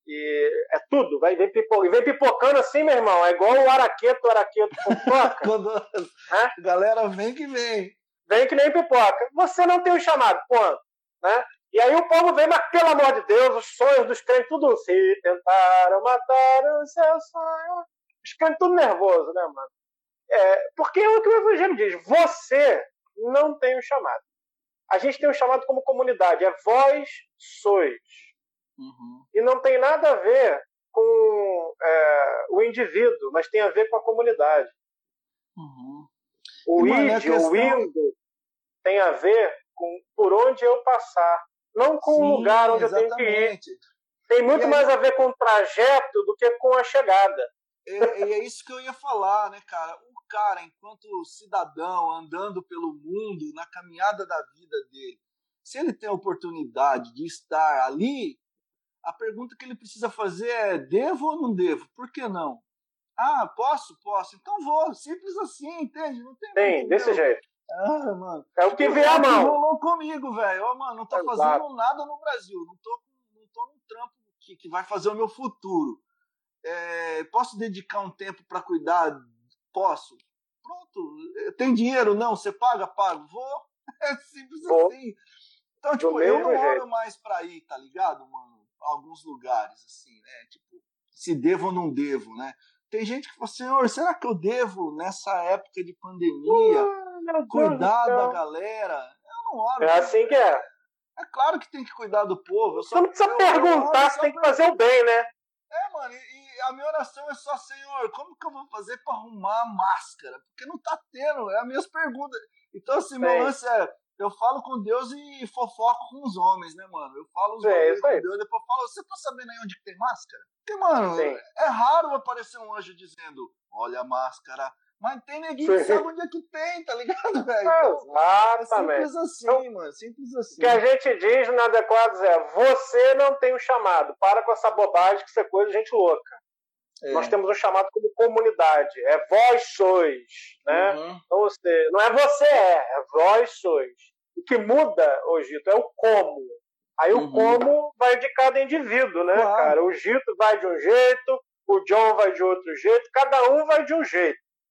Speaker 3: E é tudo, vai, vem, pipo, vem pipocando assim, meu irmão, é igual o araqueto, o araqueto pipoca.
Speaker 4: Quando a galera vem que vem.
Speaker 3: Vem que nem pipoca. Você não tem o chamado, ponto. Né? E aí o povo vem, mas pelo amor de Deus, os sonhos dos crentes, tudo se tentaram matar o seu sonho. Os crentes tudo nervoso, né, mano? É, porque é o que o Evangelho diz, você não tem o chamado. A gente tem o chamado como comunidade, é vós sois.
Speaker 4: Uhum.
Speaker 3: E não tem nada a ver com é, o indivíduo, mas tem a ver com a comunidade.
Speaker 4: Uhum.
Speaker 3: O
Speaker 4: e,
Speaker 3: id,
Speaker 4: mano, questão...
Speaker 3: o indo, tem a ver com por onde eu passar, não com Sim, o lugar onde exatamente. eu tenho que ir. Tem muito aí... mais a ver com o trajeto do que com a chegada.
Speaker 4: E é, é isso que eu ia falar, né, cara? O cara, enquanto cidadão, andando pelo mundo, na caminhada da vida dele, se ele tem a oportunidade de estar ali, a pergunta que ele precisa fazer é: devo ou não devo? Por que não? Ah, posso? Posso. Então vou. Simples assim, entende? Não tem
Speaker 3: Tem, muito, desse meu. jeito.
Speaker 4: Ah, mano.
Speaker 3: É o que vier a mão.
Speaker 4: Rolou comigo, velho. Ó, mano, não tô Exato. fazendo nada no Brasil. Não tô, não tô num trampo que, que vai fazer o meu futuro. É, posso dedicar um tempo para cuidar? Posso. Pronto. Tem dinheiro? Não. Você paga? Pago. Vou. É simples vou. assim. Então, tipo, eu não olho mais pra ir, tá ligado, mano? Alguns lugares, assim, né? Tipo, se devo ou não devo, né? Tem gente que fala, senhor, será que eu devo, nessa época de pandemia, uh, cuidar da galera? Eu não olho.
Speaker 3: É
Speaker 4: mano.
Speaker 3: assim que é.
Speaker 4: É claro que tem que cuidar do povo. Eu só,
Speaker 3: você não precisa
Speaker 4: eu,
Speaker 3: perguntar, eu você tem que fazer o bem, né?
Speaker 4: É, mano, e, e a minha oração é só, senhor, como que eu vou fazer pra arrumar a máscara? Porque não tá tendo, é as minhas perguntas. Então, assim, meu lance é, eu falo com Deus e fofoco com os homens, né, mano? Eu falo os homens com Deus, depois eu falo, você tá sabendo aí onde que tem máscara? Porque, mano, Sim. é raro aparecer um anjo dizendo, olha a máscara, mas tem neguinho que sabe onde é que tem, tá ligado, velho? Então,
Speaker 3: Exatamente.
Speaker 4: É simples assim, então, mano, simples assim.
Speaker 3: O que a gente diz no Inadequados é, você não tem um chamado, para com essa bobagem que isso é coisa de gente louca. É. Nós temos um chamado como comunidade, é vós sois, né?
Speaker 4: Uhum.
Speaker 3: Então, você, não é você é, é vós sois. O que muda, ô Gito, é o como. Aí uhum. o como vai de cada indivíduo, né, claro. cara? O Gito vai de um jeito, o John vai de outro jeito, cada um vai de um jeito.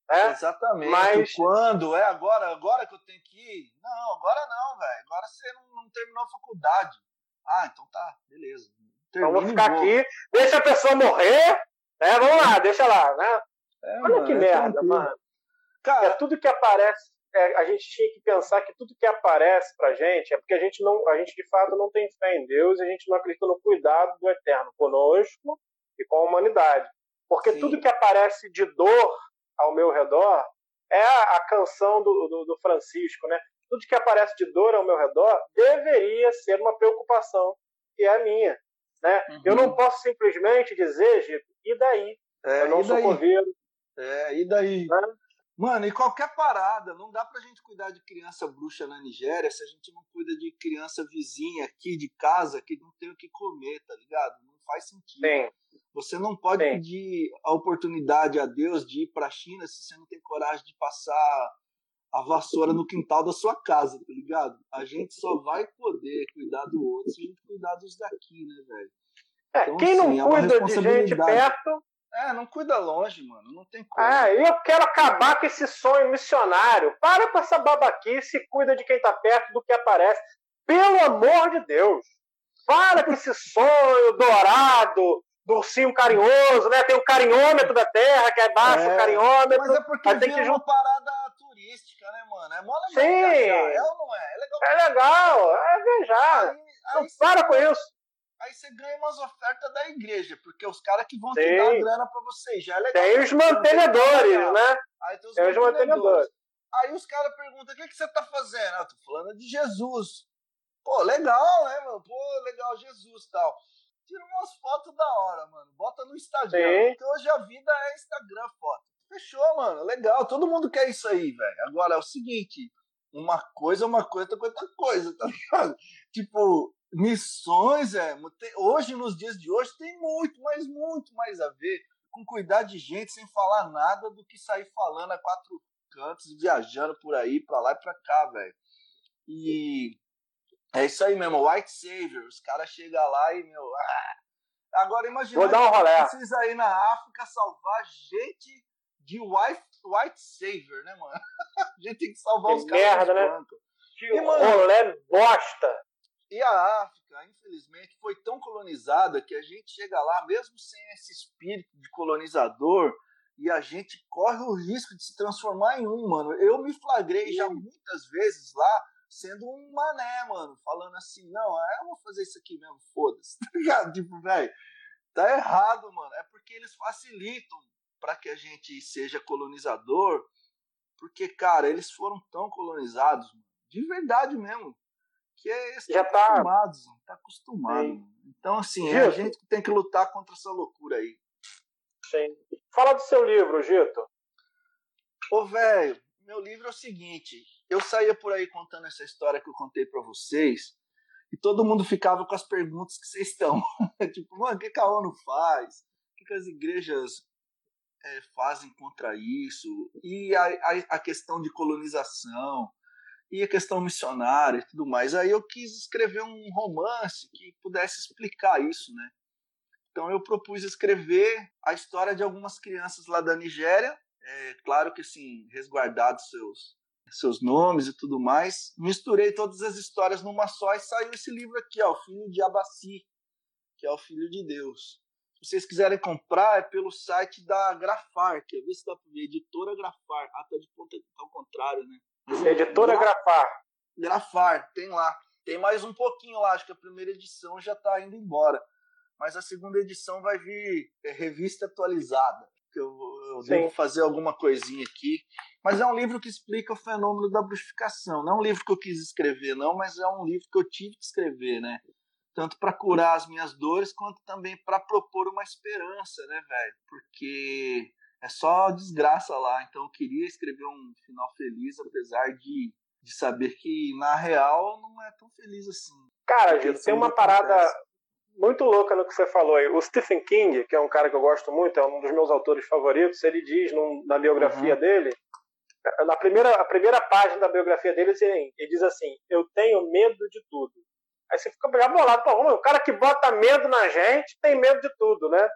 Speaker 3: Né?
Speaker 4: Exatamente.
Speaker 3: Mas...
Speaker 4: Quando? É agora, agora que eu tenho que ir? Não, agora não, velho. Agora você não, não terminou a faculdade. Ah, então tá, beleza.
Speaker 3: Então vou ficar aqui, deixa a pessoa morrer, né? Vamos lá, deixa lá, né?
Speaker 4: É,
Speaker 3: Olha
Speaker 4: mano,
Speaker 3: que
Speaker 4: é
Speaker 3: merda,
Speaker 4: tranquilo.
Speaker 3: mano.
Speaker 4: Cara,
Speaker 3: é tudo que aparece, é, a gente tinha que pensar que tudo que aparece pra gente é porque a gente não, a gente de fato não tem fé em Deus e a gente não acredita no cuidado do Eterno conosco e com a humanidade. Porque
Speaker 4: sim.
Speaker 3: tudo que aparece de dor ao meu redor é a, a canção do, do, do Francisco, né? Tudo que aparece de dor ao meu redor deveria ser uma preocupação que é a minha, né?
Speaker 4: Uhum.
Speaker 3: Eu não posso simplesmente dizer, Gito, e daí?
Speaker 4: É,
Speaker 3: eu não
Speaker 4: e
Speaker 3: sou
Speaker 4: daí?
Speaker 3: coveiro.
Speaker 4: É, e daí?
Speaker 3: Né?
Speaker 4: Mano, e qualquer parada, não dá pra gente cuidar de criança bruxa na Nigéria se a gente não cuida de criança vizinha aqui de casa que não tem o que comer, tá ligado? Não faz sentido.
Speaker 3: Sim.
Speaker 4: Você não pode
Speaker 3: Sim.
Speaker 4: pedir a oportunidade a Deus de ir pra China se você não tem coragem de passar a vassoura no quintal da sua casa, tá ligado? A gente só vai poder cuidar do outro se a gente cuidar dos daqui, né, velho?
Speaker 3: É,
Speaker 4: Então,
Speaker 3: quem
Speaker 4: assim,
Speaker 3: não
Speaker 4: é
Speaker 3: cuida de gente perto...
Speaker 4: É, não cuida longe, mano. Não tem como.
Speaker 3: Ah, eu quero acabar com esse sonho missionário. Para com essa babaquice e cuida de quem tá perto do que aparece. Pelo amor de Deus. Para com esse sonho dourado, do ursinho carinhoso, né? Tem o carinhômetro da Terra, que é baixo
Speaker 4: é,
Speaker 3: o carinhômetro.
Speaker 4: Mas é porque
Speaker 3: tem que
Speaker 4: é uma parada turística, né, mano? É mó legal.
Speaker 3: Sim.
Speaker 4: É ou não é? É legal.
Speaker 3: É legal. É viajar.
Speaker 4: Aí,
Speaker 3: não
Speaker 4: aí
Speaker 3: para
Speaker 4: você...
Speaker 3: com isso.
Speaker 4: Aí você ganha umas ofertas da igreja, porque os caras que vão
Speaker 3: Sim.
Speaker 4: te dar grana pra vocês. Já é legal.
Speaker 3: Tem os mantenedores, né?
Speaker 4: Aí tem os,
Speaker 3: tem
Speaker 4: mantenedores.
Speaker 3: os mantenedores.
Speaker 4: Aí os caras perguntam, o que, que você tá fazendo? Ah, eu tô falando de Jesus. Pô, legal, né, mano? Pô, legal, Jesus e tal. Tira umas fotos da hora, mano. Bota no Instagram.
Speaker 3: Sim.
Speaker 4: Porque hoje a vida é Instagram, foto. Fechou, mano. Legal. Todo mundo quer isso aí, velho. Agora é o seguinte. Uma coisa é uma coisa, outra coisa é outra coisa, tá ligado? Tipo, missões, é. Hoje, nos dias de hoje, tem muito, mas muito mais a ver com cuidar de gente sem falar nada do que sair falando a quatro cantos, viajando por aí, pra lá e pra cá, velho. E é isso aí mesmo, White Savior. Os caras chegam lá e, meu... Ah. Agora imagina,
Speaker 3: vou dar um rolê.
Speaker 4: Precisa ir na África salvar gente de White, white Savior, né, mano? A gente tem que salvar
Speaker 3: que
Speaker 4: os caras
Speaker 3: merda, né?
Speaker 4: brancos.
Speaker 3: Que e, mano, rolê bosta.
Speaker 4: E a África, infelizmente, foi tão colonizada que a gente chega lá, mesmo sem esse espírito de colonizador, e a gente corre o risco de se transformar em um, mano. Eu me flagrei já muitas vezes lá, sendo um mané, mano, falando assim, não, eu vou fazer isso aqui mesmo, foda-se, tá ligado? Tipo, velho, tá errado, mano. É porque eles facilitam para que a gente seja colonizador, porque, cara, eles foram tão colonizados, mano, de verdade mesmo, que eles
Speaker 3: já
Speaker 4: tá
Speaker 3: tá
Speaker 4: acostumados, tá acostumado. Mano. Então, assim, Gito, é a gente que tem que lutar contra essa loucura aí.
Speaker 3: Sim. Fala do seu livro, Gito.
Speaker 4: Ô, velho, meu livro é o seguinte, eu saía por aí contando essa história que eu contei pra vocês, e todo mundo ficava com as perguntas que vocês estão. Tipo, mano, o que, que a ONU faz? O que, que as igrejas é, fazem contra isso? E a, a, a questão de colonização, e a questão missionária e tudo mais. Aí eu quis escrever um romance que pudesse explicar isso, né? Então eu propus escrever a história de algumas crianças lá da Nigéria, é, claro que assim, resguardados seus, seus nomes e tudo mais. Misturei todas as histórias numa só e saiu esse livro aqui, ó, O Filho de Abassi, que é o Filho de Deus. Se vocês quiserem comprar, é pelo site da Grafar, que eu vi se dá para ver, editora Grafar. Ah, tá de ponta ao contrário, né?
Speaker 3: Editora Gra... Grafar.
Speaker 4: Grafar, tem lá. Tem mais um pouquinho lá, acho que a primeira edição já tá indo embora. Mas a segunda edição vai vir é, revista atualizada. Que eu, eu devo fazer alguma coisinha aqui. Mas é um livro que explica o fenômeno da bruxificação. Não é um livro que eu quis escrever, não, mas é um livro que eu tive que escrever, né? Tanto para curar as minhas dores, quanto também para propor uma esperança, né, velho? Porque é só desgraça lá. Então eu queria escrever um final feliz, apesar de, de saber que, na real, não é tão feliz assim.
Speaker 3: Cara, Gito, tem uma parada acontece. muito louca no que você falou aí. O Stephen King, que é um cara que eu gosto muito, é um dos meus autores favoritos, ele diz num, na biografia uhum. dele, na primeira, a primeira página da biografia dele, ele diz assim, eu tenho medo de tudo. Aí você fica já bolado, pô, o cara que bota medo na gente tem medo de tudo, né?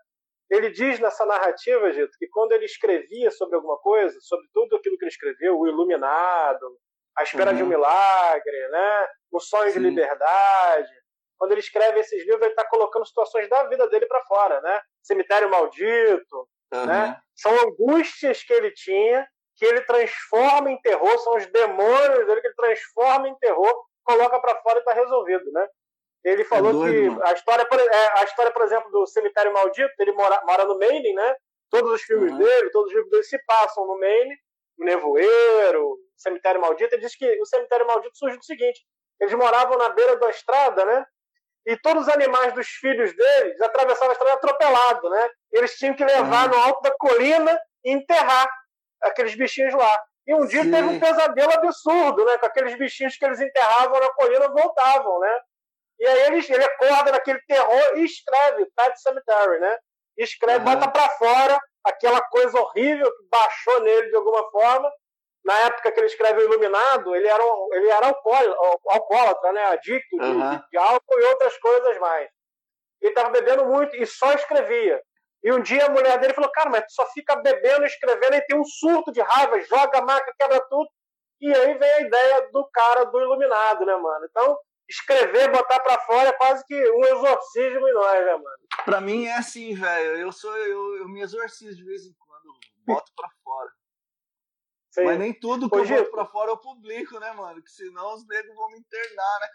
Speaker 3: ele diz nessa narrativa, Gito, que quando ele escrevia sobre alguma coisa, sobre tudo aquilo que ele escreveu, o Iluminado, A Espera uhum. de um Milagre, né? O Sonho Sim. de Liberdade, quando ele escreve esses livros, ele está colocando situações da vida dele para fora, né? Cemitério Maldito, uhum. né? São angústias que ele tinha, que ele transforma em terror, são os demônios dele que ele transforma em terror, coloca para fora e está resolvido, né? Ele falou é doido, que mano. a história, a história, por exemplo, do Cemitério Maldito, ele mora, mora no Maine, né? Todos os filmes uhum. dele, todos os livros dele se passam no Maine, no Nevoeiro, Cemitério Maldito. Ele diz que o Cemitério Maldito surge do seguinte: eles moravam na beira da estrada, né? E todos os animais dos filhos deles atravessavam a estrada atropelado, né? Eles tinham que levar uhum. no alto da colina e enterrar aqueles bichinhos lá. E um dia Sim. teve um pesadelo absurdo, né? Com aqueles bichinhos que eles enterravam na colina voltavam, né? E aí ele, ele acorda naquele terror e escreve Pet Sematary, né? E escreve, uhum. bota pra fora aquela coisa horrível que baixou nele de alguma forma. Na época que ele escreve o Iluminado, ele era, um, ele era alcoólatra, né? Adicto de, uhum. de álcool e outras coisas mais. Ele estava bebendo muito e só escrevia. E um dia a mulher dele falou: cara, mas tu só fica bebendo e escrevendo e tem um surto de raiva, joga a maca, quebra tudo. E aí vem a ideia do cara do Iluminado, né, mano? Então, escrever, botar pra fora é quase que um exorcismo em nós, né, mano?
Speaker 4: Pra mim é assim, velho. Eu sou eu, eu me exorcizo de vez em quando, boto pra fora. Sim. Mas nem tudo que Ô, eu Gito, boto pra fora eu publico, né, mano? Que senão os negros vão me internar, né?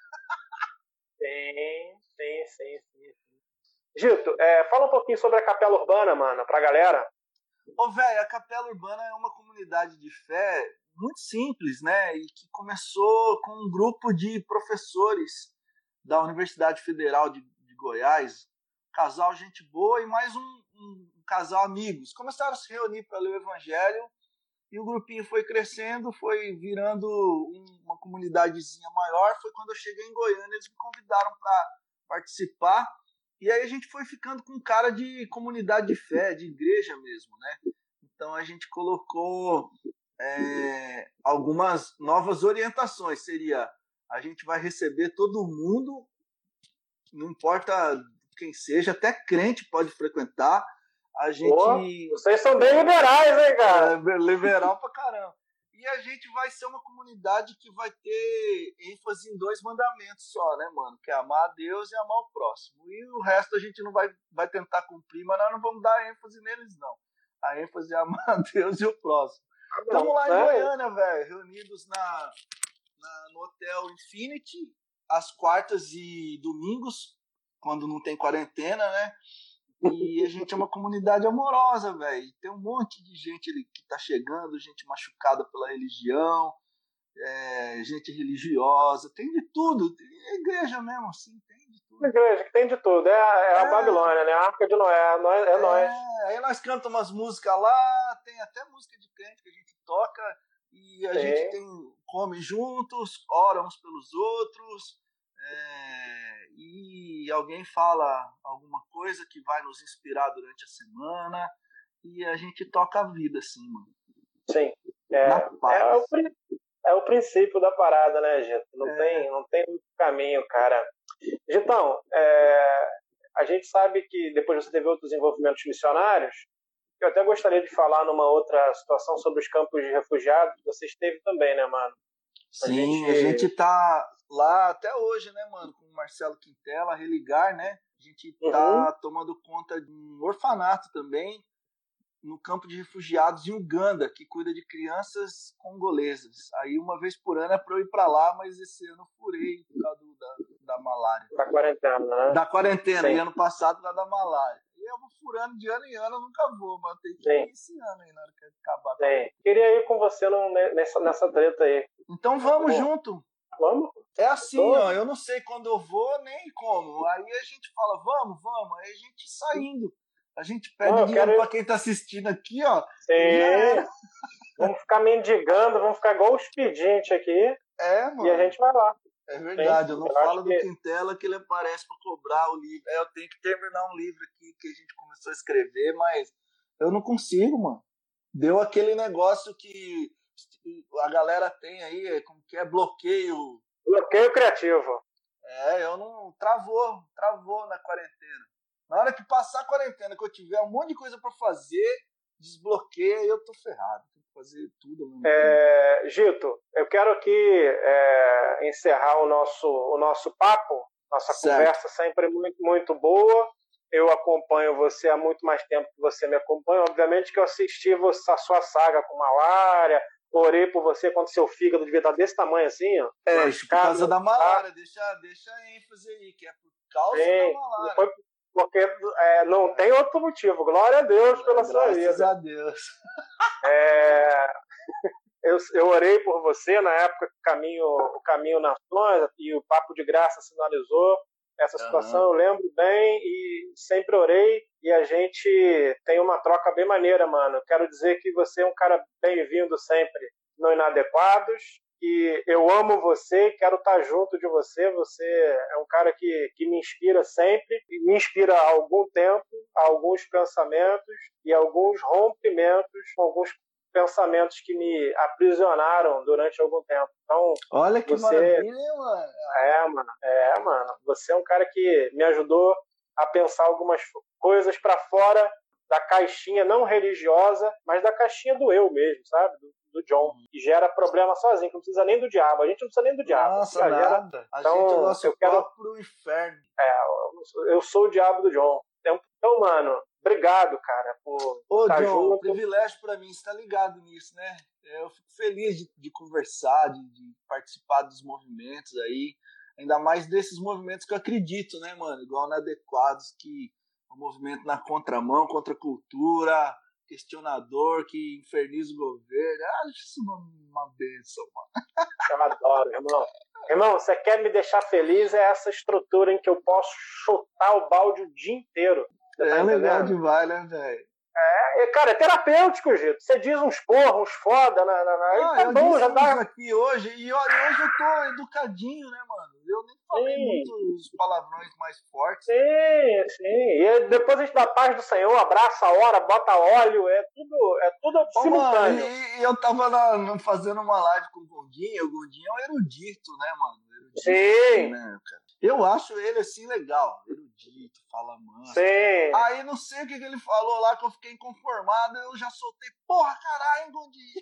Speaker 3: Sim, sim, sim, sim. Gito, é, fala um pouquinho sobre a Capela Urbana, mano, pra galera.
Speaker 4: Ô, velho, a Capela Urbana é uma comunidade de fé muito simples, né? E que começou com um grupo de professores da Universidade Federal de, de Goiás, um casal gente boa e mais um, um, um casal amigos. Começaram a se reunir para ler o Evangelho e o grupinho foi crescendo, foi virando um, uma comunidadezinha maior. Foi quando eu cheguei em Goiânia, eles me convidaram para participar. E aí a gente foi ficando com cara de comunidade de fé, de igreja mesmo, né? Então a gente colocou é, algumas novas orientações. Seria, a gente vai receber todo mundo, não importa quem seja, até crente pode frequentar. A gente... Pô,
Speaker 3: vocês são bem liberais, hein, cara?
Speaker 4: É, liberal pra caramba. E a gente vai ser uma comunidade que vai ter ênfase em dois mandamentos só, né, mano? Que é amar a Deus e amar o próximo. E o resto a gente não vai, vai tentar cumprir, mas nós não vamos dar ênfase neles, não. A ênfase é amar a Deus e o próximo. Estamos lá em é. Goiânia, velho, reunidos na, na, no Hotel Infinity, às quartas e domingos, quando não tem quarentena, né? E a gente é uma comunidade amorosa, velho. Tem um monte de gente ali que tá chegando, gente machucada pela religião, é, gente religiosa, tem de tudo. É igreja mesmo, assim, tem de tudo.
Speaker 3: Igreja que tem de tudo. É, é a é. Babilônia, né? A Arca de Noé, nós, é, é nós.
Speaker 4: Aí nós cantamos umas músicas lá, tem até música de crente que a gente toca, e a Sim. gente tem, come juntos, ora uns pelos outros. É, e alguém fala alguma coisa que vai nos inspirar durante a semana e a gente toca a vida assim, mano.
Speaker 3: Sim, é, é, o, é o princípio da parada, né, Gito? Não, é. tem, não tem muito caminho, cara. Gitão, é, a gente sabe que depois você teve outros envolvimentos missionários. Eu até gostaria de falar numa outra situação sobre os campos de refugiados que você esteve também, né, mano?
Speaker 4: A Sim, gente... a gente tá lá até hoje, né, mano, com o Marcelo Quintela, Religar, né? A gente tá uhum. tomando conta de um orfanato também, no campo de refugiados em Uganda, que cuida de crianças congolesas. Aí uma vez por ano é pra eu ir pra lá, mas esse ano eu furei por causa do, da, da malária.
Speaker 3: Da quarentena, né?
Speaker 4: Da quarentena, Sim. e ano passado lá da malária. E eu vou furando de ano em ano, eu nunca vou, mas tem que ir esse ano aí, na hora que acabar.
Speaker 3: Sim. Queria ir com você no, nessa, nessa treta aí.
Speaker 4: Então vamos Bom. junto.
Speaker 3: Vamos?
Speaker 4: É assim, ó, eu não sei quando eu vou, nem como. Aí a gente fala, vamos, vamos. Aí a gente saindo. A gente pede não, dinheiro quero... pra quem tá assistindo aqui, ó.
Speaker 3: Sim. Vamos ficar mendigando, vamos ficar igual os pedintes aqui.
Speaker 4: É, mano.
Speaker 3: E a gente vai lá.
Speaker 4: É verdade, Sim. eu não eu falo do que... Quintela que ele aparece pra cobrar o livro. É, eu tenho que terminar um livro aqui que a gente começou a escrever, mas eu não consigo, mano. Deu aquele negócio que a galera tem aí, como que é bloqueio.
Speaker 3: Bloqueio criativo.
Speaker 4: É, eu não... Travou, travou na quarentena. Na hora que passar a quarentena, que eu tiver um monte de coisa pra fazer, desbloqueia e eu tô ferrado. Tem que fazer tudo. Mesmo
Speaker 3: é, Gito, eu quero aqui é, encerrar o nosso, o nosso papo, nossa certo. Conversa sempre muito, muito boa. Eu acompanho você há muito mais tempo que você me acompanha. Obviamente que eu assisti a sua saga com malária, orei por você quando seu fígado devia estar desse tamanho assim, ó.
Speaker 4: É, por causa da malária, deixa, deixa a ênfase aí, que é por causa Sim, da malária. Foi
Speaker 3: porque é, não tem outro motivo. Glória a Deus pela
Speaker 4: Graças
Speaker 3: sua vida.
Speaker 4: Graças a Deus.
Speaker 3: É, eu, eu orei por você na época que o Caminho, o Caminho Nações e o Papo de Graça sinalizou essa situação, uhum. Eu lembro bem e sempre orei e a gente tem uma troca bem maneira, mano. Quero dizer que você é um cara bem-vindo sempre no Inadequados e eu amo você, quero estar junto de você. Você é um cara que, que me inspira sempre, me inspira há algum tempo, há alguns pensamentos e alguns rompimentos com alguns pensamentos que me aprisionaram durante algum tempo. Então,
Speaker 4: olha que
Speaker 3: você...
Speaker 4: maravilha, mano.
Speaker 3: É, mano. É, mano. Você é um cara que me ajudou a pensar algumas coisas para fora da caixinha não religiosa, mas da caixinha do eu mesmo, sabe? Do, do John. Que gera problema sozinho, que não precisa nem do diabo. A gente não precisa nem do diabo.
Speaker 4: Nossa, nada. Gera... A então, gente nosso eu quero... próprio inferno.
Speaker 3: É, eu sou o diabo do John. Então, mano, obrigado, cara, por
Speaker 4: Ô,
Speaker 3: estar
Speaker 4: John,
Speaker 3: junto.
Speaker 4: Privilégio pra mim, você tá ligado nisso, né? Eu fico feliz de, de conversar, de, de participar dos movimentos aí, ainda mais desses movimentos que eu acredito, né, mano? Igual Inadequados, que é um movimento na contramão, contra a cultura, questionador, que inferniza o governo. Eu acho isso uma, uma bênção, mano.
Speaker 3: Eu adoro, irmão. Irmão, você quer me deixar feliz, é essa estrutura em que eu posso chutar o balde o dia inteiro.
Speaker 4: É tá legal demais, né, velho?
Speaker 3: É, cara, é terapêutico, Gito. Você diz uns porra, uns foda, na, na, na. Ah, tá bom, já dá.
Speaker 4: Aqui hoje, e olha, hoje eu tô educadinho, né, mano? Eu nem falei sim. muitos palavrões mais fortes.
Speaker 3: Sim, sim. E depois a gente dá a paz do Senhor, abraça a hora, bota óleo, é tudo, é tudo Ô, simultâneo.
Speaker 4: Mano, e, e eu tava na, fazendo uma live com o Gondinho, o Gondinho é um erudito, né, mano? Erudito,
Speaker 3: sim.
Speaker 4: Né, cara? Eu acho ele assim legal, erudito, fala manso.
Speaker 3: Sim.
Speaker 4: Aí não sei o que, que ele falou lá que eu fiquei inconformado, eu já soltei, porra, caralho, Gondinho.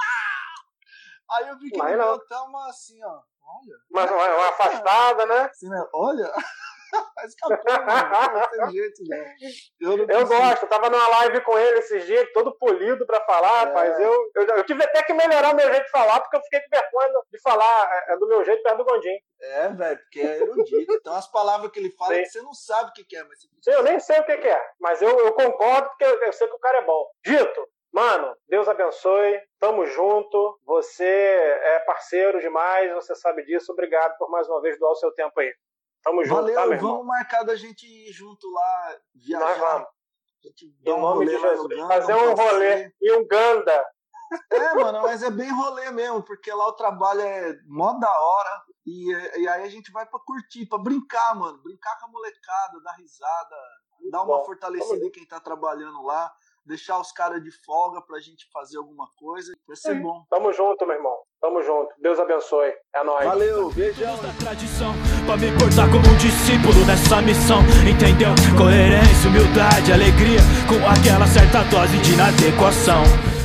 Speaker 4: Aí eu vi que
Speaker 3: mas
Speaker 4: ele
Speaker 3: não.
Speaker 4: deu até uma assim, ó. Olha.
Speaker 3: Mas uma, uma afastada, né?
Speaker 4: Assim, né? Olha. Escapou, mano. Não tem jeito, né? Eu, não
Speaker 3: eu gosto, eu tava numa live com ele esses dias, todo polido pra falar, é. rapaz. Eu, eu, eu tive até que melhorar o meu jeito de falar, porque eu fiquei com vergonha de falar é, do meu jeito perto do Gondinho.
Speaker 4: É, velho, porque é erudito. Então as palavras que ele fala é que você não sabe o que, que é. Mas você...
Speaker 3: Eu nem sei o que, que é, mas eu, eu concordo porque eu, eu sei que o cara é bom. Dito, mano, Deus abençoe, tamo junto, você é parceiro demais, você sabe disso. Obrigado por mais uma vez doar o seu tempo aí. Tamo junto,
Speaker 4: valeu,
Speaker 3: tá, meu
Speaker 4: vamos
Speaker 3: irmão?
Speaker 4: marcar da gente ir junto lá, viajar.
Speaker 3: Nós vamos.
Speaker 4: A gente dá um
Speaker 3: em nome
Speaker 4: rolê
Speaker 3: de Jesus.
Speaker 4: Uganda,
Speaker 3: fazer um rolê em Uganda.
Speaker 4: É, mano, mas é bem rolê mesmo, porque lá o trabalho é mó da hora e, e aí a gente vai pra curtir, pra brincar, mano. Brincar com a molecada, dar risada,
Speaker 3: Muito
Speaker 4: dar uma
Speaker 3: bom.
Speaker 4: fortalecida em quem tá trabalhando lá, deixar os caras de folga pra gente fazer alguma coisa. Vai ser
Speaker 3: Sim.
Speaker 4: bom.
Speaker 3: Tamo junto, meu irmão. Tamo junto. Deus abençoe. É nóis.
Speaker 4: Valeu, beijão.
Speaker 1: Da tradição, pra me portar como um discípulo nessa missão, entendeu? Coerência, humildade, alegria, com aquela certa dose de inadequação.